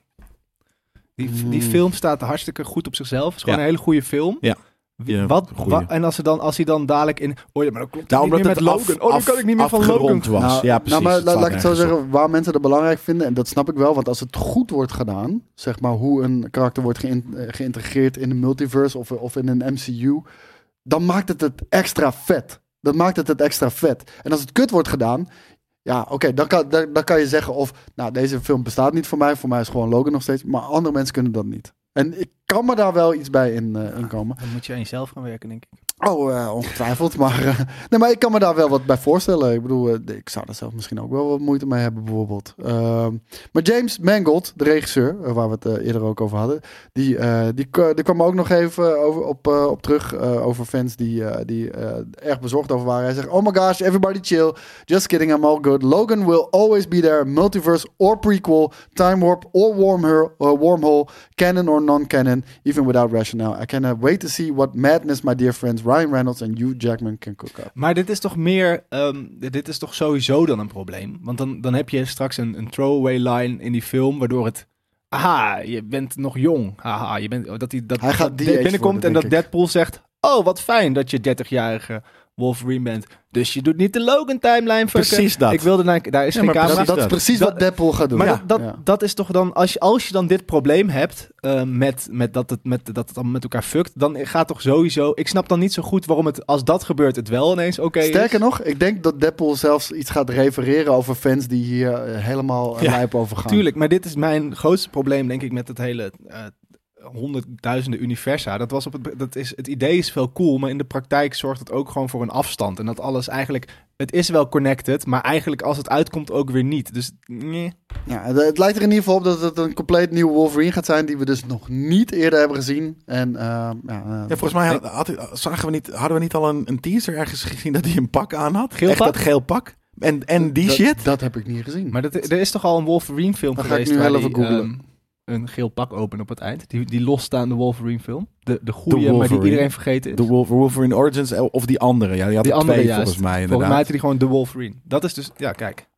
Die film staat hartstikke goed op zichzelf. Het is gewoon een hele goede film. Ja. En als hij dan dadelijk in... Oh ja, maar dan klopt het niet meer met Logan. Dan kan ik niet meer van Logan. Was. Ja, precies. Maar laat ik het zo zeggen, waar mensen het belangrijk vinden... en dat snap ik wel, want als het goed wordt gedaan... zeg maar hoe een karakter wordt geïntegreerd in een multiverse... of in een MCU... dan maakt het extra vet. Dan maakt het extra vet. En als het kut wordt gedaan... ja, oké, dan kan je zeggen of... nou, deze film bestaat niet voor mij. Voor mij is gewoon Logan nog steeds. Maar andere mensen kunnen dat niet. En ik kan me daar wel iets bij in komen. Dan moet je aan jezelf gaan werken, denk ik. Oh, ongetwijfeld. Maar, maar ik kan me daar wel wat bij voorstellen. Ik bedoel, ik zou daar zelf misschien ook wel wat moeite mee hebben, bijvoorbeeld. Maar James Mangold, de regisseur, waar we het eerder ook over hadden... die kwam ook nog even op terug over fans die erg bezorgd over waren. Hij zegt, oh my gosh, everybody chill. Just kidding, I'm all good. Logan will always be there. Multiverse or prequel, time warp or wormhole, canon or non-canon, even without rationale. I cannot wait to see what madness my dear friends Ryan Reynolds en Hugh Jackman can cook up. Maar dit is toch meer... dit is toch sowieso dan een probleem? Want dan heb je straks een throwaway line in die film... waardoor het... Aha, je bent nog jong. Haha, je bent... hij gaat die binnenkomt worden, en dat Deadpool zegt... Oh, wat fijn dat je 30-jarige Wolverine bent. Dus je doet niet de Logan-timeline fucken. Precies dat. Ik wilde daar is geen camera. Dat is precies wat Deadpool gaat doen. Maar dat is toch dan... Als je dan dit probleem hebt... met dat het dan met elkaar fuckt... dan gaat toch sowieso... Ik snap dan niet zo goed waarom het... Als dat gebeurt, het wel ineens oké is. Sterker nog, ik denk dat Deadpool zelfs iets gaat refereren... over fans die hier helemaal lijp over gaan. Tuurlijk, maar dit is mijn grootste probleem... denk ik met het hele... honderdduizenden universa. Het idee is veel cool, maar in de praktijk zorgt het ook gewoon voor een afstand. En dat alles eigenlijk... Het is wel connected, maar eigenlijk als het uitkomt ook weer niet. Dus nee. Ja, het lijkt er in ieder geval op dat het een compleet nieuwe Wolverine gaat zijn... die we dus nog niet eerder hebben gezien. En, volgens mij hadden we niet al een teaser ergens gezien... dat hij een pak aan had? Geel Echt pak? dat geel pak? En die shit? Dat heb ik niet gezien. Maar er is toch al een Wolverine film Dan geweest... ga ik nu waar heel even googlen. Een geel pak open op het eind. Die losstaande Wolverine film. De goede, maar die iedereen vergeten is. De Wolverine Origins of die andere. Ja, die had die er andere, twee juist. volgens mij inderdaad. Volgens mij had hij gewoon de Wolverine. Dat is dus... Ja, kijk.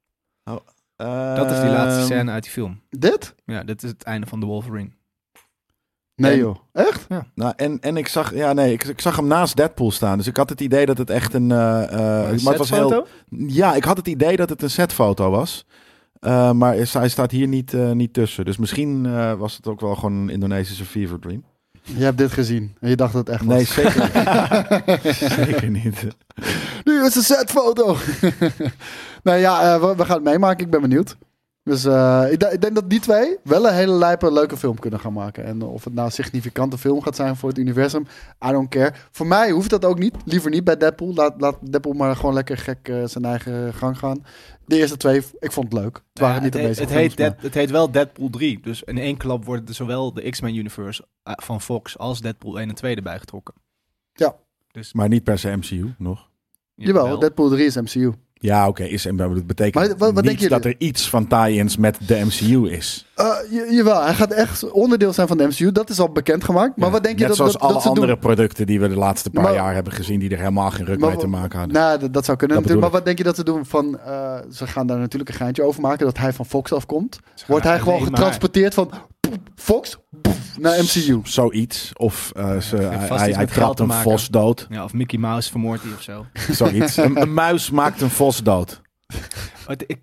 Dat is die laatste scène uit die film. Dit? Ja, dit is het einde van de Wolverine. Nee joh. Echt? Ja. Nou, en ik zag... Ja, nee, ik zag hem naast Deadpool staan. Dus ik had het idee dat het echt een... maar het was heel... Ja, ik had het idee dat het een setfoto was. Maar hij staat hier niet tussen. Dus misschien was het ook wel gewoon een Indonesische fever dream. Je hebt dit gezien en je dacht dat het echt was. Nee, zeker niet. Zeker niet. Nu is een setfoto. Nou ja, we gaan het meemaken. Ik ben benieuwd. Dus ik denk dat die twee wel een hele lijpe, leuke film kunnen gaan maken. En of het nou een significante film gaat zijn voor het universum, I don't care. Voor mij hoeft dat ook niet. Liever niet bij Deadpool. Laat Deadpool maar gewoon lekker gek zijn eigen gang gaan. De eerste twee, ik vond het leuk. Het waren niet de meeste films, het heet wel Deadpool 3. Dus in één klap worden zowel de X-Men Universe van Fox als Deadpool 1 en 2 erbij getrokken. Ja. Dus, Maar niet per se MCU nog. Jawel, Deadpool 3 is MCU. Ja, oké. Dat betekent Maar wat denk niet je dat er iets van tie-ins met de MCU is. Jawel, hij gaat echt onderdeel zijn van de MCU. Dat is al bekendgemaakt. Maar wat denk je net zoals dat alle ze andere doen? producten die we de laatste paar jaar hebben gezien... die er helemaal geen ruk mee te maken hadden. Nou, dat zou kunnen Dat natuurlijk. Maar bedoel wat denk je dat ze doen? Ze gaan daar natuurlijk een geintje over maken... dat hij van Fox afkomt. Wordt hij gewoon getransporteerd van Fox naar MCU? Zoiets. Of hij met trapt een vos dood. Ja, of Mickey Mouse vermoordt hij of zo. Zoiets. Een muis maakt een vos dood. Ik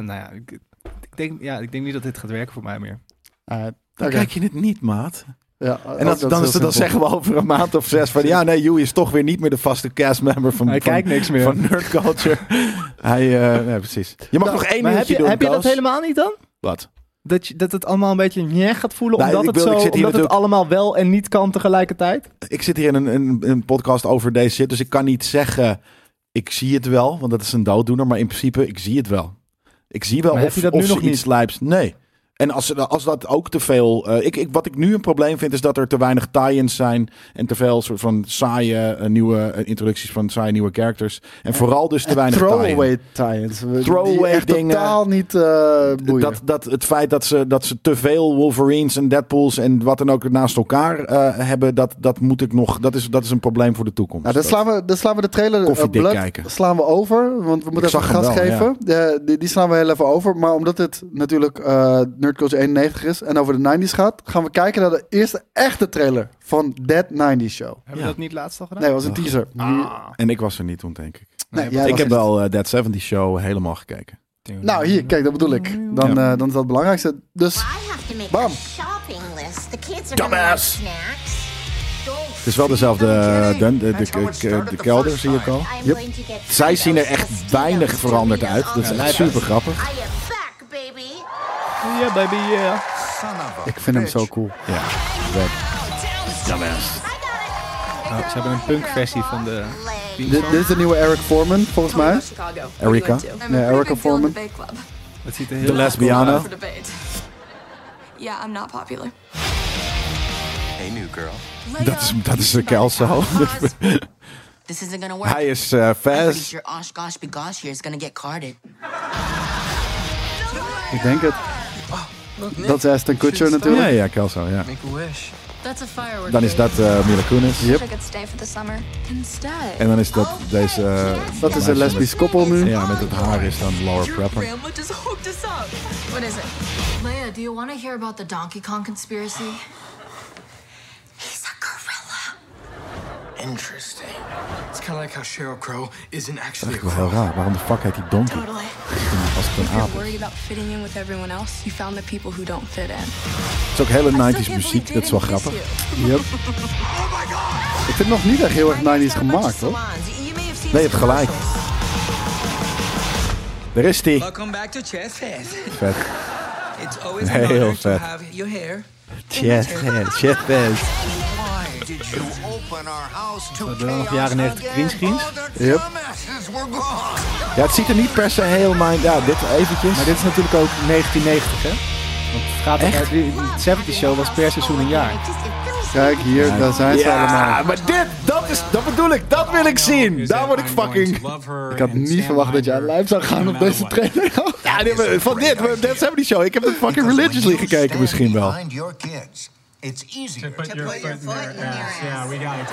denk niet dat dit gaat werken voor mij meer. Dan kijk je het niet, maat. Ja, en dan zeggen we over een maand of 6 van... ja, nee, Hugh is toch weer niet meer de vaste castmember van... Hij kijkt niks meer. Van Nerd Culture. Nee, precies. Je mag nog één minuutje doen, heb je dat helemaal niet dan? Wat? Dat het allemaal een beetje njeh gaat voelen... Nou, omdat het allemaal wel en niet kan tegelijkertijd? Ik zit hier in een podcast over deze shit... dus ik kan niet zeggen... ik zie het wel, want dat is een dooddoener... maar in principe, ik zie het wel. Ik zie wel of ze iets lijps... Nee. En als dat ook te veel... wat ik nu een probleem vind, is dat er te weinig tie-ins zijn... en te veel soort van saaie nieuwe introducties van saaie nieuwe characters. En vooral dus te weinig throwaway tie-ins. Throwaway dingen. Totaal niet boeien. Het feit dat ze te veel Wolverines en Deadpools... en wat dan ook naast elkaar hebben... dat moet ik nog... Dat is een probleem voor de toekomst. Nou, dan slaan we de trailer Blood slaan we over. Want we moeten even gas geven. Ja. Die slaan we heel even over. Maar omdat het natuurlijk... Nerd Culture 91 is en over de 90s gaat, gaan we kijken naar de eerste echte trailer van That 90s Show. Hebben we dat niet laatst al gedaan? Nee, het was een teaser. En ik was er niet toen, denk ik. Nee, ik heb wel That 70s Show helemaal gekeken. Nou, hier, kijk, dat bedoel ik. Dan is dat het belangrijkste. Dus, bam. Dumbass! Het is wel dezelfde de kelder, zie ik al. Yep. Zij zien er echt weinig veranderd uit. Dat is echt super grappig. Yeah, baby, yeah. Ik vind hem zo cool. Ja, dumbass. Nou, ze hebben een punk versie van de... Dit is de nieuwe Eric Foreman, volgens mij. Erica? Nee, Erica Foreman. Het ziet er heel de lesbiana. Yeah, I'm not popular. Hey, new girl. Dat is de Kelso. This isn't gonna work. Hij is Faz. Your Oshkosh Begosh here is gonna get carded. Ik denk het. Dat is Ashton Kutcher natuurlijk. Ja, Kelso, ja. Make a wish. That's a firework. Dan is dat Mila Kunis. Yep. I could stay for the summer instead. En dan is dat deze... Dat is een lesbisch koppel nu. Ja, met het haar is dan Laura Prepper. Grandma just hooked us up. What is it? Leia, do you want to hear about the Donkey Kong conspiracy? He's a gorilla. Interesting. It's kind of like how Sheryl Crow isn't Dat actually is a wel heel crow. raar. Waarom de fuck heet die Donkey? Totally. Als het If een aap you're is. worried about fitting in with everyone else, you found the people who don't fit in. Het is ook hele 90s muziek. Dat is wel grappig. Yep. Ik vind het nog niet echt heel erg 90s gemaakt, hoor. Nee, je hebt gelijk. Daar is die. Welcome back to Chess Fest. Vet. It's always Heel an honor vet. to have your hair. Shit. Why did you open our house to Hadden we nog chaos jaren 90 again? greenscreens? All the Yep. dumbasses were gone. Ja, het ziet er niet per se heel mijn... Ja, dit eventjes. Maar dit is natuurlijk ook 1990, hè? Want het gaat Echt? die 70 show was per seizoen een jaar. Kijk, hier, daar zijn ze Ja, allemaal. maar dat bedoel ik. Dat wil ik zien. Daar word ik fucking... Ik had niet verwacht dat jij live zou gaan op deze trailer. Ja, van dit. Dat hebben die show. Ik heb het fucking religiously gekeken misschien wel. Behind your kids, it's easier to Put your foot in their ass. Yeah, we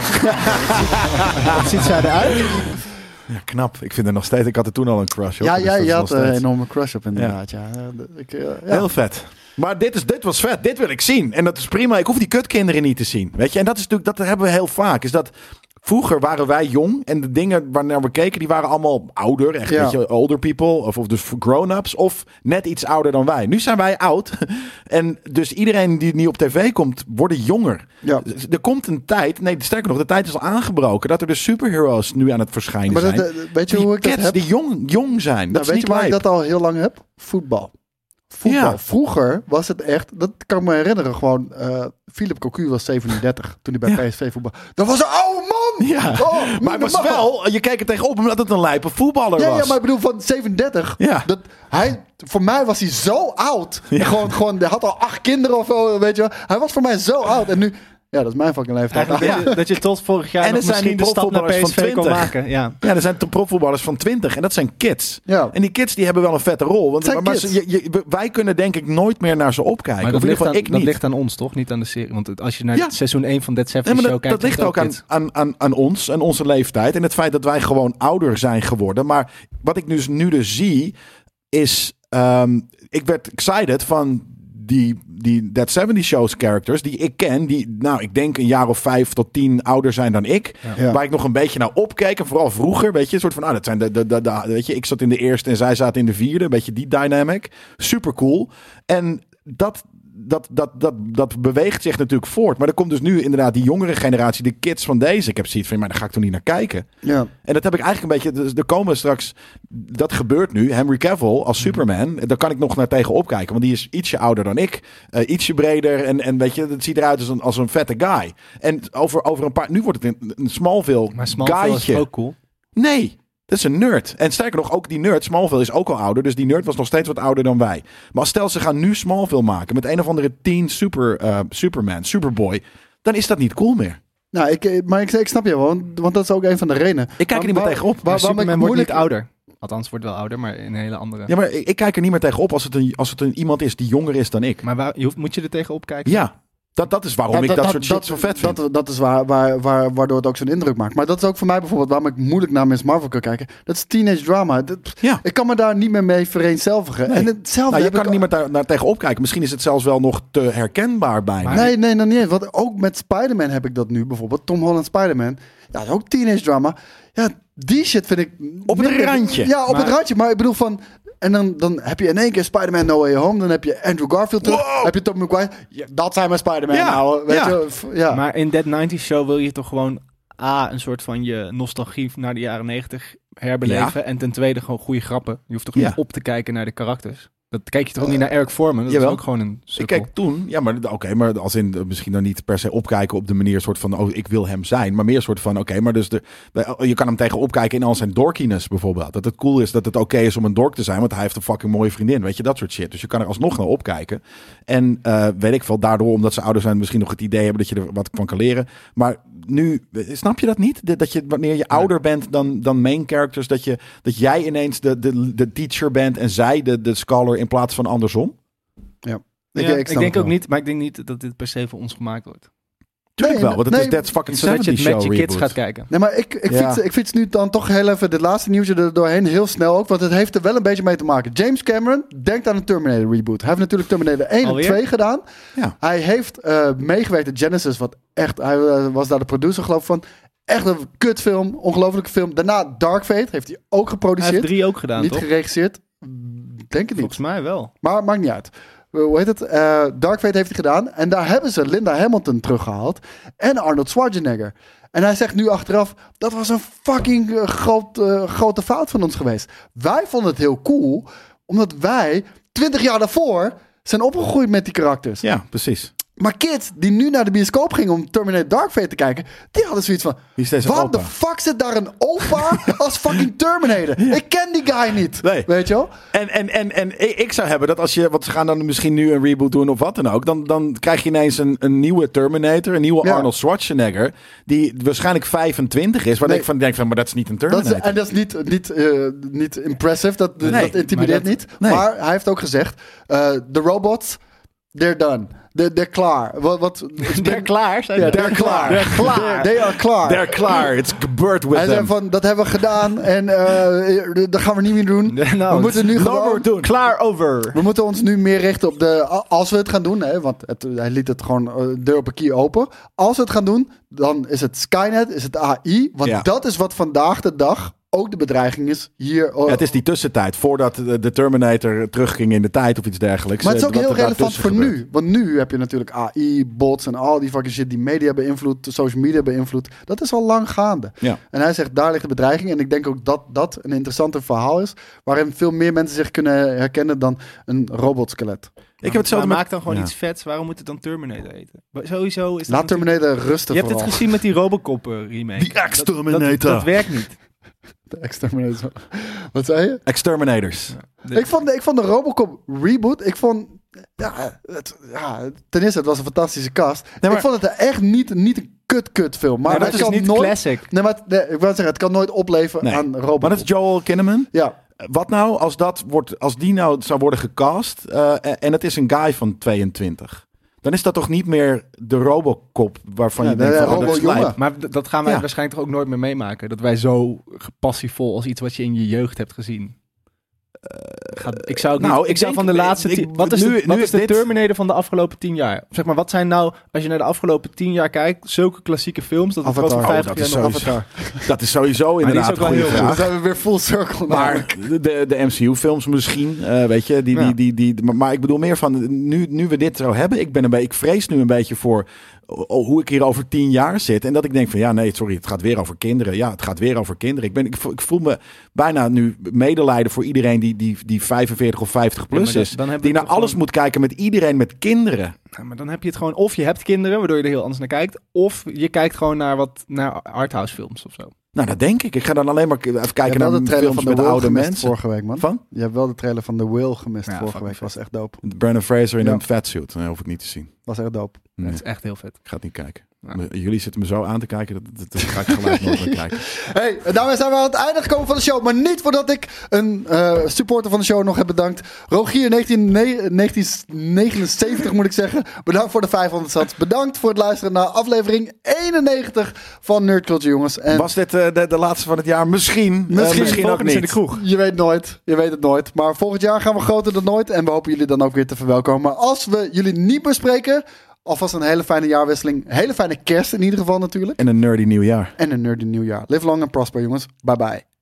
got it. Wat ziet zij eruit? Ja, knap. Ik vind er nog steeds... Ik had er toen al een crush op. Ja, dus dat is je nog had een steeds- enorme crush op inderdaad. Ja. Ja. Heel vet. Maar dit was vet. Dit wil ik zien. En dat is prima. Ik hoef die kutkinderen niet te zien. Weet je? En dat is natuurlijk... Dat hebben we heel vaak. Is dat... Vroeger waren wij jong en de dingen waarnaar we keken, die waren allemaal ouder. Echt, Ja. weet je, older people of dus grown-ups of net iets ouder dan wij. Nu zijn wij oud en dus iedereen die niet op tv komt, worden jonger. Ja. Er komt een tijd, nee sterker nog, de tijd is al aangebroken, dat er dus superheroes nu aan het verschijnen Maar zijn. weet je die hoe ik dat kids heb? die jong zijn. Dat Nou, is weet niet je waar ik lijp. dat al heel lang heb? Voetbal. Ja. Vroeger was het echt, dat kan ik me herinneren, gewoon Philip Cocu was 37 toen hij bij Ja. PSV voetbal. Dat was een oude man! Ja, Oh, maar het was normaal. wel, je keek er tegenop omdat het een lijpe voetballer Ja, was. ja, maar ik bedoel van 37. Ja. Voor mij was hij zo oud. Ja. Gewoon, hij had al 8 kinderen of zo, weet je wel. Hij was voor mij zo oud. En nu, ja, dat is mijn fucking leeftijd. Eigenlijk dat je tot vorig jaar En er nog zijn misschien die de stap naar profvoetballers van PSV kon 20. maken. Ja. Ja, er zijn profvoetballers van 20 en dat zijn kids. Ja. En die kids die hebben wel een vette rol. Want Zijn maar kids. wij kunnen denk ik nooit meer naar ze opkijken. Maar Of in ieder geval ik dat niet. ligt aan ons, toch? Niet aan de serie. Want als je naar Ja. seizoen 1 van That 70 Nee, maar Show dat kijkt... ligt ook aan ons en onze leeftijd. En het feit dat wij gewoon ouder zijn geworden. Maar wat ik nu dus zie is... ik werd excited van die That 70 Shows characters die ik ken. Die, nou, ik denk een jaar of 5 tot 10 ouder zijn dan ik. Ja. Waar ik nog een beetje naar opkeek. En vooral vroeger, weet je. Een soort van, dat zijn weet je. Ik zat in de eerste en zij zaten in de vierde. Een beetje die dynamic. Super cool. En dat beweegt zich natuurlijk voort. Maar er komt dus nu inderdaad die jongere generatie, de kids van deze. Ik heb zoiets van, maar daar ga ik toch niet naar kijken. Ja. En dat heb ik eigenlijk een beetje... Dus er komen straks... Dat gebeurt nu. Henry Cavill als Superman. Daar kan ik nog naar tegen opkijken. Want die is ietsje ouder dan ik. Ietsje breder. En weet je, het ziet eruit als een vette guy. En over een paar... Nu wordt het een Smallville Maar Smallville is guytje. ook cool. Nee, dat is een nerd. En sterker nog, ook die nerd, Smallville is ook al ouder. Dus die nerd was nog steeds wat ouder dan wij. Maar stel, ze gaan nu Smallville maken met een of andere teen Superman, Superboy. Dan is dat niet cool meer. Nou, ik snap je wel, want dat is ook een van de redenen. Ik kijk er niet meer tegenop. Maar waarom ik Superman wordt moeilijk- niet ouder. Althans, wordt wel ouder, maar in een hele andere... Ja, maar ik kijk er niet meer tegenop als het iemand is die jonger is dan ik. Maar moet je er tegenop kijken? Ja, dat is waarom ik dat soort shit zo vet vind. Dat is waardoor het ook zo'n indruk maakt. Maar dat is ook voor mij bijvoorbeeld waarom ik moeilijk naar Miss Marvel kan kijken. Dat is teenage drama. Ja. Ik kan me daar niet meer mee vereenzelvigen. Nee. En hetzelfde Nou, je heb kan ik er niet meer naar tegenop kijken. Misschien is het zelfs wel nog te herkenbaar bijna. Nee, nog niet eens. Want ook met Spider-Man heb ik dat nu bijvoorbeeld. Tom Holland Spider-Man. Ja, dat is ook teenage drama. Ja, die shit vind ik... Op het randje. Ja, op het randje. Maar ik bedoel van... En dan heb je in één keer Spider-Man No Way Home. Dan heb je Andrew Garfield terug. Wow. Heb je Tobey Maguire. Ja, dat zijn mijn Spider-Man Ja, nou. Weet ja. je? Ja. Maar in That 90 Show wil je toch gewoon... een soort van je nostalgie naar de jaren 90 herbeleven. En ten tweede gewoon goede grappen. Je hoeft toch niet op te kijken naar de karakters. Dat kijk je toch ook niet naar Eric Foreman? Dat jawel. is ook gewoon een Ik sukkel. keek toen, ja, maar oké, maar als in misschien dan niet per se opkijken op de manier soort van, oh, ik wil hem zijn, maar meer soort van, oké, maar dus je kan hem tegen opkijken in al zijn dorkiness bijvoorbeeld. Dat het cool is dat het oké is om een dork te zijn, want hij heeft een fucking mooie vriendin, weet je, dat soort shit. Dus je kan er alsnog naar opkijken. En weet ik veel, daardoor, omdat ze ouder zijn, misschien nog het idee hebben dat je er wat van kan leren. Maar nu, snap je dat niet? Dat je, wanneer je ouder bent dan main characters, dat jij ineens de teacher bent en zij de scholar in plaats van andersom? Ja. Ik snap denk het ook wel. niet, maar ik denk niet dat dit per se voor ons gemaakt wordt. Tuurlijk Nee, wel, want het nee, is That's Fucking Zodat je 70 het met Show je kids reboot. gaat kijken. Nee, maar ik fiets nu dan toch heel even dit laatste nieuwtje er doorheen. Heel snel ook, want het heeft er wel een beetje mee te maken. James Cameron denkt aan een Terminator reboot. Hij heeft natuurlijk Terminator 1 Alweer? en 2 gedaan. Ja. Hij heeft meegewerkt aan Genesis, wat echt... Hij was daar de producer geloof ik van. Echt een kutfilm, ongelofelijke film. Daarna Dark Fate heeft hij ook Hij geproduceerd. heeft 3 ook gedaan, Niet toch? geregisseerd. Denk het niet. Volgens mij wel. Maar maakt niet uit. Hoe heet het? Dark Fate heeft hij gedaan. En daar hebben ze Linda Hamilton teruggehaald. En Arnold Schwarzenegger. En hij zegt nu achteraf, dat was een fucking grote fout van ons geweest. Wij vonden het heel cool, omdat wij 20 jaar daarvoor zijn opgegroeid met die karakters. Ja, precies. Maar kids die nu naar de bioscoop gingen om Terminator Dark Fate te kijken, die hadden zoiets van, Wie is deze wat opa? de fuck zit daar een opa als fucking Terminator? Ik ken die guy niet. Nee. Weet je wel? En ik zou hebben dat als je... Want ze gaan dan misschien nu een reboot doen of wat dan ook. Dan krijg je ineens een nieuwe Terminator. Een nieuwe Ja. Arnold Schwarzenegger. Die waarschijnlijk 25 is. Waar Nee. ik denk van, maar dat is niet een Terminator. Dat is niet impressive. Dat intimideert maar niet. nee. Maar hij heeft ook gezegd, de robots, they're done. They're klaar. They're klaar? Zijn Ja, ze? they're klaar. They're klaar. They are klaar. They're klaar. It's bird with Hij zei them. van, dat hebben we gedaan en dat gaan we niet meer doen. Nou, we moeten nu no gewoon more doen. Klaar over. We moeten ons nu meer richten op als we het gaan doen, hè, want hij liet het gewoon deur op een kier open. Als we het gaan doen, dan is het Skynet, is het AI. Want Ja. dat is wat vandaag de dag ook de bedreiging is hier. Ja, het is die tussentijd. Voordat de Terminator terugging in de tijd of iets dergelijks. Maar het is ook wat heel er relevant daartussen voor gebeurt. nu. Want nu heb je natuurlijk AI, bots en al die fucking shit die media beïnvloedt, social media beïnvloedt. Dat is al lang gaande. Ja. En hij zegt, daar ligt de bedreiging. En ik denk ook dat dat een interessanter verhaal is, waarin veel meer mensen zich kunnen herkennen dan een robotskelet. Ik heb hetzelfde maar met... maak dan gewoon Ja. iets vets. Waarom moet het dan Terminator eten? Sowieso is dat Laat Terminator rusten Je hebt het vooral. gezien met die Robocop remake. Die Exterminator. Dat werkt niet. De Exterminator. Wat zei je? Exterminators. Ik vond de Robocop reboot, ten eerste, het was een fantastische cast. maar- Ik vond het echt niet een kut film. Maar Maar dat het is kan niet nooit, classic. Nee, maar ik wil zeggen, het kan nooit opleveren Nee. aan Robocop. Maar dat is Joel Kinnaman. Ja, Wat nou als die nou zou worden gecast en het is een guy van 22? Dan is dat toch niet meer de Robocop waarvan Ja, je denkt de van, oh, dat is Robo-jongen. lijp. Maar dat gaan wij Ja. waarschijnlijk toch ook nooit meer meemaken. Dat wij zo passievol als iets wat je in je jeugd hebt gezien. Ik zou van de laatste... Wat is de dit- Terminator van de afgelopen 10 jaar? Zeg maar, wat zijn nou, als je naar de afgelopen 10 jaar kijkt, zulke klassieke films, dat het Avatar. over Oh, 50 dat is jaar nog sowieso. Avatar. Dat is sowieso die is inderdaad ook wel een goede heel dan vraag. zijn we weer full circle. Maar de MCU-films misschien, weet je, maar ik bedoel meer van, nu we dit zo hebben, ik vrees nu een beetje voor hoe ik hier over 10 jaar zit. En dat ik denk van, ja, nee, sorry, het gaat weer over kinderen. Ja, het gaat weer over kinderen. Ik voel me bijna nu medelijden voor iedereen die 45 of 50 plus maar is. dan hebben we Die naar toch alles gewoon- moet kijken met iedereen met kinderen. Ja, maar dan heb je het gewoon, of je hebt kinderen, waardoor je er heel anders naar kijkt, of je kijkt gewoon naar arthouse films of zo. Nou, dat denk ik. Ik ga dan alleen maar even Je hebt kijken wel naar de trailer films van The met Whale oude gemist mensen. vorige week, man. Van? Je hebt wel de trailer van The Whale gemist Ja, vorige fucking week. Was echt dope. Brandon Fraser in Ja. een fatsuit. Dat hoef ik niet te zien. Was echt dope. Nee, Dat is echt heel vet. ik ga het niet kijken. Ja. Jullie zitten me zo aan te kijken, dat ga ik gelijk nooit meer kijken. Hey, en daarmee zijn we aan het einde gekomen van de show. Maar niet voordat ik een supporter van de show nog heb bedankt. Rogier 1979 moet ik zeggen. Bedankt voor de 500 sats. Bedankt voor het luisteren naar aflevering 91 van Nerd Culture, jongens. En Was dit de laatste van het jaar? Misschien ook Volgende is in de niet. kroeg. je weet nooit. Je weet het nooit. Maar volgend jaar gaan we groter dan nooit. En we hopen jullie dan ook weer te verwelkomen. Maar als we jullie niet bespreken, alvast een hele fijne jaarwisseling. Hele fijne kerst in ieder geval natuurlijk. En een nerdy nieuwjaar. En een nerdy nieuwjaar. Live long and prosper, jongens. Bye bye.